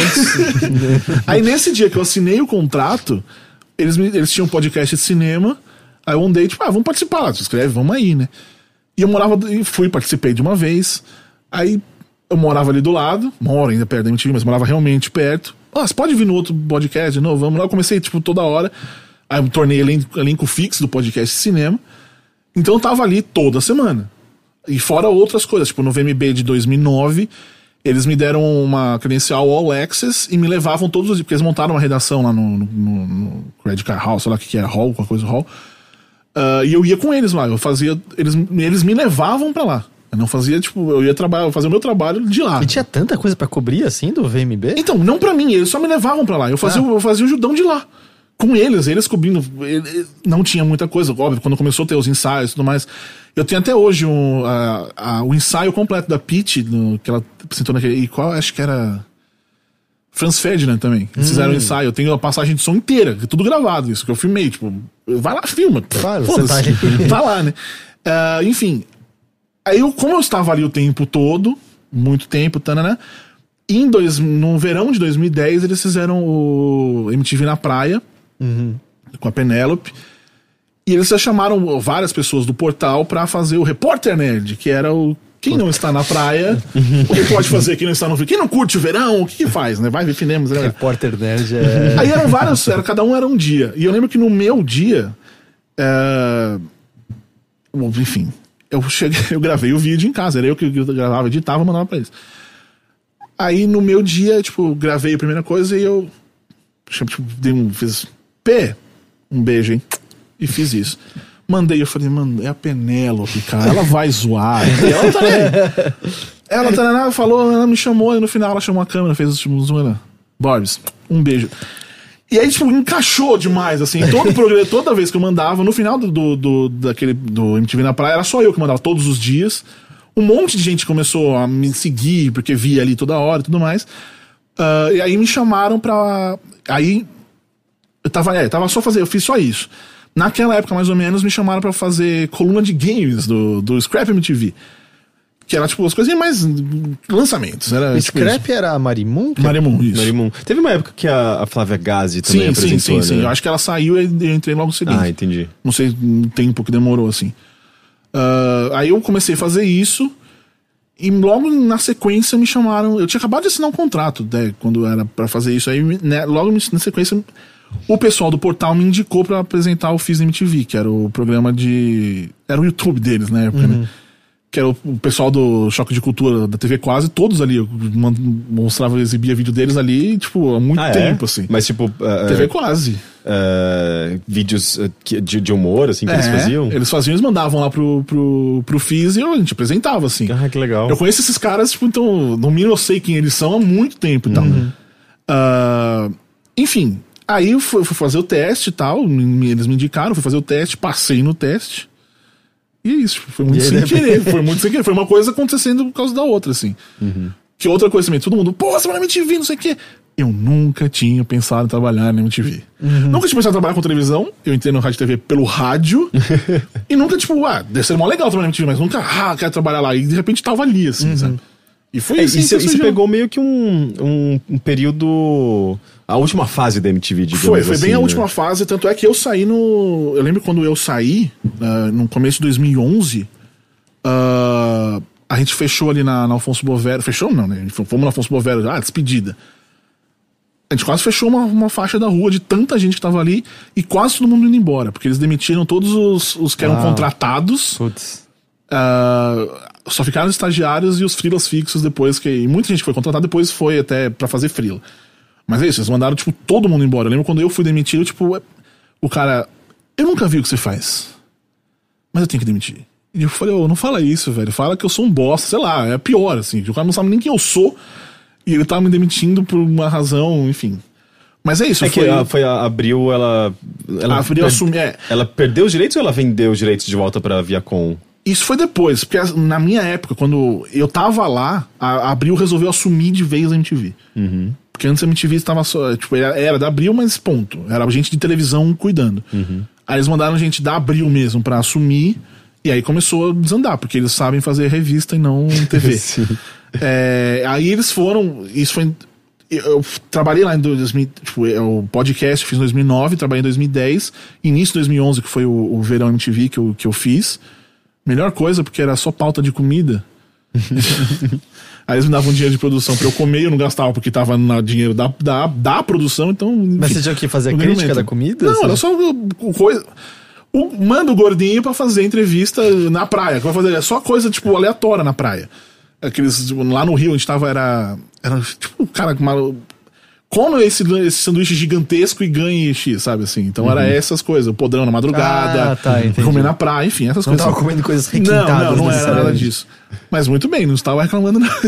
Aí nesse dia que eu assinei o contrato, eles, me, eles tinham um podcast de cinema, aí eu andei, tipo, ah, vamos participar, se inscreve, vamos aí, né? E eu morava, e fui, participei de uma vez, aí eu morava ali do lado, moro ainda perto da M T V, mas morava realmente perto. Ah, você pode vir no outro podcast de novo? Vamos lá, eu comecei, tipo, toda hora, aí eu me tornei elenco, elenco fixo do podcast de cinema, então eu tava ali toda semana. E fora outras coisas, tipo, no V M B de dois mil e nove, eles me deram uma credencial All Access e me levavam todos os dias, porque eles montaram uma redação lá no, no, no Credit Card Hall, sei lá o que, que é, Hall, qualquer coisa Hall. Uh, e eu ia com eles lá, eu fazia. Eles, eles me levavam pra lá. Eu não fazia, tipo, eu ia trabalhar, eu fazia o meu trabalho de lá. E tinha tanta coisa pra cobrir assim do V M B? Então, não pra mim, eles só me levavam pra lá. Eu fazia, ah. eu fazia o Judão de lá. Com eles, eles cobrindo. Ele, não tinha muita coisa, óbvio, quando começou a ter os ensaios e tudo mais. Eu tenho até hoje um, a, a, o ensaio completo da Pitty, que ela apresentou naquele. E qual? Acho que era. Franz Ferdinand também. Eles hum. fizeram o ensaio. Eu tenho a passagem de som inteira, tudo gravado, isso que eu filmei. Tipo, vai lá, filma. Claro, você tá, tá lá, né? Uh, enfim. Aí, eu, como eu estava ali o tempo todo, muito tempo, tanana, em dois, no verão de dois mil e dez, eles fizeram o M T V na praia, uhum. com a Penélope. E eles já chamaram várias pessoas do portal pra fazer o Repórter Nerd, que era o quem não está na praia, o que pode fazer quem não está no verão? Quem não curte o verão, o que, que faz, né? Vai ver cinemas. Né? Repórter Nerd é... Aí eram vários, era, cada um era um dia. E eu lembro que no meu dia, é... enfim, eu cheguei, eu gravei o vídeo em casa, era eu que gravava, editava e mandava pra eles. Aí no meu dia, tipo, gravei a primeira coisa e eu tipo, dei um, fiz P, um beijo, hein? E fiz isso. Mandei, eu falei, mano, é a Penélope, cara, ela vai zoar. E ela tá aí. Ela tá falou, ela me chamou, e no final ela chamou a câmera, fez tipo, um zoom, Borbs, um beijo. E aí, tipo, encaixou demais, assim, todo o programa, toda vez que eu mandava, no final do, do, do, daquele, do M T V na praia, era só eu que mandava todos os dias. Um monte de gente começou a me seguir, porque via ali toda hora e tudo mais. Uh, e aí me chamaram pra... Aí, eu tava, é, tava só fazendo, eu fiz só isso. Naquela época, mais ou menos, me chamaram pra fazer coluna de games do, do Scrap M T V. Que era, tipo, as coisinhas mais... lançamentos. Era, o tipo, Scrap isso. era a Marimun? Marimun, isso. Marimun. Teve uma época que a, a Flávia Gazi também sim, apresentou, sim, sim, né? sim. Eu acho que ela saiu e eu entrei logo seguinte. Ah, entendi. Não sei o tempo que demorou, assim. Uh, aí eu comecei a fazer isso e logo na sequência me chamaram... Eu tinha acabado de assinar um contrato, né, quando era pra fazer isso. Aí, né, logo na sequência, o pessoal do portal me indicou pra apresentar o Fiz M T V, que era o programa de... Era o YouTube deles na época, uhum. né? Que era o, o pessoal do Choque de Cultura da T V Quase, todos ali, eu mostrava, exibia vídeo deles ali, tipo, há muito ah, tempo, é? assim. Mas, tipo... Uh, T V Quase. Uh, vídeos de, de humor, assim, que é, eles faziam? Eles faziam, eles mandavam lá pro, pro, pro Fizz e a gente apresentava, assim. Ah, que legal. Eu conheço esses caras, tipo, então, no mínimo eu sei quem eles são há muito tempo e tal. Uhum. Uh, enfim, aí eu fui, fui fazer o teste e tal, me, eles me indicaram, fui fazer o teste, passei no teste. E é isso, foi muito sem querer, foi muito sem querer. Foi uma coisa acontecendo por causa da outra, assim. Uhum. Que outra coisa também, todo mundo, pô, você vai na M T V, não sei o quê. Eu nunca tinha pensado em trabalhar na M T V. Uhum. Nunca tinha pensado em trabalhar com televisão. Eu entrei no Rádio T V pelo rádio. E nunca, tipo, ah, deve ser mó legal trabalhar na M T V, mas nunca, ah, quero trabalhar lá. E de repente tava ali, assim, uhum. sabe? E foi é, assim. E você pegou meio que um, um, um período... A última fase da M T V, digamos Foi, foi assim, bem a né? última fase. Tanto é que eu saí no... Eu lembro quando eu saí, uh, no começo de dois mil e onze... Uh, a gente fechou ali na, na Afonso Bovero. Fechou não, né? Fomos na Afonso Bovero, ah, despedida. A gente quase fechou uma, uma faixa da rua de tanta gente que tava ali e quase todo mundo indo embora, porque eles demitiram todos os, os que eram ah, contratados. Putz. Uh, só ficaram os estagiários e os freelas fixos depois, que e muita gente que foi contratada depois foi até pra fazer freela. Mas é isso, eles mandaram, tipo, todo mundo embora. Eu lembro quando eu fui demitido, tipo, o cara, eu nunca vi o que você faz, mas eu tenho que demitir. E eu falei, oh, não fala isso, velho. Fala que eu sou um bosta, sei lá, é pior, assim. O cara não sabe nem quem eu sou e ele tá me demitindo por uma razão, enfim. Mas é isso. É foi... que a, foi a Abril, ela... ela a Abril per... assumiu... É. Ela perdeu os direitos ou ela vendeu os direitos de volta pra Viacom? Isso foi depois, porque na minha época, quando eu tava lá, a Abril resolveu assumir de vez a M T V. Uhum. Porque antes a M T V estava só... Tipo, era, era da Abril, mas ponto. Era gente de televisão cuidando. Uhum. Aí eles mandaram gente da Abril mesmo pra assumir. E aí começou a desandar, porque eles sabem fazer revista e não T V. é, aí eles foram... Isso foi... Eu trabalhei lá em dois mil... Tipo, o podcast fiz em dois mil e nove, trabalhei em dois mil e dez. Início de dois mil e onze, que foi o, o Verão M T V que eu, que eu fiz. Melhor coisa, porque era só pauta de comida. Aí eles me davam dinheiro de produção pra eu comer, eu não gastava porque tava no dinheiro da, da, da produção, então... Mas você tinha que fazer a crítica da comida? Não, era só coisa... O, manda o gordinho pra fazer entrevista na praia. Que vai fazer, é só coisa, tipo, aleatória na praia. Aqueles, tipo, lá no Rio, a gente tava, era... Era, tipo, cara, uma, come esse, esse sanduíche gigantesco e ganhe X, sabe, assim. Então uhum. era essas coisas, o podrão na madrugada, ah, tá, comer na praia, enfim, essas não coisas. Não tava comendo coisas requintadas. Não, não, não era nada disso. Mas muito bem, não estava reclamando nada.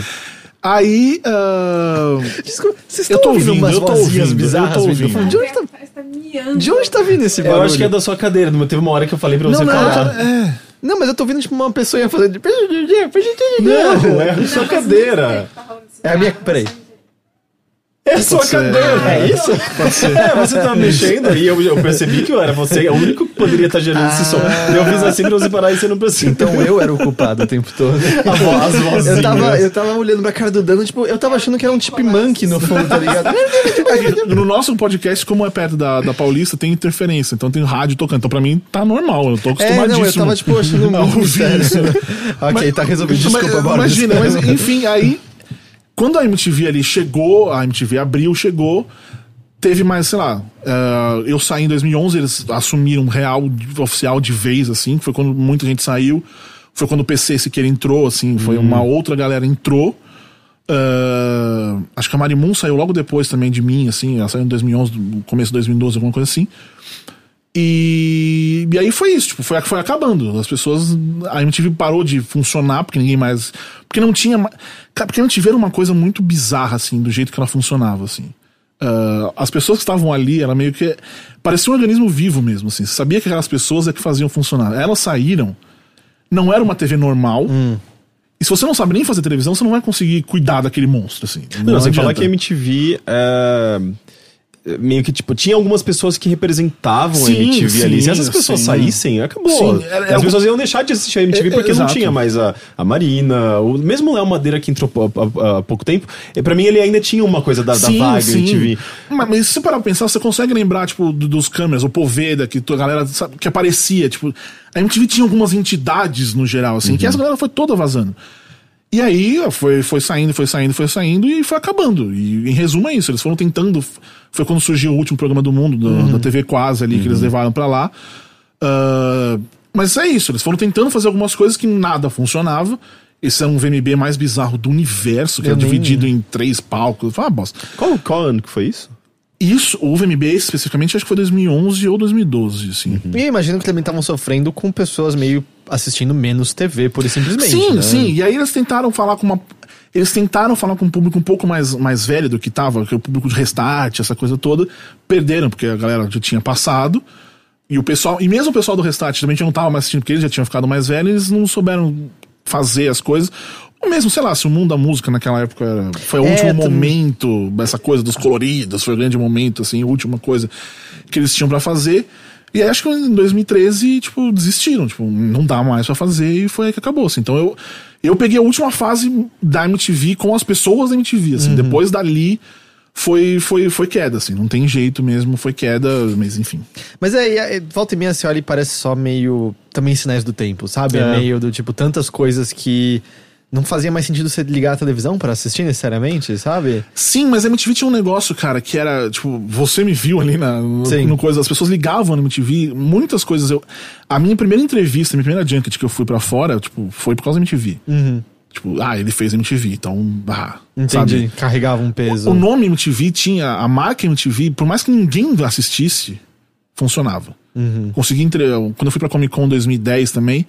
Aí, uh... Desculpa, vocês estão ouvindo umas vozinhas bizarras? Eu tô ouvindo. De onde tá... De onde tá vindo esse barulho? Eu acho que é da sua cadeira. Teve uma hora que eu falei pra você não, falar. Não, é... não, mas eu tô ouvindo tipo uma pessoa fazendo... Não, é a sua cadeira. É a minha... Peraí. É a sua cadeira. É isso? Pode ser. É, você tá mexendo e eu, eu percebi que eu era você, é o único que poderia estar gerando ah. esse som. Eu fiz assim pra você parar e você não percebeu. Então eu era o culpado o tempo todo. A voz, as vozinhas. Eu tava, eu tava olhando pra cara do Dano, tipo, eu tava achando que era um chipmunk no fundo, tá ligado? No nosso podcast, como é perto da, da Paulista, tem interferência, então tem rádio tocando. Então pra mim tá normal, eu tô acostumadíssimo. É, não, eu tava tipo achando muito sério. Ok, mas, tá resolvido, desculpa, mas, imagina, mas enfim, aí... Quando a M T V ali chegou, a M T V abriu, chegou, teve mais, sei lá, uh, eu saí em dois mil e onze, eles assumiram real, oficial de vez, assim, foi quando muita gente saiu, foi quando o P C Siqueira entrou, assim, foi uhum. uma outra galera entrou. Uh, acho que a Marimun saiu logo depois também de mim, assim, ela saiu em dois mil e onze, começo de dois mil e doze, alguma coisa assim. E, e aí foi isso, tipo, foi, foi acabando. As pessoas. A M T V parou de funcionar porque ninguém mais. Porque não tinha. Porque a M T V era uma coisa muito bizarra, assim, do jeito que ela funcionava, assim. Uh, as pessoas que estavam ali, ela meio que. Parecia um organismo vivo mesmo, assim. Você sabia que aquelas pessoas é que faziam funcionar. Elas saíram, não era uma T V normal. Hum. E se você não sabe nem fazer televisão, você não vai conseguir cuidar daquele monstro, assim. Não, não você falar que a M T V é... meio que, tipo, tinha algumas pessoas que representavam sim, a M T V sim, ali. Se essas pessoas sim. saíssem, acabou. Sim, era, era As pessoas iam deixar de assistir a M T V é, porque é, não tinha mais a, a Marina, o mesmo Léo Madeira que entrou há, há pouco tempo. E pra mim ele ainda tinha uma coisa da, sim, da vibe sim. M T V. Mas, mas se você parar pra pensar, você consegue lembrar, tipo, do, dos câmeras, o Poveda, que a galera sabe, que aparecia, tipo, a M T V tinha algumas entidades no geral, assim, uhum. que essa galera foi toda vazando. E aí foi, foi saindo, foi saindo, foi saindo e foi acabando. E em resumo é isso, eles foram tentando. Foi quando surgiu o último programa do mundo, do, uhum. da T V Quase ali, uhum. que eles levaram pra lá. Uh, mas é isso, eles foram tentando fazer algumas coisas que nada funcionava. Esse é um V M B mais bizarro do universo, que Eu é nem... dividido em três palcos. Foi uma bosta. Qual, qual ano que foi isso? Isso, o V M B especificamente, acho que foi dois mil e onze ou dois mil e doze, assim. Uhum. E eu imagino que também estavam sofrendo com pessoas meio assistindo menos T V, por simplesmente. Sim, né? sim. E aí eles tentaram falar com uma... Eles tentaram falar com um público um pouco mais, mais velho do que tava, que é o público de Restart, essa coisa toda. Perderam, porque a galera já tinha passado. E o pessoal... E mesmo o pessoal do Restart também já não tava mais assistindo, porque eles já tinham ficado mais velhos, eles não souberam fazer as coisas. Ou mesmo, sei lá, se o mundo da música naquela época era, foi o é, último tu... momento, essa coisa dos coloridos, foi o grande momento, assim, a última coisa que eles tinham pra fazer. E aí acho que em dois mil e treze, tipo, desistiram, tipo, não dá mais pra fazer e foi aí que acabou, assim. Então eu, eu peguei a última fase da M T V com as pessoas da M T V, assim, uhum. depois dali foi, foi, foi queda, assim, não tem jeito mesmo, foi queda, mas enfim. Mas é, é volta e meia você olha e parece só meio, também sinais do tempo, sabe? É, é meio do tipo, tantas coisas que... Não fazia mais sentido você ligar a televisão pra assistir necessariamente, sabe? Sim, mas a M T V tinha um negócio, cara, que era, tipo, você me viu ali na, no, no coisa, as pessoas ligavam na M T V, muitas coisas. Eu, a minha primeira entrevista, a minha primeira junket que eu fui pra fora, tipo, foi por causa da M T V. Uhum. Tipo, ah, ele fez M T V, então, ah, entendi, sabe? Carregava um peso. O, o nome M T V tinha, a marca M T V, por mais que ninguém assistisse, funcionava. Uhum. Consegui, entre, quando eu fui pra Comic Con dois mil e dez também,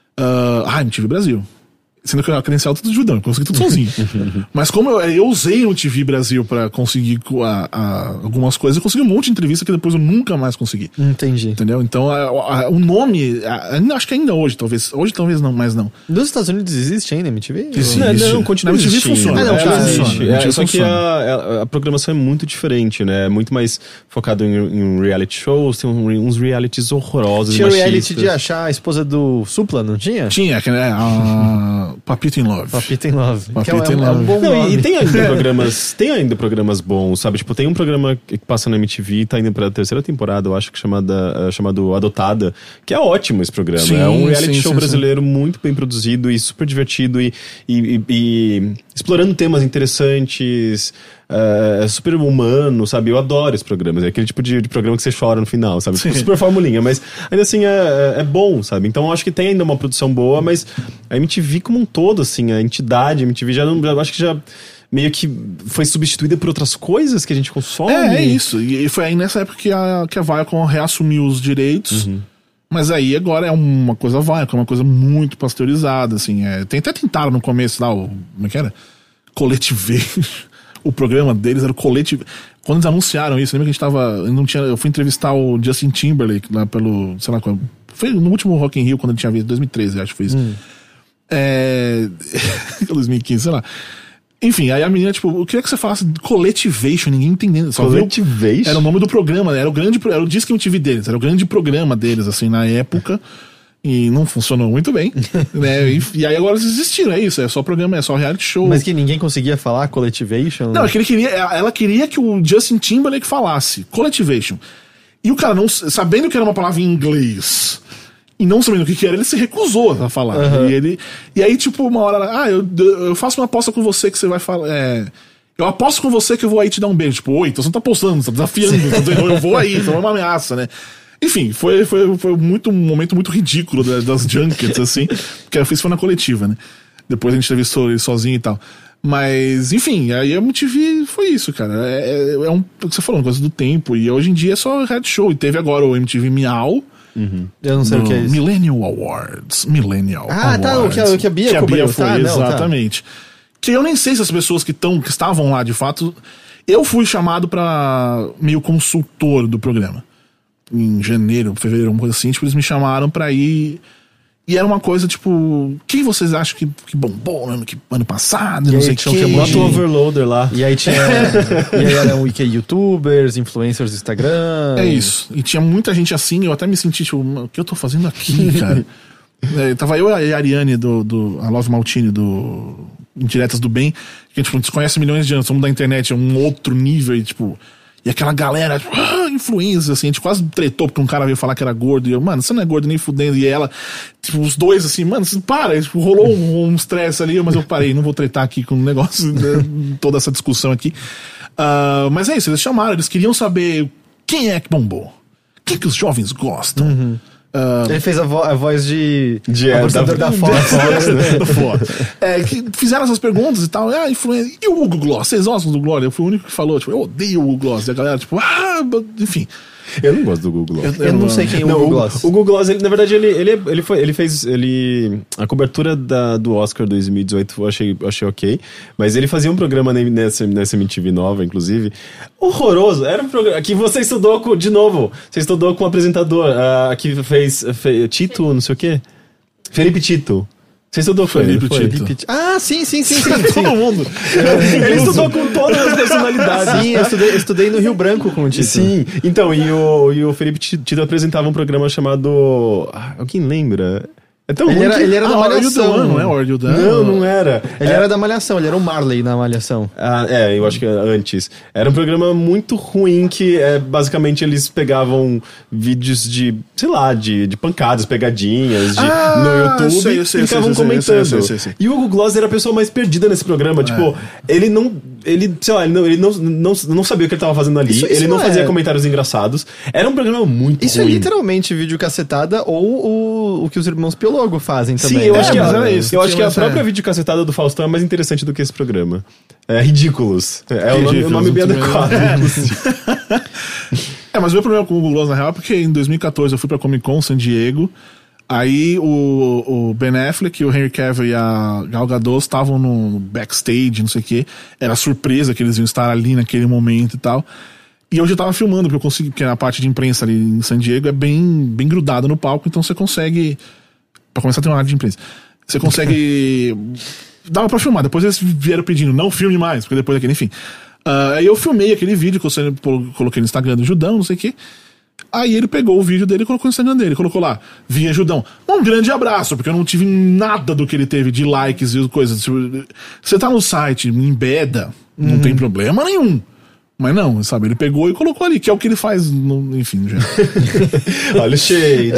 uh, ah, M T V Brasil. Sendo que eu era credencial tudo de Judão, eu consegui tudo sozinho. Mas como eu, eu usei o T V Brasil pra conseguir a, a, algumas coisas, eu consegui um monte de entrevista que depois eu nunca mais consegui. Entendi. Entendeu? Então a, a, o nome, a, acho que ainda hoje, talvez. Hoje talvez não, mas não. Nos Estados Unidos existe ainda M T V? Existe. Não, não, continua existindo. M T V funciona. Ah, não, é, é, existe. É, só que a, a programação é muito diferente, né? É muito mais focado em, em reality shows, tem uns realities horrorosos. Tinha reality de achar a esposa do Supla, não tinha? Tinha, que é a Papito in Love. Papito in Love. Papito é, in Love. É um bom não, nome. E tem ainda programas, tem ainda programas bons, sabe? Tipo, tem um programa que passa na M T V, tá indo pra terceira temporada, eu acho que chamada, uh, chamado Adotada, que é ótimo esse programa. Sim, é um reality sim, show sim, brasileiro sim. muito bem produzido e super divertido e, e, e, e explorando temas interessantes, uh, super humano, sabe? Eu adoro esses programas. É aquele tipo de, de programa que você chora no final, sabe? Tipo, super formulinha, mas ainda assim é, é bom, sabe? Então eu acho que tem ainda uma produção boa, mas a M T V como um todo, assim, a entidade, a M T V já não, eu acho que já meio que foi substituída por outras coisas que a gente consome. É, é isso. E foi aí nessa época que a, que a Viacom reassumiu os direitos. Uhum. Mas aí agora é uma coisa Viacom, é uma coisa muito pasteurizada, assim. É, tem, até tentaram no começo lá, o, como é que era? Coletivation. O programa deles era o Coletivation. Quando eles anunciaram isso, lembra que a gente tava... Não tinha, eu fui entrevistar o Justin Timberlake lá pelo... Sei lá qual... Foi no último Rock in Rio, quando ele tinha visto, dois mil e treze, acho que foi isso. Hum. É... dois mil e quinze, sei lá. Enfim, aí a menina, tipo, eu queria que você falasse Coletivation, ninguém entendendo. Só Coletivation? Era o nome do programa, era o grande, era o Disque M T V deles, era o grande programa deles, assim, na época. E não funcionou muito bem, né? E, e aí agora eles desistiram, é isso, é só programa, é só reality show. Mas que ninguém conseguia falar Coletivation? Não, é que ele queria, ela queria que o Justin Timberlake falasse Coletivation. E o cara, não, sabendo que era uma palavra em inglês... E não sabendo o que que era, ele se recusou a falar. Uhum. E, ele, e aí, tipo, uma hora, ah, eu, eu faço uma aposta com você que você vai falar. É, Eu aposto com você que eu vou aí te dar um beijo. Tipo, oi, então você não tá postando, você tá desafiando, tá dizendo, eu vou aí, então é uma ameaça, né? Enfim, foi, foi, foi muito, um momento muito ridículo das, das junkets, assim, que eu fiz foi na coletiva, né? Depois a gente entrevistou ele sozinho e tal. Mas, enfim, aí a M T V foi isso, cara. É, é, é um, o que você falou, uma coisa do tempo. E hoje em dia é só reality show. E teve agora o M T V Miau. Uhum. Eu não sei o que é isso. Millennial Awards. Millennial ah, Awards. Ah, tá, o que a, o que a Bia que cobriu. A Bia foi, tá, exatamente. Não, tá. Que eu nem sei se as pessoas que, tão, que estavam lá, de fato... Eu fui chamado pra meio consultor do programa. Em janeiro, fevereiro, uma coisa assim. Tipo, eles me chamaram pra ir... E era uma coisa, tipo... Quem vocês acham que, que bombou no ano, que, ano passado? E não aí, sei o que. Bota o Overloader lá. E aí tinha... e aí eram youtubers, influencers do Instagram... É isso. E tinha muita gente assim. Eu até me senti, tipo... O que eu tô fazendo aqui, cara? é, tava eu e a Ariane, do, do, a Love Maltini, do Indiretas do Bem. Que a gente, tipo, a gente conhece milhões de anos. Somos da internet, é um outro nível. E, tipo... E aquela galera, tipo, ah, influência, assim, a gente quase tretou porque um cara veio falar que era gordo. E eu, mano, você não é gordo nem fudendo. E ela, tipo, os dois, assim, mano, você para. Tipo, rolou um estresse um ali, mas eu parei, não vou tretar aqui com o negócio, né, toda essa discussão aqui. Uh, mas é isso, eles chamaram, eles queriam saber quem é que bombou. O que, que os jovens gostam. Uhum. Uh, Ele fez a, vo a voz de... de é, da, da, da Fox. né? Da Fox. É, que fizeram essas perguntas e tal. Ah, influência. E o Hugo Gloss? Vocês gostam do Glória? Eu fui o único que falou, tipo, eu odeio o Hugo Gloss. E a galera, tipo, ah, enfim... Eu não gosto do Google Gloss. Eu, eu não sei quem é o Google Gloss. O Google Gloss, ele, na verdade, ele, ele, ele, foi, ele fez ele, a cobertura da, do Oscar dois mil e dezoito eu achei, achei ok, mas ele fazia um programa nessa, nessa M T V nova, inclusive, horroroso. Era um programa que você estudou com, de novo, você estudou com o apresentador, uh, que fez, fez Tito, não sei o quê, Felipe Tito. Você estudou com ele? Felipe Tito. Ah, sim, sim, sim, sim. Todo mundo. Ele estudou com todas as personalidades. Sim, eu estudei, eu estudei no Rio Branco com o Tito. Sim, então, e o, e o Felipe Tito apresentava um programa chamado... Ah, alguém lembra? É tão ele, ruim era, que... ele era ah, da Malhação. Não é o Are Não, não era. Ele é... era da Malhação, ele era o Marley na Malhação. Ah, é, eu acho que antes. Era um programa muito ruim que, é, basicamente, eles pegavam vídeos de, sei lá, de, de pancadas, pegadinhas de, ah, no YouTube sei, sei, e ficavam sei, sei, comentando. sei, sei, sei, sei. E o Hugo Gloss era a pessoa mais perdida nesse programa. É. Tipo, ele não... Ele, sei lá, ele não, ele não, não, não sabia o que ele tava fazendo ali. Isso, isso ele não é... fazia comentários engraçados. Era um programa muito isso ruim. Isso é literalmente vídeo cacetada ou o, o que os irmãos Piologo fazem também. Sim, eu né? acho que, é, a, isso, eu acho que a própria é. videocacetada do Faustão é mais interessante do que esse programa. É Ridículos. É Ridículos, o nome, o nome bem adequado. É, mas o meu problema com o Google Gloss, na real, é porque em dois mil e catorze eu fui pra Comic Con San Diego. Aí o, o Ben Affleck, o Henry Cavill e a Gal Gadot estavam no backstage, não sei o que. Era surpresa que eles iam estar ali naquele momento e tal. E eu já tava filmando, porque eu consegui, porque a parte de imprensa ali em San Diego é bem, bem grudada no palco, então você consegue... Pra começar a ter uma área de imprensa. Você consegue... Dava pra filmar, depois eles vieram pedindo, não filme mais, porque depois daquele, enfim. Uh, aí eu filmei aquele vídeo que eu coloquei no Instagram do Judão, não sei o que. Aí ele pegou o vídeo dele e colocou no Instagram dele. Colocou lá, Vinha Judão. Um grande abraço, porque eu não tive nada do que ele teve de likes e coisas. Você tá no site, embeda, uhum. Não tem problema nenhum. Mas não, sabe? Ele pegou e colocou ali, que é o que ele faz, no, enfim, já. Olha o shade.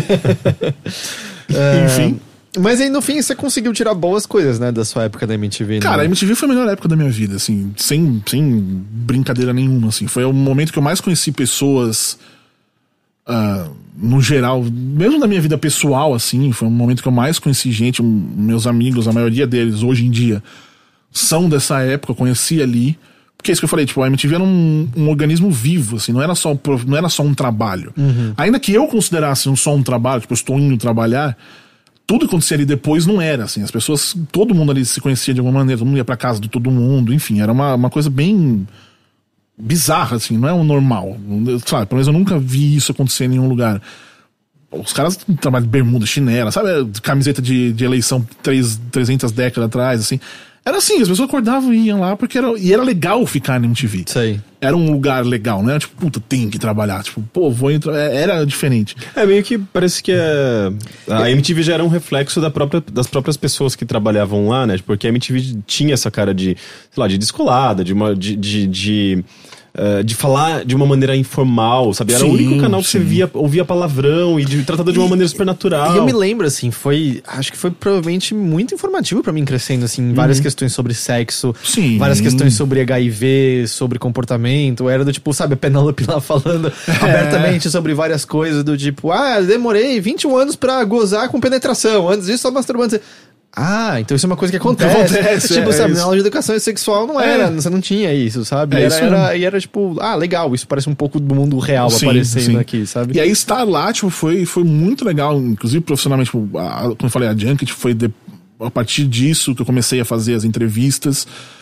é, enfim. Mas aí no fim você conseguiu tirar boas coisas, né, da sua época da M T V. Cara, né? a M T V foi a melhor época da minha vida, assim, sem, sem brincadeira nenhuma, assim. Foi o momento que eu mais conheci pessoas... Uh, no geral, mesmo na minha vida pessoal, assim, foi um momento que eu mais conheci gente, meus amigos, a maioria deles, hoje em dia, são dessa época, eu conheci ali, porque é isso que eu falei, tipo, a M T V era um, um organismo vivo, assim, não era só, não era só um trabalho. Uhum. Ainda que eu considerasse um, só um trabalho, tipo, eu estou indo trabalhar, tudo que acontecia ali depois não era, assim, as pessoas, todo mundo ali se conhecia de alguma maneira, todo mundo ia pra casa de todo mundo, enfim, era uma, uma coisa bem... bizarra, assim, não é o normal. Sabe, pelo menos eu nunca vi isso acontecer em nenhum lugar. Os caras trabalham de bermuda, chinela, sabe? Camiseta de, de eleição três, trezentas décadas atrás, assim. Era assim, as pessoas acordavam e iam lá, porque era, e era legal ficar na M T V. Isso aí. Era um lugar legal, não era tipo, puta, tem que trabalhar. Tipo, pô, vou entrar. Era diferente. É meio que parece que é... a M T V já era um reflexo da própria, das próprias pessoas que trabalhavam lá, né? Porque a M T V tinha essa cara de, sei lá, de descolada, de uma. de, de, de... Uh, de falar de uma maneira informal, sabe? Era sim, o único canal que sim. Você via, ouvia palavrão e de, tratado de uma e, maneira super natural. E eu me lembro, assim, foi... Acho que foi provavelmente muito informativo pra mim crescendo, assim, em uhum. várias questões questões sobre sexo, Sim. várias questões sobre H I V, sobre comportamento. Era do tipo, sabe, a Penélope lá falando é. abertamente sobre várias coisas, do tipo, ah, demorei vinte e um anos pra gozar com penetração, antes disso só masturbando. Ah, então isso é uma coisa que acontece. acontece tipo, é, sabe, é na aula de educação sexual não era, é. você não tinha isso, sabe? É era, isso era, e era tipo, ah, legal, isso parece um pouco do mundo real sim, aparecendo sim. aqui, sabe? E aí estar lá, tipo, foi, foi muito legal, inclusive profissionalmente, tipo, a, como eu falei, a Junket foi de, a partir disso que eu comecei a fazer as entrevistas.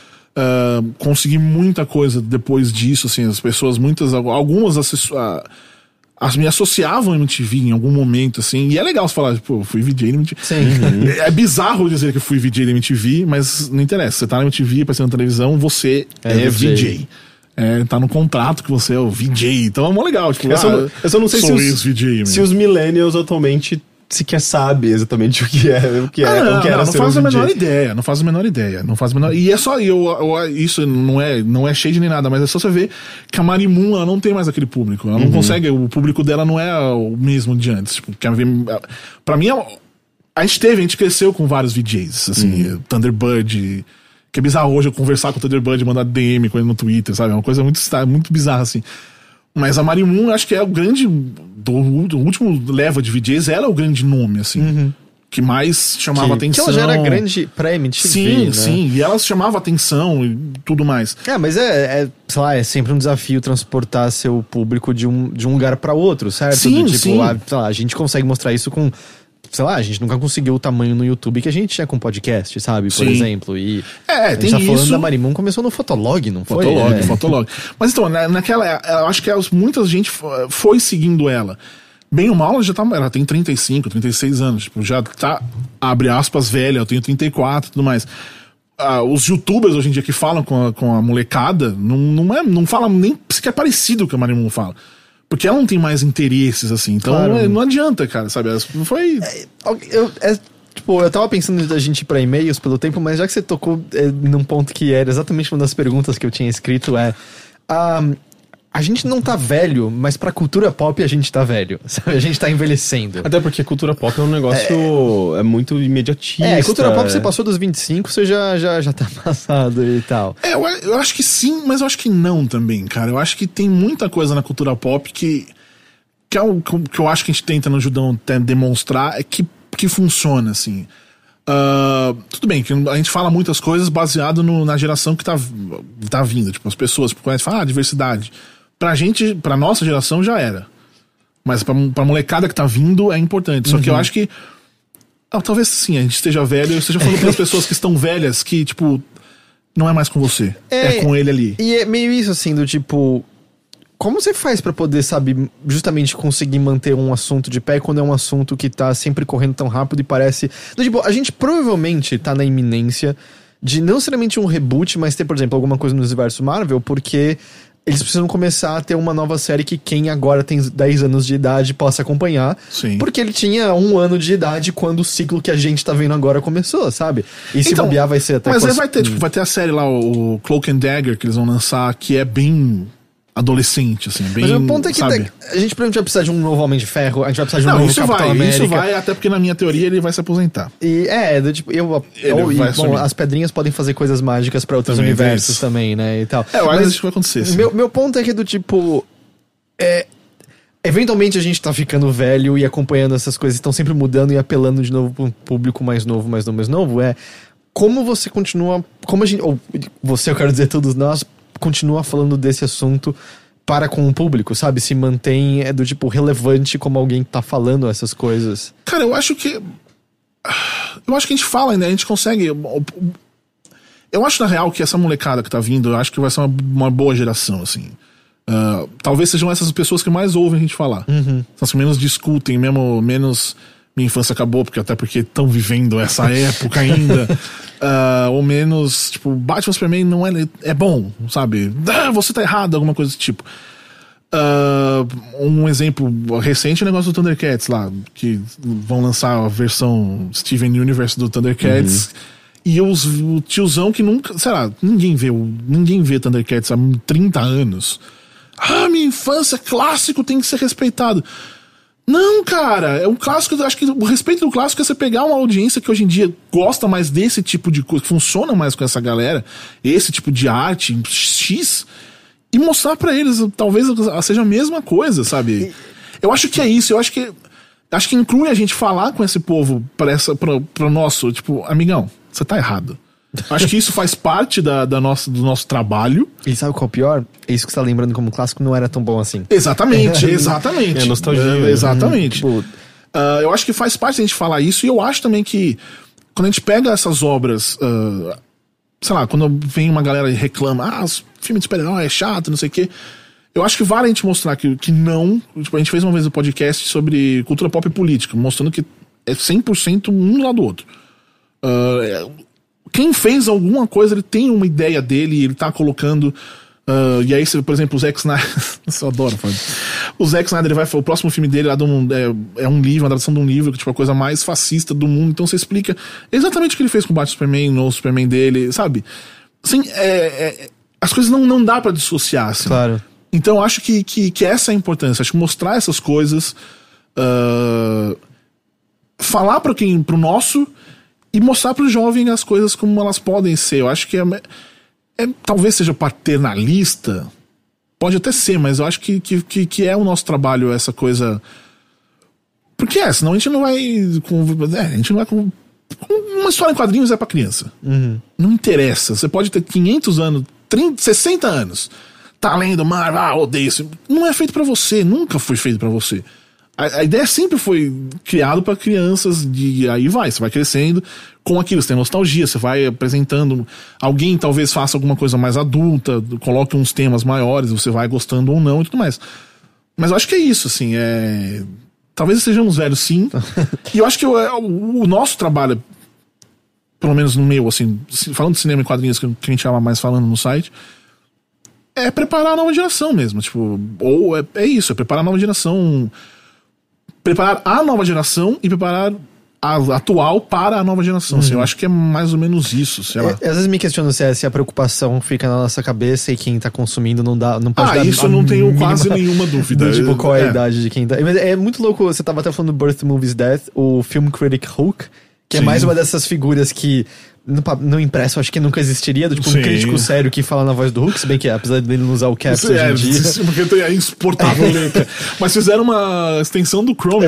Uh, consegui muita coisa depois disso, assim, as pessoas, muitas, algumas assessor, uh, as me associavam à M T V em algum momento, assim, e é legal você falar, pô, fui V J da M T V. Sim. Uhum. É bizarro dizer que eu fui V J da M T V, mas não interessa. Você tá na M T V, aparecendo na televisão, você é, é V J. É, tá no contrato que você é o V J. Então é mó legal. Tipo, eu, ah, só, eu só não sei se os, V J, se os millennials atualmente sequer sabem exatamente o que é, o que é, ah, não, o que era não, não ser faz um a V J. menor ideia, não faz a menor ideia, não faz a menor. E é só eu, eu isso não é, não é shade nem nada, mas é só você ver que a Marimun, ela não tem mais aquele público, ela não uhum. consegue, o público dela não é o mesmo de antes. Tipo, quer ver, pra mim a gente teve, a gente cresceu com vários V Js, assim, uhum. Thunderbird, que é bizarro hoje eu conversar com o Thunderbird e mandar D M com ele no Twitter, sabe? É uma coisa muito, muito bizarra, assim. Mas a Marimun, acho que é o grande. Do, do último leva de V Js, ela é o grande nome, assim. Uhum. Que mais chamava que, atenção. Que ela já era grande pra M T V. Sim, né? sim. E ela chamava atenção e tudo mais. É, mas é, é, sei lá, é sempre um desafio transportar seu público de um, de um lugar pra outro, certo? Sim, do, tipo, sim. A, sei lá, a gente consegue mostrar isso com. Sei lá, a gente nunca conseguiu o tamanho no YouTube que a gente tinha com podcast, sabe? Por Sim. exemplo. E é, a gente tem tá falando isso. da Marimun, começou no Fotolog, não foi? Fotolog, é. Fotolog. Mas então, na, naquela. Eu acho que muita gente foi seguindo ela. Bem ou mal, ela já tá. Ela tem trinta e cinco, trinta e seis anos. Tipo, já tá, abre aspas, velha. Eu tenho trinta e quatro e tudo mais. Ah, os youtubers hoje em dia que falam com a, com a molecada não, não, é, não falam nem sequer parecido com o que a Marimun fala. Porque ela não tem mais interesses, assim. Então claro. Não adianta, cara, sabe? Não foi. É, eu, é, tipo, eu tava pensando da gente ir pra e-mails pelo tempo, mas já que você tocou é, num ponto que era exatamente uma das perguntas que eu tinha escrito, é. Um, a gente não tá velho, mas pra cultura pop a gente tá velho, sabe? A gente tá envelhecendo. Até porque cultura pop é um negócio... É, é muito imediatista. É, cultura pop, você passou dos vinte e cinco, você já, já, já tá passado e tal. É, eu, eu acho que sim, mas eu acho que não também, cara. Eu acho que tem muita coisa na cultura pop que... Que, é o, que eu acho que a gente tenta no Judão demonstrar é que, que funciona, assim. Uh, tudo bem, que a gente fala muitas coisas baseado no, na geração que tá, tá vindo. Tipo, as pessoas conhecem, falam, ah, diversidade. Pra gente, pra nossa geração já era. Mas pra, pra molecada que tá vindo é importante. Só uhum. que eu acho que ah, talvez sim, a gente esteja velho, eu esteja falando pras pessoas que estão velhas que, tipo, não é mais com você. É, é com ele ali. E é meio isso, assim, do tipo... Como você faz pra poder, sabe, justamente conseguir manter um assunto de pé quando é um assunto que tá sempre correndo tão rápido e parece... Do tipo, a gente provavelmente tá na iminência de não necessariamente um reboot, mas ter, por exemplo, alguma coisa no universo Marvel, porque... Eles precisam começar a ter uma nova série que quem agora tem dez anos de idade possa acompanhar. Sim. Porque ele tinha um ano de idade quando o ciclo que a gente tá vendo agora começou, sabe? E se então, bobear vai ser até... Mas aí vai ter, tipo, vai ter a série lá, o Cloak and Dagger, que eles vão lançar, que é bem... adolescente, assim, bem... Mas o ponto é que sabe? a gente provavelmente vai precisar de um novo Homem de Ferro, a gente vai precisar de um não, novo isso Capitão vai, América. Isso vai, até porque na minha teoria ele vai se aposentar. E é, do, tipo, eu... Ou, e, bom, as pedrinhas podem fazer coisas mágicas pra outros também universos também, né, e tal. É, eu acho que vai acontecer. Sim. Meu, meu ponto é que do tipo... É... Eventualmente a gente tá ficando velho e acompanhando essas coisas, estão sempre mudando e apelando de novo pra um público mais novo, mais novo, mais novo, é... Como você continua... Como a gente... Ou você, eu quero dizer, todos nós, continua falando desse assunto... para com o público, sabe? Se mantém, é do tipo, relevante como alguém que tá falando essas coisas. Cara, eu acho que... Eu acho que a gente fala, né? A gente consegue... Eu acho, na real, que essa molecada que tá vindo, eu acho que vai ser uma, uma boa geração, assim. Uh, talvez sejam essas pessoas que mais ouvem a gente falar. Uhum. São as que menos discutem, mesmo, menos... Minha infância acabou, porque até porque estão vivendo essa época ainda. Uh, ou menos, tipo, Batman Superman não é, é bom, sabe? Ah, você tá errado, alguma coisa desse tipo. Uh, um exemplo recente é o negócio do Thundercats lá, que vão lançar a versão Steven Universe do Thundercats. Uhum. E os, o tiozão que nunca, sei lá, ninguém vê, ninguém vê Thundercats há trinta anos. Ah, minha infância, clássico, tem que ser respeitado. Não, cara, é um clássico. Acho que o respeito do clássico é você pegar uma audiência que hoje em dia gosta mais desse tipo de coisa, funciona mais com essa galera, esse tipo de arte X, e mostrar pra eles, talvez seja a mesma coisa, sabe? Eu acho que é isso, eu acho que acho que inclui a gente falar com esse povo pra, essa, pra, pra nosso, tipo, amigão, você tá errado. Acho que isso faz parte da, da nossa, do nosso trabalho. E sabe qual é o pior? É isso que você tá lembrando como clássico não era tão bom assim. Exatamente, exatamente. É nostalgia. É, exatamente. Hum, tipo, Uh, eu acho que faz parte a gente falar isso, e eu acho também que quando a gente pega essas obras, uh, sei lá, quando vem uma galera e reclama, ah, os filmes de super-herói é chato, não sei o quê, eu acho que vale a gente mostrar que, que não. Tipo, a gente fez uma vez um podcast sobre cultura pop e política, mostrando que é cem por cento um do lado do outro. Uh, quem fez alguma coisa, ele tem uma ideia dele, ele tá colocando. Uh, e aí, por exemplo, o Zack Snyder. Eu adoro, Fábio. O Zack Snyder, ele vai, o próximo filme dele lá de um, é, é um livro, uma adaptação de um livro, que tipo, a coisa mais fascista do mundo. Então você explica exatamente o que ele fez com o Batman Superman, no Superman dele, sabe? Assim, é, é, as coisas não, não dá pra dissociar, assim. Claro. Então eu acho que, que, que essa é a importância. Acho que mostrar essas coisas, uh, falar para quem, pro nosso, e mostrar pro jovem as coisas como elas podem ser. Eu acho que é, é talvez seja paternalista, pode até ser, mas eu acho que, que, que é o nosso trabalho essa coisa. Porque é, senão a gente não vai. Com, é, a gente não vai com. Uma história em quadrinhos é pra criança. Uhum. Não interessa. Você pode ter quinhentos anos, trinta, sessenta anos. Tá lendo Marvel, ah, odeio isso. Não é feito pra você, nunca foi feito pra você. A, a ideia sempre foi criada pra crianças, de aí vai, você vai crescendo com aquilo, você tem nostalgia, você vai apresentando. Alguém talvez faça alguma coisa mais adulta, coloque uns temas maiores, você vai gostando ou não e tudo mais. Mas eu acho que é isso, assim, é. Talvez sejamos velhos, sim. E eu acho que o, o, o nosso trabalho, pelo menos no meu, assim, falando de cinema e quadrinhos, que a gente estava mais falando no site, é preparar a nova geração mesmo. Tipo, ou é, é isso, é preparar a nova geração. Preparar a nova geração e preparar a atual para a nova geração. Uhum. Assim, eu acho que é mais ou menos isso, sei lá. É, às vezes me questiono se, é, se a preocupação fica na nossa cabeça e quem tá consumindo não, dá, não pode ah, dar... Ah, isso eu não tenho quase nenhuma dúvida. Do, tipo, qual é, é a é. idade de quem tá... Mas é muito louco, você tava até falando do Birth Movies Death, o Film Critic Hulk, que Sim. é mais uma dessas figuras que... No, no impresso, acho que nunca existiria, do, tipo, Sim. um crítico sério que fala na voz do Hulk, se bem que apesar dele não usar o caps Isso hoje é, em dia. Isso, porque é insuportável ler, cara. Mas fizeram uma extensão do Chrome é.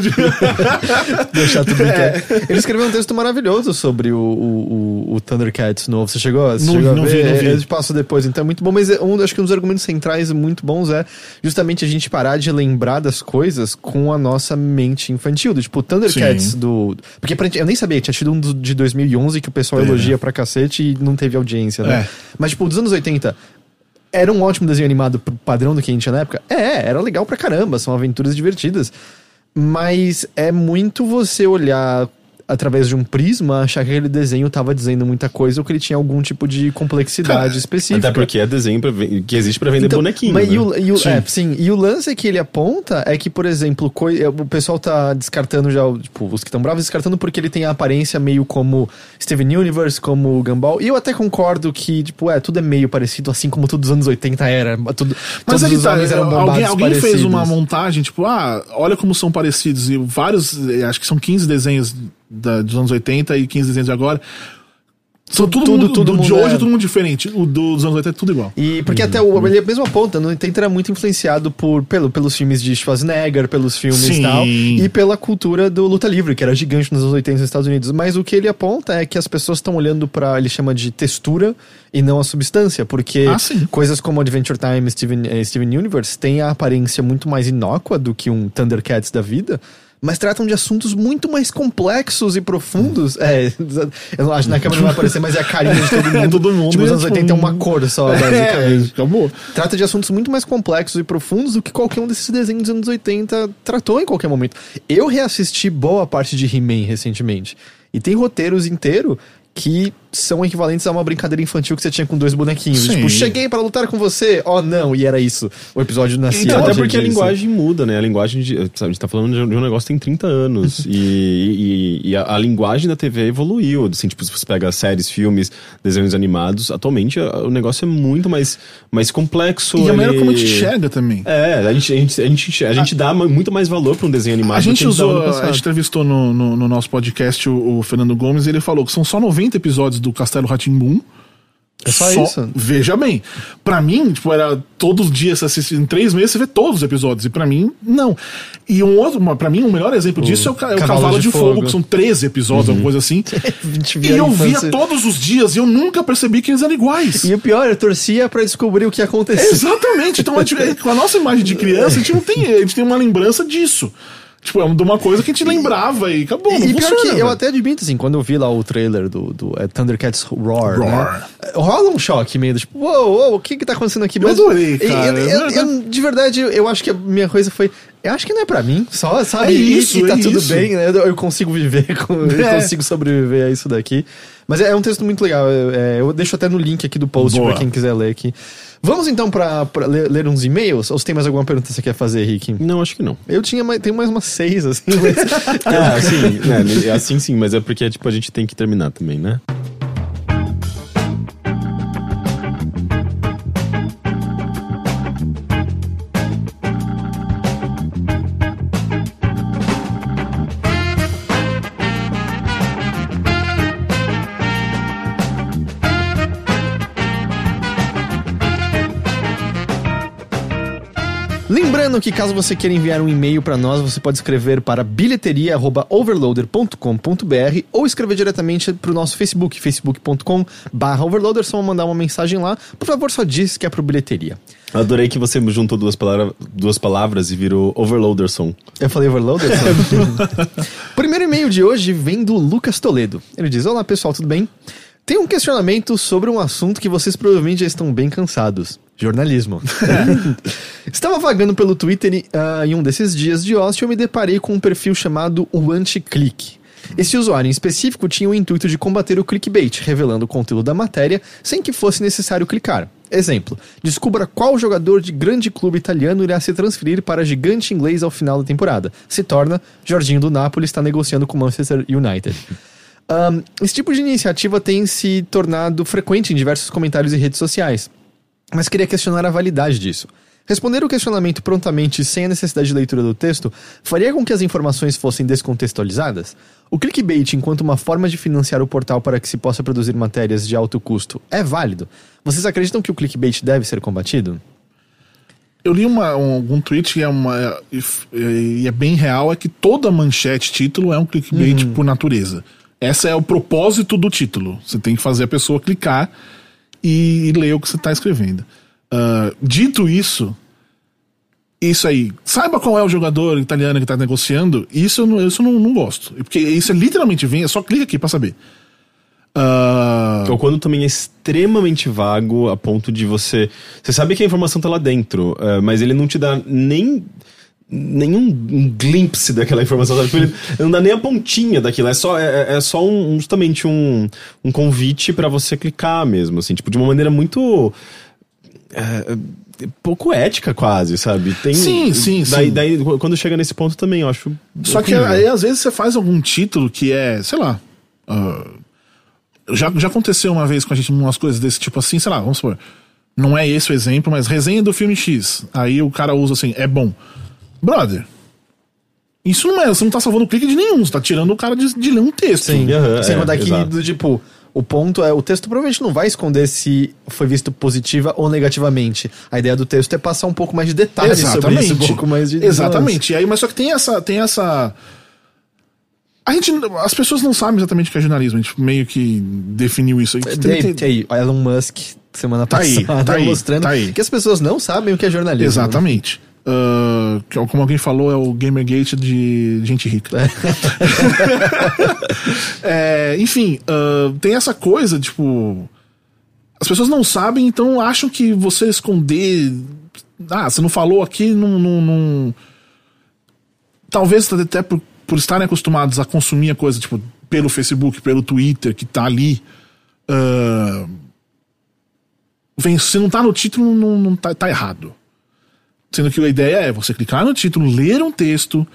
pra... Deixar tudo é. Ele escreveu um texto maravilhoso sobre o, o, o Thundercats novo. Você chegou, você não, chegou a não ver? Vi, não vi. Eu te passo depois, então é muito bom. Mas um, acho que um dos argumentos centrais muito bons é justamente a gente parar de lembrar das coisas com a nossa mente infantil. Do, tipo, o Thundercats Sim. do... Porque eu nem sabia, tinha tido um de dois mil e onze que o pessoal é. elogia pra cacete e não teve audiência, né? É. Mas, tipo, dos anos oitenta, era um ótimo desenho animado pro padrão do que a gente tinha na época? É, era legal pra caramba, são aventuras divertidas. Mas é muito você olhar através de um prisma, achar que aquele desenho tava dizendo muita coisa ou que ele tinha algum tipo de complexidade Cara, específica. Até porque é desenho pra, que existe pra vender então, bonequinho, mas né? e o, e o, sim. É, sim. E o lance que ele aponta é que, por exemplo, coi, o pessoal tá descartando já, tipo, os que estão bravos descartando porque ele tem a aparência meio como Steven Universe, como o Gumball. E eu até concordo que, tipo, é, tudo é meio parecido, assim como tudo dos anos oitenta era. Tudo, mas todos aí os tá, homens eram bombados alguém, alguém parecidos. fez uma montagem, tipo, ah, olha como são parecidos. E vários, acho que são quinze desenhos Da, dos anos oitenta e quinze desenhos de agora. São tudo, tudo, mundo, tudo do, mundo de hoje é. é todo mundo diferente. O dos anos oitenta é tudo igual. E porque uhum. até o, ele mesmo aponta, no oitenta era muito influenciado por, pelo, pelos filmes de Schwarzenegger, pelos filmes Sim. e tal, e pela cultura do luta livre, que era gigante nos anos oitenta nos Estados Unidos. Mas o que ele aponta é que as pessoas estão olhando pra, ele chama de textura e não a substância, porque ah, coisas como Adventure Time e Steven, eh, Steven Universe têm a aparência muito mais inócua do que um Thundercats da vida, mas tratam de assuntos muito mais complexos e profundos. É, eu acho que na câmera não vai aparecer, mas é a carinha de todo mundo. todo mundo. Tipo, os anos oitenta é uma cor só, basicamente. É, acabou. Trata de assuntos muito mais complexos e profundos do que qualquer um desses desenhos dos anos oitenta tratou em qualquer momento. Eu reassisti boa parte de He-Man recentemente. E tem roteiros inteiros que são equivalentes a uma brincadeira infantil que você tinha com dois bonequinhos. Sim. Tipo, cheguei para lutar com você, oh não, e era isso. O episódio nascia. Então, a até partir porque a disso. linguagem muda, né? A linguagem de. Sabe, a gente tá falando de um negócio que tem trinta anos. e e, e a, a linguagem da T V evoluiu. Assim, tipo, se você pega séries, filmes, desenhos animados, atualmente a, o negócio é muito mais, mais complexo. E a ele... maneira como a gente enxerga também. É, a gente, a gente, a gente, a gente dá muito mais valor pra um desenho animado. A gente do que usou, dava no a passado. gente entrevistou no, no, no nosso podcast o, o Fernando Gomes e ele falou que são só noventa episódios do Castelo Rá-Tim-Bum. É só isso? Veja bem, pra mim, tipo, era todos os dias, você assiste, em três meses você vê todos os episódios, e pra mim, não. E um outro, uma- pra mim, o melhor exemplo disso é o, ca- é o Cavalo Cavalo de de, Fogo, Fogo. que são treze episódios, alguma coisa assim. A gente E via a eu via infância. todos os dias e eu nunca percebi que eles eram iguais. E o pior, eu torcia pra descobrir o que ia acontecer. Exatamente, então a gente- com a nossa imagem de criança, a gente não tem, a gente tem uma lembrança disso. Tipo, é de uma coisa que a gente lembrava e acabou. E, não e pior funciona, que eu velho. até admito, assim, quando eu vi lá o trailer do, do é, Thundercats Roar, Roar. né? Rola um choque meio do tipo, uou, uou, o que que tá acontecendo aqui? Eu adorei, cara. eu- eu- eu- de verdade, eu acho que a minha coisa foi, eu acho que não é pra mim, só, sabe? É E- isso, e, tá é tudo isso. bem, né? Eu, eu consigo viver, com, eu É. consigo sobreviver a isso daqui. Mas é, é um texto muito legal, eu, é, eu deixo até no link aqui do post Boa. pra quem quiser ler aqui. Vamos então pra, pra ler, ler uns e-mails? Ou você tem mais alguma pergunta que você quer fazer, Rick? Não, acho que não. Eu tinha mais, tenho mais umas seis, assim, mas... Ah, sim, né, assim sim, mas é porque tipo, a gente tem que terminar também, né? Lembrando que caso você queira enviar um e-mail para nós, você pode escrever para bilheteria arroba overloader ponto com ponto br ou escrever diretamente para o nosso Facebook, facebook ponto com barra overloader, só mandar uma mensagem lá. Por favor, só diz que é pro bilheteria. Eu adorei que você juntou duas, palavra, duas palavras e virou Overloaderson. Eu falei overloader? O primeiro e-mail de hoje vem do Lucas Toledo. Ele diz, olá pessoal, tudo bem? Tem um questionamento sobre um assunto que vocês provavelmente já estão bem cansados. Jornalismo. Estava vagando pelo Twitter e, ah, em um desses dias de ócio eu me deparei com um perfil chamado o Anti-Click. Esse usuário em específico tinha o intuito de combater o clickbait, revelando o conteúdo da matéria sem que fosse necessário clicar. Exemplo, descubra qual jogador de grande clube italiano irá se transferir para gigante inglês ao final da temporada. Se torna, Jorginho do Napoli está negociando com Manchester United. Um, esse tipo de iniciativa tem se tornado frequente em diversos comentários e redes sociais, mas queria questionar a validade disso. Responder o questionamento prontamente sem a necessidade de leitura do texto faria com que as informações fossem descontextualizadas? O clickbait, enquanto uma forma de financiar o portal para que se possa produzir matérias de alto custo, é válido? Vocês acreditam que o clickbait deve ser combatido? Eu li uma, um, algum tweet que é, uma, e é bem real, é que toda manchete, título, é um clickbait por natureza. Esse é o propósito do título. Você tem que fazer a pessoa clicar e, e ler o que você está escrevendo. Uh, dito isso, isso aí, saiba qual é o jogador italiano que está negociando, isso eu, não, isso eu não, não gosto. Porque isso é literalmente vem, é só clica aqui para saber. Uh... Ou quando também é extremamente vago a ponto de você... Você sabe que a informação tá lá dentro, uh, mas ele não te dá nem... nenhum um glimpse daquela informação, sabe? Ele não dá nem a pontinha daquilo, é só, é, é só um, justamente um, um convite pra você clicar mesmo, assim, tipo, de uma maneira muito... É, pouco ética quase, sabe? Tem, sim, sim, daí, sim. Daí, quando chega nesse ponto também, eu acho... Só que horrível. aí, às vezes, você faz algum título que é, sei lá... Uh, já, já aconteceu uma vez com a gente umas coisas desse tipo assim, sei lá, vamos supor... Não é esse o exemplo, mas resenha do filme X. Aí o cara usa assim, é bom. Brother, isso não é, você não tá salvando o clique de nenhum, você tá tirando o cara de, de ler um texto. Sim, Uhum, sem é, contar que, exato. do tipo, o ponto é, o texto provavelmente não vai esconder se foi visto positiva ou negativamente. A ideia do texto é passar um pouco mais de detalhes sobre isso, um pouco mais de Exatamente. E aí, mas só que tem essa, tem essa... A gente, as pessoas não sabem exatamente o que é jornalismo, a gente meio que definiu isso. nuances. Tem, Tem, tem- tem aí, Elon Musk, semana Tá aí, passada, tá aí, mostrando tá aí. que as pessoas não sabem o que é jornalismo. Exatamente. Uh, que, como alguém falou, é o Gamergate de gente rica. É, enfim, uh, tem essa coisa, tipo... As pessoas não sabem, então acham que você esconder... Ah, você não falou aqui, não... não, não... Talvez até por, por estarem acostumados a consumir a coisa, tipo, pelo Facebook, pelo Twitter, que tá ali... Uh, vem, se não tá no título, não, não tá, tá errado. Sendo que a ideia é você clicar no título, ler um texto,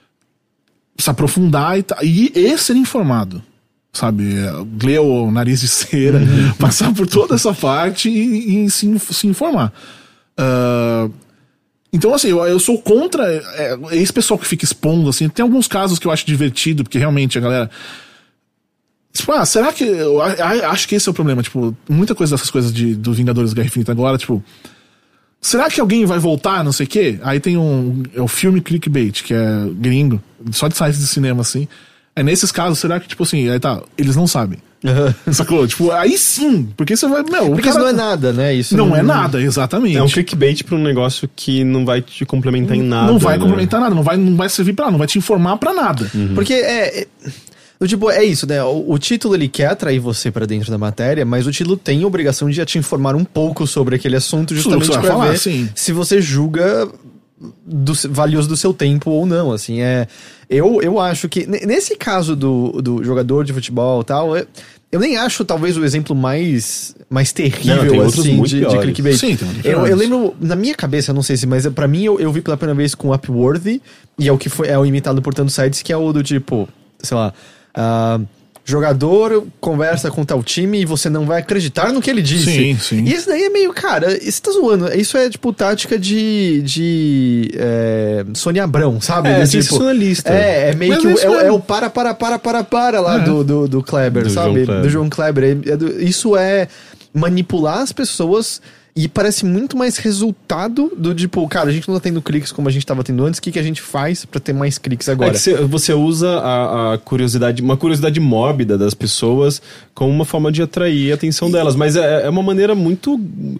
se aprofundar e, tá, e, e ser informado. Sabe? Ler o nariz de cera, uhum. passar por toda essa parte e, e se, se informar. Uh, então, assim, eu, eu sou contra é, esse pessoal que fica expondo, assim. Tem alguns casos que eu acho divertido, porque realmente a galera. Tipo, ah, será que. Eu acho que esse é o problema. Tipo, muita coisa dessas coisas de, do Vingadores Guerra Infinita agora, tipo. Será que alguém vai voltar, não sei o quê? Aí tem um. É o filme Clickbait, que é gringo, só de sites de cinema, assim. Aí nesses casos, será que, tipo assim, aí tá, eles não sabem. Uhum. Sacou? Tipo, aí sim, porque você vai. Meu, porque cara, isso não é nada, né? Isso não, não é nada, exatamente. É um clickbait pra um negócio que não vai te complementar em nada. Não vai né? complementar nada, não vai, não vai servir pra nada, não vai te informar pra nada. Uhum. Porque é. é... Tipo, é isso, né? O, o título, ele quer atrair você pra dentro da matéria, mas o título tem a obrigação de te informar um pouco sobre aquele assunto, justamente pra falar, ver sim. se você julga do, valioso do seu tempo ou não, assim, é... Eu, eu acho que, nesse caso do, do jogador de futebol e tal, eu, eu nem acho, talvez, o exemplo mais, mais terrível, não, assim, de, de clickbait. Sim, eu, eu lembro, na minha cabeça, eu não sei se, mas pra mim, eu, eu vi pela primeira vez com Upworthy, e é o que foi, é o imitado por tantos sites, que é o do tipo, sei lá... Uh, jogador conversa com tal time e você não vai acreditar no que ele disse. Sim, sim. E isso daí é meio, cara, isso tá zoando. Isso é tipo tática de, de é, Sônia Abrão, sabe? É, tipo, sensacionalista. É, é meio Mas que o, é, é o para, para, para, para, para lá é. do, do, do Kleber, do sabe? João Kleber. Do João Kleber. É do, isso é manipular as pessoas. E parece muito mais resultado do tipo, cara, a gente não tá tendo cliques como a gente tava tendo antes, o que, que a gente faz pra ter mais cliques agora? É que você usa a, a curiosidade, uma curiosidade mórbida das pessoas como uma forma de atrair a atenção e... delas, mas é, é uma maneira muito...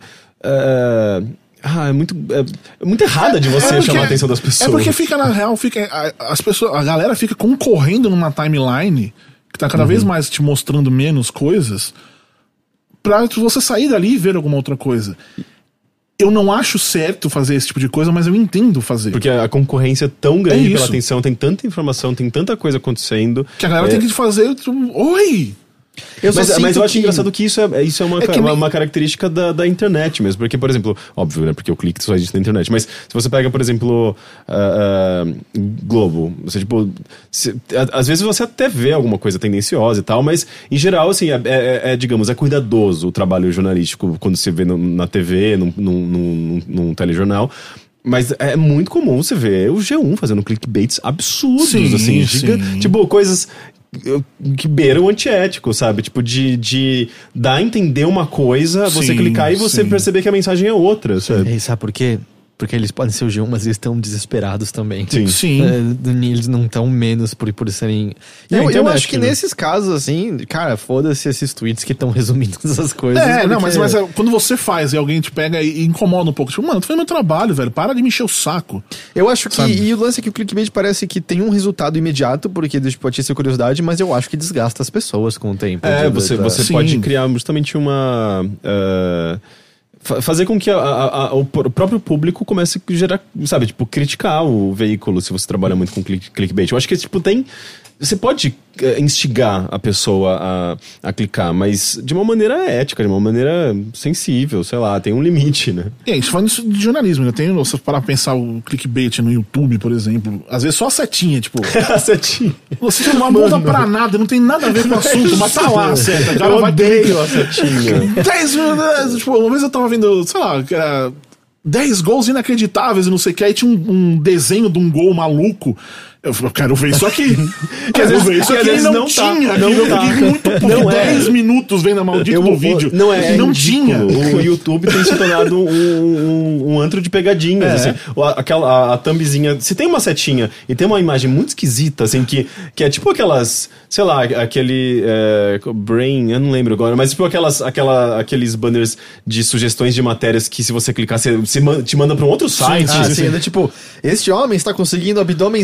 É... Ah, é muito, é, é muito errada de você é porque, chamar a atenção das pessoas. É porque fica, na real, fica, a, as pessoas, a galera fica concorrendo numa timeline que tá cada uhum. vez mais te mostrando menos coisas pra você sair dali e ver alguma outra coisa. Eu não acho certo fazer esse tipo de coisa, mas eu entendo fazer. Porque a concorrência é tão grande é pela atenção, tem tanta informação, tem tanta coisa acontecendo. Que a galera é... tem que fazer, tipo, oi... Eu mas, mas eu acho que... engraçado que isso é, isso é, uma, é uma, me... uma característica da, da internet mesmo. Porque, por exemplo, óbvio, né? Porque o clique só existe na internet. Mas se você pega, por exemplo, uh, uh, Globo, você, tipo, se, a, às vezes você até vê alguma coisa tendenciosa e tal, mas em geral, assim, é, é, é digamos, é cuidadoso o trabalho jornalístico quando você vê no, na T V, num, num, num, num telejornal. Mas é muito comum você ver o G um fazendo clickbaits absurdos, sim, assim, giga, tipo, coisas que beiram o antiético, sabe? Tipo, de, de dar a entender uma coisa, sim, você clicar e você sim. perceber que a mensagem é outra, sabe? E sabe por quê? Porque eles podem ser o G um, mas eles estão desesperados também. Sim. Sim. É, eles não estão menos por, por serem... É, eu, eu acho que né? nesses casos, assim, cara, foda-se esses tweets que estão resumindo essas coisas. É, porque... não, mas, mas é, quando você faz e alguém te pega e, e incomoda um pouco, tipo, mano, tu fez meu trabalho, velho, para de me encher o saco. Eu acho que... Sabe? E o lance é que o clickbait parece que tem um resultado imediato, porque tipo, atiça a curiosidade, mas eu acho que desgasta as pessoas com o tempo. É, de, você, da... você pode criar justamente uma... Uh... fazer com que a, a, a, o próprio público comece a gerar, sabe, tipo, criticar o veículo se você trabalha muito com click, clickbait. Eu acho que, tipo, tem... Você pode instigar a pessoa a, a clicar, mas de uma maneira ética, de uma maneira sensível, sei lá, tem um limite, né? É, a gente falando isso de jornalismo, eu tenho, se você parar pra pensar o clickbait no YouTube, por exemplo, às vezes só a setinha, tipo... a setinha. Você não aponta pra nada, não tem nada a ver com o assunto, mas tá lá a seta. Eu odeio vai... a setinha. dez minutos, tipo, uma vez eu tava vendo, sei lá, que era dez gols inacreditáveis e não sei o que, aí tinha um, um desenho de um gol maluco. Eu falei, eu quero ver isso aqui. Quero ver isso aqui. E não, não tinha. Tá, não eu tá. fiquei muito por dez é. minutos vendo a maldita eu, do vídeo. Não é. Não é tinha. O YouTube tem se tornado um, um, um antro de pegadinhas. É. Assim. Aquela, a, a thumbzinha. Se tem uma setinha e tem uma imagem muito esquisita, assim, que, que é tipo aquelas. Sei lá, aquele. É, Brain, eu não lembro agora, mas tipo aquelas, aquela, aqueles banners de sugestões de matérias que se você clicar, você, você te manda pra um outro site. Sim, ah, sim, é tipo, este homem está conseguindo abdômenes incríveis.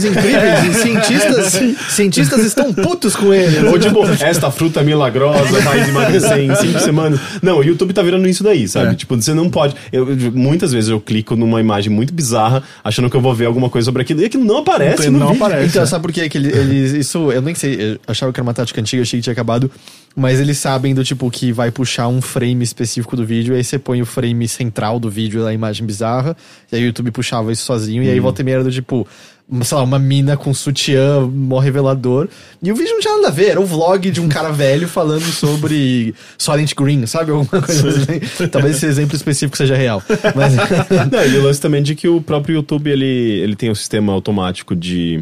É, cientistas, cientistas estão putos com ele. Ou tipo, esta fruta milagrosa vai emagrecer em cinco semanas. Não, o YouTube tá virando isso daí, sabe? É. Tipo, você não pode... Eu, muitas vezes eu clico numa imagem muito bizarra, achando que eu vou ver alguma coisa sobre aquilo, e aquilo não aparece Não, no não vídeo. aparece. Então, é. sabe por quê? Que ele- eles... Isso, eu nem sei, eu achava que era uma tática antiga, eu achei que tinha acabado. Mas eles sabem do tipo que vai puxar um frame específico do vídeo, e aí você põe o frame central do vídeo da imagem bizarra, e aí o YouTube puxava isso sozinho, e aí volta e meia era do tipo, uma- sei lá, uma mina com sutiã mó revelador, e o vídeo não tinha nada a ver, era um vlog de um cara velho falando sobre Silent Green, sabe? Alguma coisa assim. Talvez esse exemplo específico seja real. Mas... Não, e o lance também de que o próprio YouTube, ele, ele tem um sistema automático de...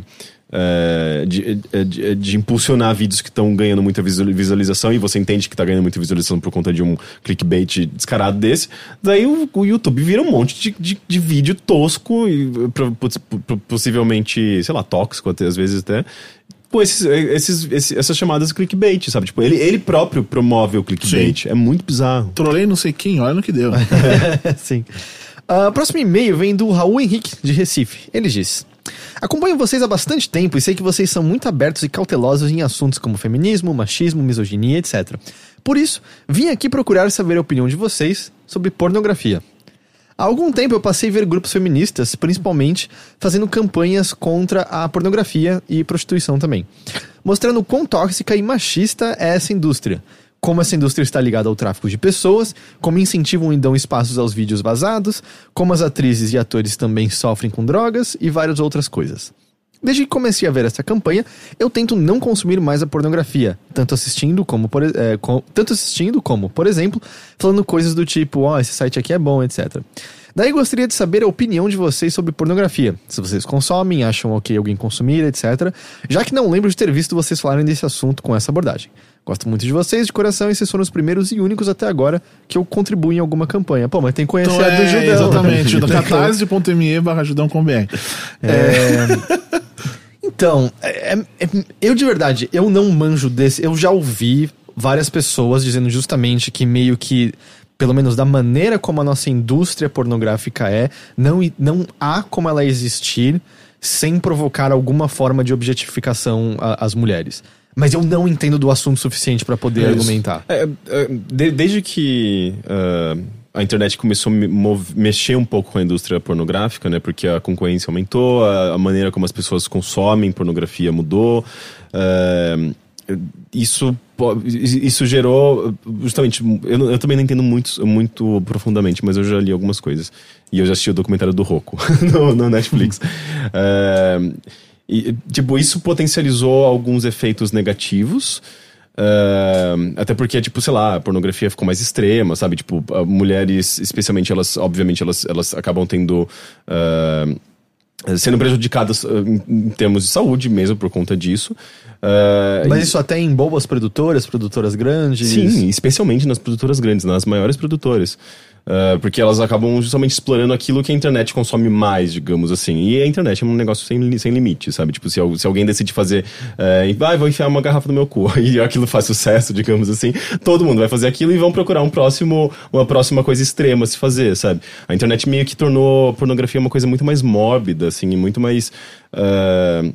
é, de, de, de impulsionar vídeos que estão ganhando muita visualização, e você entende que tá ganhando muita visualização por conta de um clickbait descarado desse. Daí o, o YouTube vira um monte de, de, de vídeo tosco e pro- pro- possivelmente, sei lá, tóxico até, às vezes até. Pô, esses, esses, esses- essas chamadas clickbait, sabe? Tipo, ele, ele próprio promove o clickbait. Sim. É muito bizarro. Trolei não sei quem, olha no que deu. Sim. Uh, próximo e-mail vem do Raul Henrique, de Recife. Ele diz: acompanho vocês há bastante tempo e sei que vocês são muito abertos e cautelosos em assuntos como feminismo, machismo, misoginia, etcétera. Por isso, vim aqui procurar saber a opinião de vocês sobre pornografia. Há algum tempo eu passei a ver grupos feministas, principalmente, fazendo campanhas contra a pornografia e prostituição também, mostrando o quão tóxica e machista é essa indústria, como essa indústria está ligada ao tráfico de pessoas, como incentivam e dão espaços aos vídeos vazados, como as atrizes e atores também sofrem com drogas e várias outras coisas. Desde que comecei a ver essa campanha, eu tento não consumir mais a pornografia, tanto assistindo como, por, é, com, tanto assistindo como, por exemplo, falando coisas do tipo, ó, oh, esse site aqui é bom, etcétera. Daí gostaria de saber a opinião de vocês sobre pornografia, se vocês consomem, acham ok alguém consumir, etcétera, já que não lembro de ter visto vocês falarem desse assunto com essa abordagem. Gosto muito de vocês, de coração, e vocês foram os primeiros e únicos até agora que eu contribuo em alguma campanha. Pô, mas tem que conhecer Então, a do é, Judão. exatamente, do Então, catarse.me barra Judão com B R. É... Então, é- é- eu de verdade, eu não manjo desse. Eu já ouvi várias pessoas dizendo justamente que meio que, pelo menos da maneira como a nossa indústria pornográfica é, não, não há como ela existir sem provocar alguma forma de objetificação a- às mulheres. Mas eu não entendo do assunto suficiente pra poder É isso. argumentar. É, é, de- desde que ah, a internet começou a me mov- mexer um pouco com a indústria pornográfica, né? Porque a concorrência aumentou, a, a maneira como as pessoas consomem pornografia mudou. ah, isso, po- isso gerou justamente... Eu, não- eu também não entendo muito, muito profundamente, mas eu já li algumas coisas. E eu já assisti o documentário do Rocco no, no Netflix. Ah, e, tipo, isso potencializou alguns efeitos negativos. Uh, até porque, tipo, sei lá, a pornografia ficou mais extrema, sabe? Tipo, uh, mulheres, especialmente, elas, obviamente, elas, elas acabam tendo... Uh, sendo prejudicadas uh, em, em termos de saúde mesmo por conta disso. Uh, Mas e- isso até em boas produtoras, produtoras grandes. Sim, especialmente nas produtoras grandes, nas maiores produtoras. Uh, porque elas acabam justamente explorando aquilo que a internet consome mais, digamos assim. E a internet é um negócio sem, li- sem limite, sabe? Tipo, se, al- se alguém decide fazer... Uh, ah, vou enfiar uma garrafa no meu cu e aquilo faz sucesso, digamos assim, todo mundo vai fazer aquilo e vão procurar um próximo, uma próxima coisa extrema a se fazer, sabe? A internet meio que tornou a pornografia uma coisa muito mais mórbida, assim, e muito mais... Uh,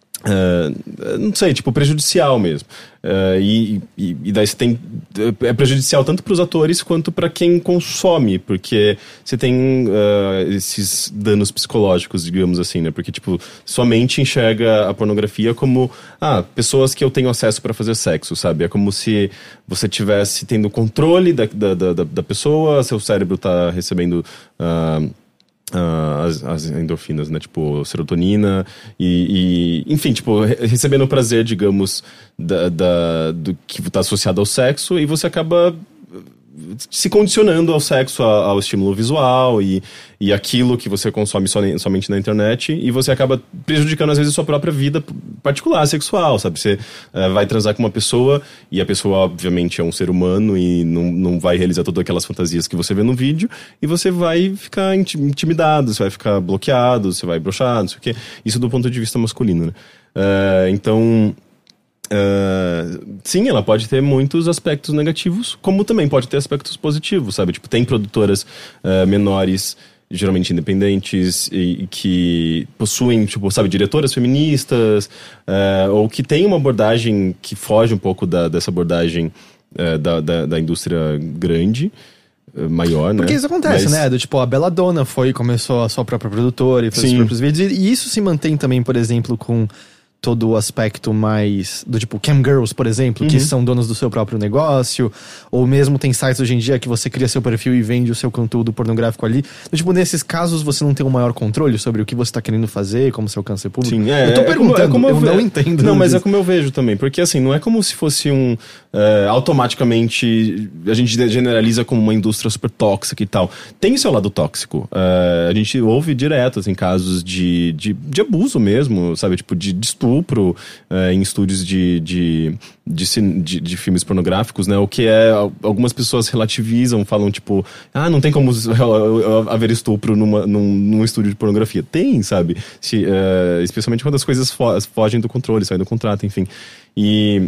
Uh, não sei, tipo, prejudicial mesmo. Uh, e, e, e daí você tem. É prejudicial tanto para os atores quanto para quem consome, porque você tem uh, esses danos psicológicos, digamos assim, né? Porque, tipo, sua mente enxerga a pornografia como ah, pessoas que eu tenho acesso para fazer sexo, sabe? É como se você tivesse tendo controle da, da, da, da pessoa, seu cérebro tá recebendo. Uh, Uh, as, as endorfinas, né? Tipo, serotonina e, e enfim, tipo, re- recebendo o prazer, digamos, da, da- do que está associado ao sexo, e você acaba se condicionando ao sexo, a- ao estímulo visual e, e aquilo que você consome só, somente na internet, e você acaba prejudicando, às vezes, a sua própria vida particular, sexual, sabe? Você eh, vai transar com uma pessoa e a pessoa, obviamente, é um ser humano e não, não vai realizar todas aquelas fantasias que você vê no vídeo, e você vai ficar inti- intimidado, você vai ficar bloqueado, você vai broxar, não sei o quê. Isso do ponto de vista masculino, né? Eh, então... Uh, sim, ela pode ter muitos aspectos negativos, como também pode ter aspectos positivos, sabe? Tipo, tem produtoras uh, menores geralmente independentes, e, e que possuem, tipo, sabe, diretoras feministas, é, ou que tem uma abordagem que foge um pouco da, dessa abordagem é, da, da, da indústria grande, é, maior, né? Porque isso acontece, Mas... né? Do tipo, a Belladonna foi, começou a sua própria produtora e fez Sim. os próprios vídeos, e, e isso se mantém também, por exemplo, com todo o aspecto mais do tipo cam girls, por exemplo, Uhum. que são donas do seu próprio negócio, ou mesmo tem sites hoje em dia que você cria seu perfil e vende o seu conteúdo pornográfico ali. Do tipo, nesses casos você não tem um maior controle sobre o que você tá querendo fazer, como seu alcance público. Sim, é, eu tô é perguntando, como, é como eu, eu, não ve- entendo. Não, mas é disso. como eu vejo também, porque assim, não é como se fosse um... é, automaticamente, a gente generaliza como uma indústria super tóxica e tal. Tem o seu lado tóxico. É, a gente ouve direto, assim, casos de, de, de abuso mesmo, sabe? Tipo, de, de estupro é, em estúdios de, de, de, cin- de, de filmes pornográficos, né? O que é... Algumas pessoas relativizam, falam, tipo... Ah, não tem como haver estupro numa, num, num estúdio de pornografia. Tem, sabe? Se, é, especialmente quando as coisas fo- fogem do controle, saem do contrato, enfim. E...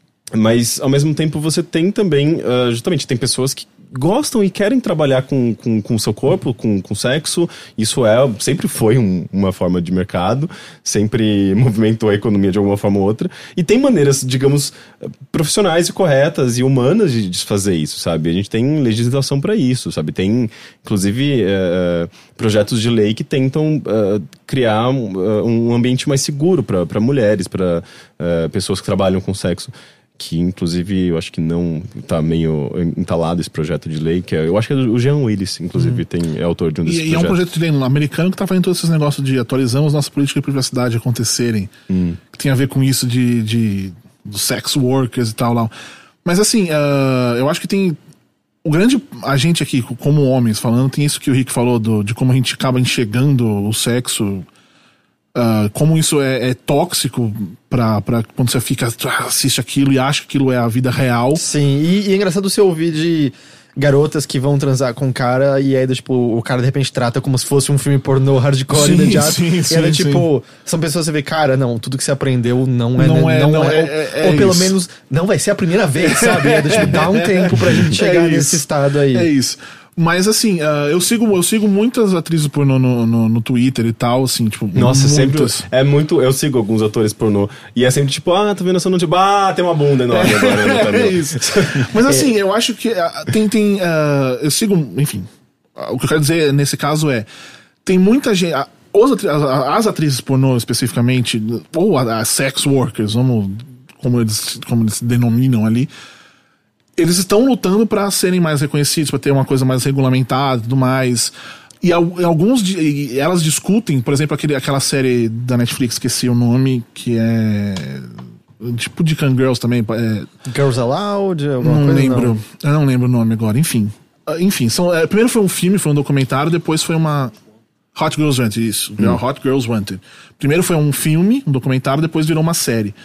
Mas, ao mesmo tempo, você tem também... Uh, justamente, tem pessoas que gostam e querem trabalhar com com, com o seu corpo, com, com sexo. Isso é, sempre foi um, uma forma de mercado. Sempre movimentou a economia de alguma forma ou outra. E tem maneiras, digamos, profissionais e corretas e humanas de, de fazer isso, sabe? A gente tem legislação para isso, sabe? Tem, inclusive, uh, projetos de lei que tentam uh, criar um, um ambiente mais seguro para mulheres, para uh, pessoas que trabalham com sexo. Que, inclusive, eu acho que não tá meio entalado esse projeto de lei, que é, eu acho que é o Jean Willis, inclusive, hum. tem, é autor de um desses e, projetos. E é um projeto de lei americano que tá fazendo todos esses negócios de atualizamos nossa política de privacidade acontecerem, hum. que tem a ver com isso de, de dos sex workers e tal lá. Mas assim, uh, eu acho que tem o grande, a gente aqui, como homens falando, tem isso que o Rick falou do, de como a gente acaba enxergando o sexo. Uh, como isso é, é tóxico pra, pra quando você fica, assiste aquilo e acha que aquilo é a vida real. Sim, e, e é engraçado você ouvir de garotas que vão transar com um cara e aí, tipo, o cara de repente trata como se fosse um filme pornô hardcore sim, imediato. Sim, e sim, ela, sim. tipo, são pessoas que você vê, cara, não, tudo que você aprendeu não é, não né, é, não, não é, é, ou, é, é ou pelo isso. menos não vai ser a primeira vez, sabe? É, tipo, dá um tempo pra gente chegar é nesse estado aí. É isso. Mas assim, uh, eu sigo eu sigo muitas atrizes pornô no, no, no Twitter e tal, assim, tipo, Nossa, muitas. sempre é muito. Eu sigo alguns atores pornô. E é sempre tipo, ah, tô vendo essa não, tipo, ah, tem uma bunda enorme agora. Né, é isso. Mas assim, eu acho que uh, tem. tem uh, eu sigo, enfim. Uh, o que eu quero dizer nesse caso é. Tem muita gente. Uh, os atri- as, as atrizes pornô especificamente, ou as sex workers, vamos, como, eles, como eles denominam ali. Eles estão lutando para serem mais reconhecidos, para ter uma coisa mais regulamentada e tudo mais. E alguns e elas discutem, por exemplo, aquele, aquela série da Netflix, esqueci o nome, que é tipo de Cam Girls também. É, Girls Aloud? Alguma não coisa, lembro. não. Eu não lembro o nome agora. Enfim. Enfim, são, é, primeiro foi um filme, foi um documentário, depois foi uma. Hot Girls Wanted, isso. Hum. Hot Girls Wanted. Primeiro foi um filme, um documentário, depois virou uma série.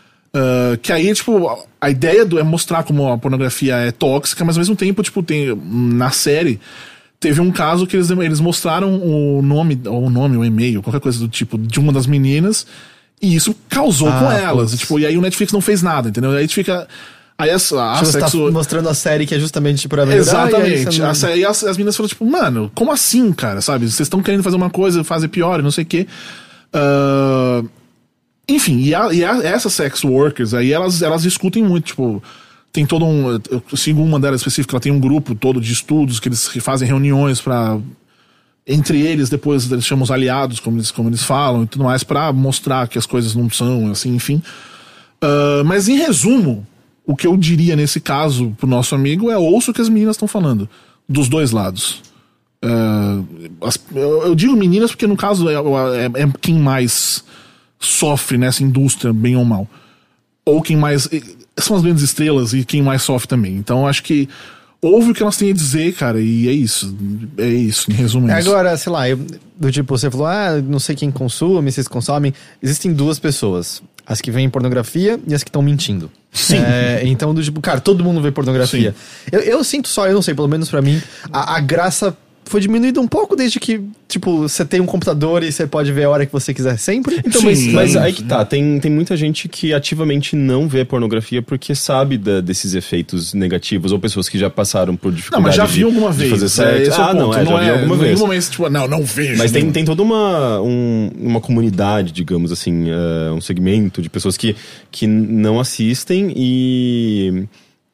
Uh, que aí, tipo, a ideia do, é mostrar como a pornografia é tóxica, mas ao mesmo tempo, tipo, tem, na série, teve um caso que eles, eles mostraram o nome, ou o nome, o e-mail, qualquer coisa do tipo, de uma das meninas, e isso causou ah, com elas. putz. Tipo, e aí o Netflix não fez nada, entendeu? Aí a gente fica. Aí a, a tipo, você sexo... tá mostrando a série que é justamente pra melhorar. Exatamente. E aí, a série, e as, as meninas falam, tipo, mano, como assim, cara? Sabe? Vocês estão querendo fazer uma coisa, fazer pior e não sei o quê. Uh... Enfim, e, a, e a, essas sex workers aí, elas, elas discutem muito, tipo, tem todo um, eu sigo uma delas específica, ela tem um grupo todo de estudos que eles fazem reuniões pra, entre eles, depois eles chamam os aliados, como eles, como eles falam e tudo mais, pra mostrar que as coisas não são, assim, enfim. Uh, mas em resumo, o que eu diria nesse caso pro nosso amigo é ouça o que as meninas estão falando, dos dois lados. Uh, as, eu, eu digo meninas porque no caso é, é, é quem mais sofre nessa indústria, bem ou mal. Ou quem mais... São as grandes estrelas e quem mais sofre também. Então acho que ouve o que elas têm a dizer, cara, e é isso. É isso, em resumo é isso. Agora, sei lá, eu, do tipo, você falou, ah, não sei quem consome, vocês consomem. Existem duas pessoas. As que veem pornografia e as que estão mentindo. Sim. É, então, do tipo, cara, todo mundo vê pornografia. Eu, eu sinto só, eu não sei, pelo menos pra mim, a, a graça foi diminuído um pouco desde que, tipo, você tem um computador e você pode ver a hora que você quiser sempre. Então, Sim, mas, mas sim. aí que tá, tem, tem muita gente que ativamente não vê pornografia porque sabe da- desses efeitos negativos, ou pessoas que já passaram por Não, dificuldade mas já de, viu alguma de vez. fazer é, sexo. esse é o Ah, não, ponto. é, já vi alguma em vez. nenhum momento, tipo, não, não vejo. Mas tem, não. tem toda uma, um- uma comunidade, digamos assim, eh, um segmento de pessoas que, que não assistem e,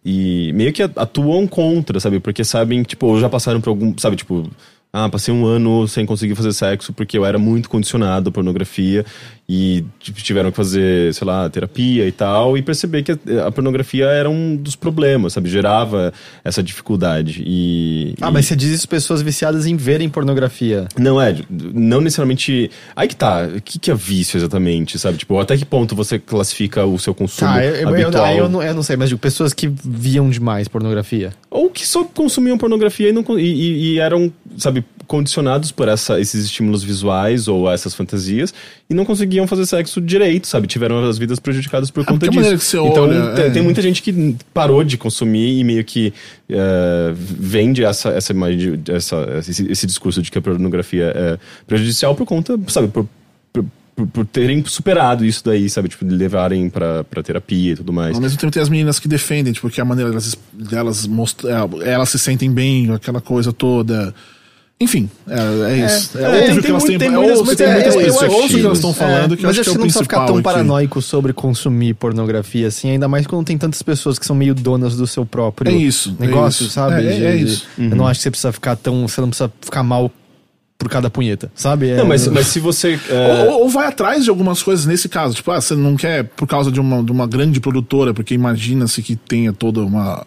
e meio que atuam contra, sabe? Porque sabem, tipo, ou já passaram por algum, sabe, tipo... Ah, passei um ano sem conseguir fazer sexo porque eu era muito condicionado à pornografia e tipo, tiveram que fazer, sei lá, terapia e tal, e perceber que a, a pornografia era um dos problemas, sabe? Gerava essa dificuldade. E, Ah, e... mas você diz isso pessoas viciadas em verem pornografia. Não é, não necessariamente. Aí que tá, o que, que é vício exatamente, sabe? Tipo, até que ponto você classifica o seu consumo Tá, eu, eu, habitual? eu, eu, não, eu não sei, mas digo, pessoas que viam demais pornografia. Ou que só consumiam pornografia e, não, con- e, e- e eram, sabe, condicionados por essa, esses estímulos visuais ou essas fantasias e não conseguiam fazer sexo direito, sabe? Tiveram as vidas prejudicadas por Ah, conta porque a disso. maneira que você Então, olha, tem, é. tem muita gente que parou de consumir e meio que eh, vende essa, essa imagem, de- essa, esse, esse discurso de que a pornografia é prejudicial por conta, sabe, por, por, por- por terem superado isso daí, sabe? Tipo, de levarem pra, pra terapia e tudo mais. Ao mesmo tempo tem as meninas que defendem, tipo, que a maneira delas, delas mostrar, elas se sentem bem, aquela coisa toda. Enfim, é, é isso. É, é, óbvio tem- que tem elas muito- têm. tem É muitas- óbvio mas tem é- muitas eu- eu pessoas. acho Eu ouço o que elas estão É, falando, que eu mas acho que é o você não precisa principal ficar tão aqui. paranoico sobre consumir pornografia, assim, ainda mais quando tem tantas pessoas que são meio donas do seu próprio É isso, é negócio, isso. sabe? É, é, De- é de- isso. Eu não acho que você precisa ficar tão. Você não precisa ficar mal por cada punheta, sabe? É- Não, mas, mas se você... eh, Ou, ou vai atrás de algumas coisas nesse caso. Tipo, ah, você não quer por causa de uma, de uma grande produtora, porque imagina-se que tenha toda uma.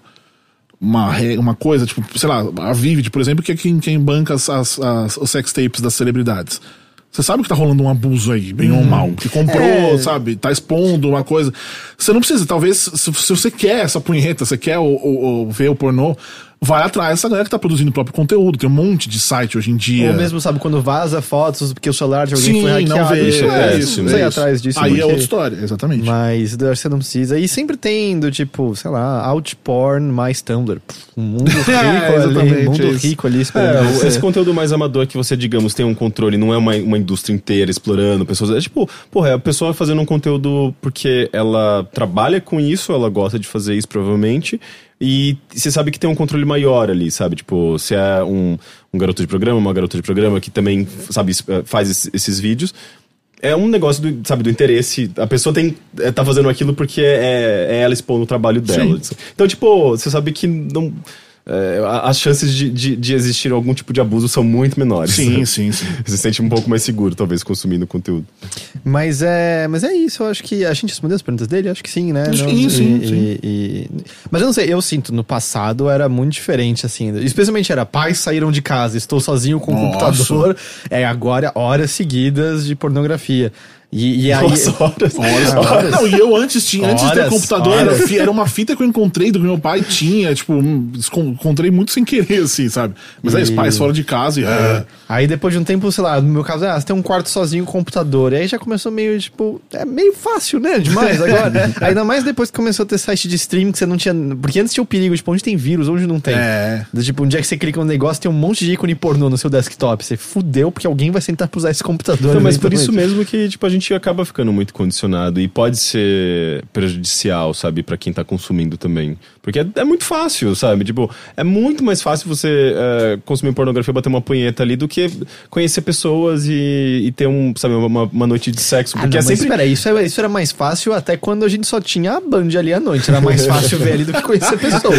Uma, re- uma coisa, tipo, sei lá, a Vivid, por exemplo, que é quem, quem banca as, as, as- os sex tapes das celebridades. Você sabe que tá rolando um abuso aí, bem ou mal. Que comprou, É. sabe? Tá expondo uma coisa. Você não precisa, talvez, se, se você quer essa punheta, você quer o, o- o- ver o pornô, vai atrás dessa galera que tá produzindo o próprio conteúdo. Tem um monte de site hoje em dia. Ou mesmo, sabe, quando vaza fotos porque o celular de alguém Sim, foi hackeado. não vê. isso é é péssimo, isso, não é sei isso. atrás disso. Aí é porque- outra história, exatamente. Mas eu acho que você não precisa. E sempre tem do tipo, sei lá, outporn mais Tumblr. Pff, Um mundo rico ali, exatamente, um mundo isso. rico ali É, esperando o- você. esse conteúdo mais amador que você, digamos, tem um controle, não é uma, uma indústria inteira explorando pessoas. É tipo, porra, é a pessoa fazendo um conteúdo porque ela trabalha com isso, ela gosta de fazer isso provavelmente, e você sabe que tem um controle maior ali, sabe? Tipo, se é um, um garoto de programa, uma garota de programa que também, sabe, es- faz es- esses vídeos. É um negócio, do, sabe, do interesse. A pessoa tem, é, tá fazendo aquilo porque é, é ela expondo o trabalho dela. Então, tipo, você sabe que não... é, a- as chances de, de, de existir algum tipo de abuso são muito menores. Sim, sim, sim. Você se sente um pouco mais seguro, talvez, consumindo conteúdo. Mas é, mas é isso, eu acho que a gente respondeu as perguntas dele, acho que sim, né? Sim, Não- sim, e- sim. e- e- Mas eu não sei, eu sinto, no passado era muito diferente, assim. Especialmente era pais saíram de casa, estou sozinho com o Nossa. computador. É agora horas seguidas de pornorgrafia. E, e aí. Nossa, horas. Horas, Ah, horas. Não, e eu antes tinha, antes de ter Horas, computador, horas. era, fi- era uma fita que eu encontrei do que meu pai tinha, tipo, hum, escon- encontrei muito sem querer, assim, sabe? Mas aí os E- pais fora de casa e. ah, Aí depois de um tempo, sei lá, no meu caso, ah, você tem um quarto sozinho com computador. E aí já começou meio, tipo, é meio fácil, né? Demais agora. Ainda mais depois que começou a ter site de streaming que você não tinha. Porque antes tinha o perigo, tipo, onde tem vírus, onde não tem. É. Do tipo, um dia que você clica no negócio, tem um monte de ícone pornô no seu desktop. Você fudeu porque alguém vai sentar pra usar esse computador. Então, mas por eventualmente. isso mesmo que, tipo, a gente acaba ficando muito condicionado e pode ser prejudicial, sabe, pra quem tá consumindo também. Porque é, é muito fácil, sabe? Tipo, é muito mais fácil você é, consumir pornografia, bater uma punheta ali, do que conhecer pessoas e, e ter um, sabe, uma, uma noite de sexo. Ah, Porque não, é mas sempre... peraí, isso, é- isso era mais fácil até quando a gente só tinha a Band ali à noite. Era mais fácil ver ali do que conhecer pessoas.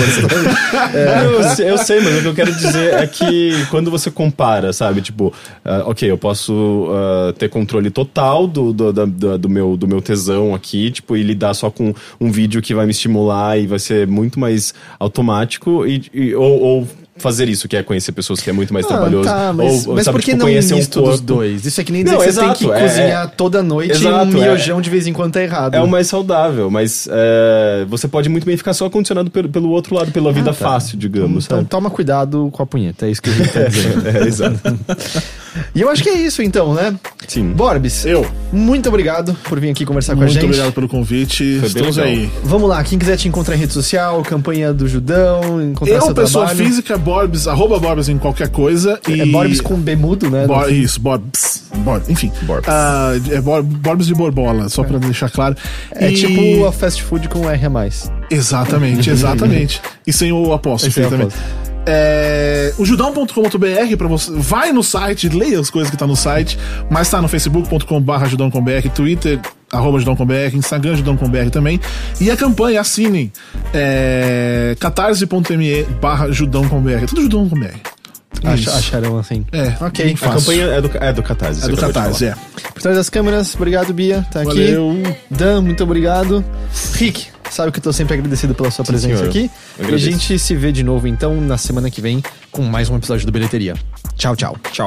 É, eu, sei- eu sei, mas o que eu quero dizer é que quando você compara, sabe? Tipo, ah, ok, eu posso ah, ter controle total do, do, da- da- do, meu, do meu tesão aqui, tipo, e lidar só com um vídeo que vai me estimular e vai ser muito mais automático, e, e- ou, ou fazer isso, que é conhecer pessoas, que é muito mais Ah, trabalhoso. tá, mas, ou, mas sabe, por que tipo, não um conhecer misto corpo. dos dois? Isso é que nem dizer Não, que exato, você tem que é- cozinhar toda noite e exato, um miojão de vez em quando tá errado. É o mais saudável, mas é, você pode muito bem ficar só condicionado pelo, pelo outro lado, pela vida Ah, tá. fácil, digamos, Então sabe? toma cuidado com a punheta, é isso que a gente tá dizendo. É, exato. E eu acho que é isso então, né? Sim. Borbs, Eu. muito obrigado por vir aqui conversar com a Muito gente. obrigado pelo convite. Foi bem Estamos legal. aí. Vamos lá, quem quiser te encontrar em rede social, campanha do Judão, encontrar Eu, seu pessoa trabalho. física, Borbs, arroba Borbs em qualquer coisa. E... É Borbs com B mudo, né? Bor- isso, Borbs. Bor- enfim. Borbs. Ah, é Bor- Borbs de Borbola, só pra deixar claro. É E- tipo a fast food com R a mais. Exatamente, exatamente. E sem o apóstrofe Sem o também. apóstrofe. É, o judão ponto com ponto b r para você. Vai no site, leia as coisas que tá no site, mas tá no facebook ponto com barra judão com b r, Twitter, arroba judão com b r, Instagram judão com b r também. E a campanha, assinem. É, catarse ponto m e barra judão com b r. Tudo judão com b r. Ach, Isso. acharam assim. É, Ok. bem A fácil. campanha é do, é do Catarse. É você do acabou de Catarse, falar. é. Por trás das câmeras, obrigado, Bia. Tá aqui. Valeu. Dan, muito obrigado. Rick, sabe que eu tô sempre agradecido pela sua Sim, presença senhor. aqui. Eu E a agradeço. gente se vê de novo, então, na semana que vem, com mais um episódio do Bilheteria. Tchau, tchau. Tchau.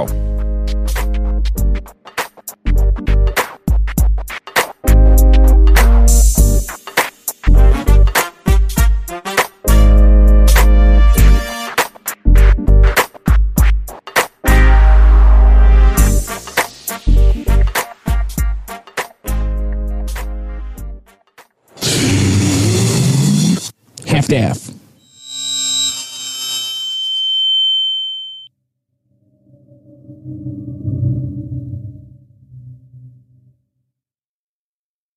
Half-Death.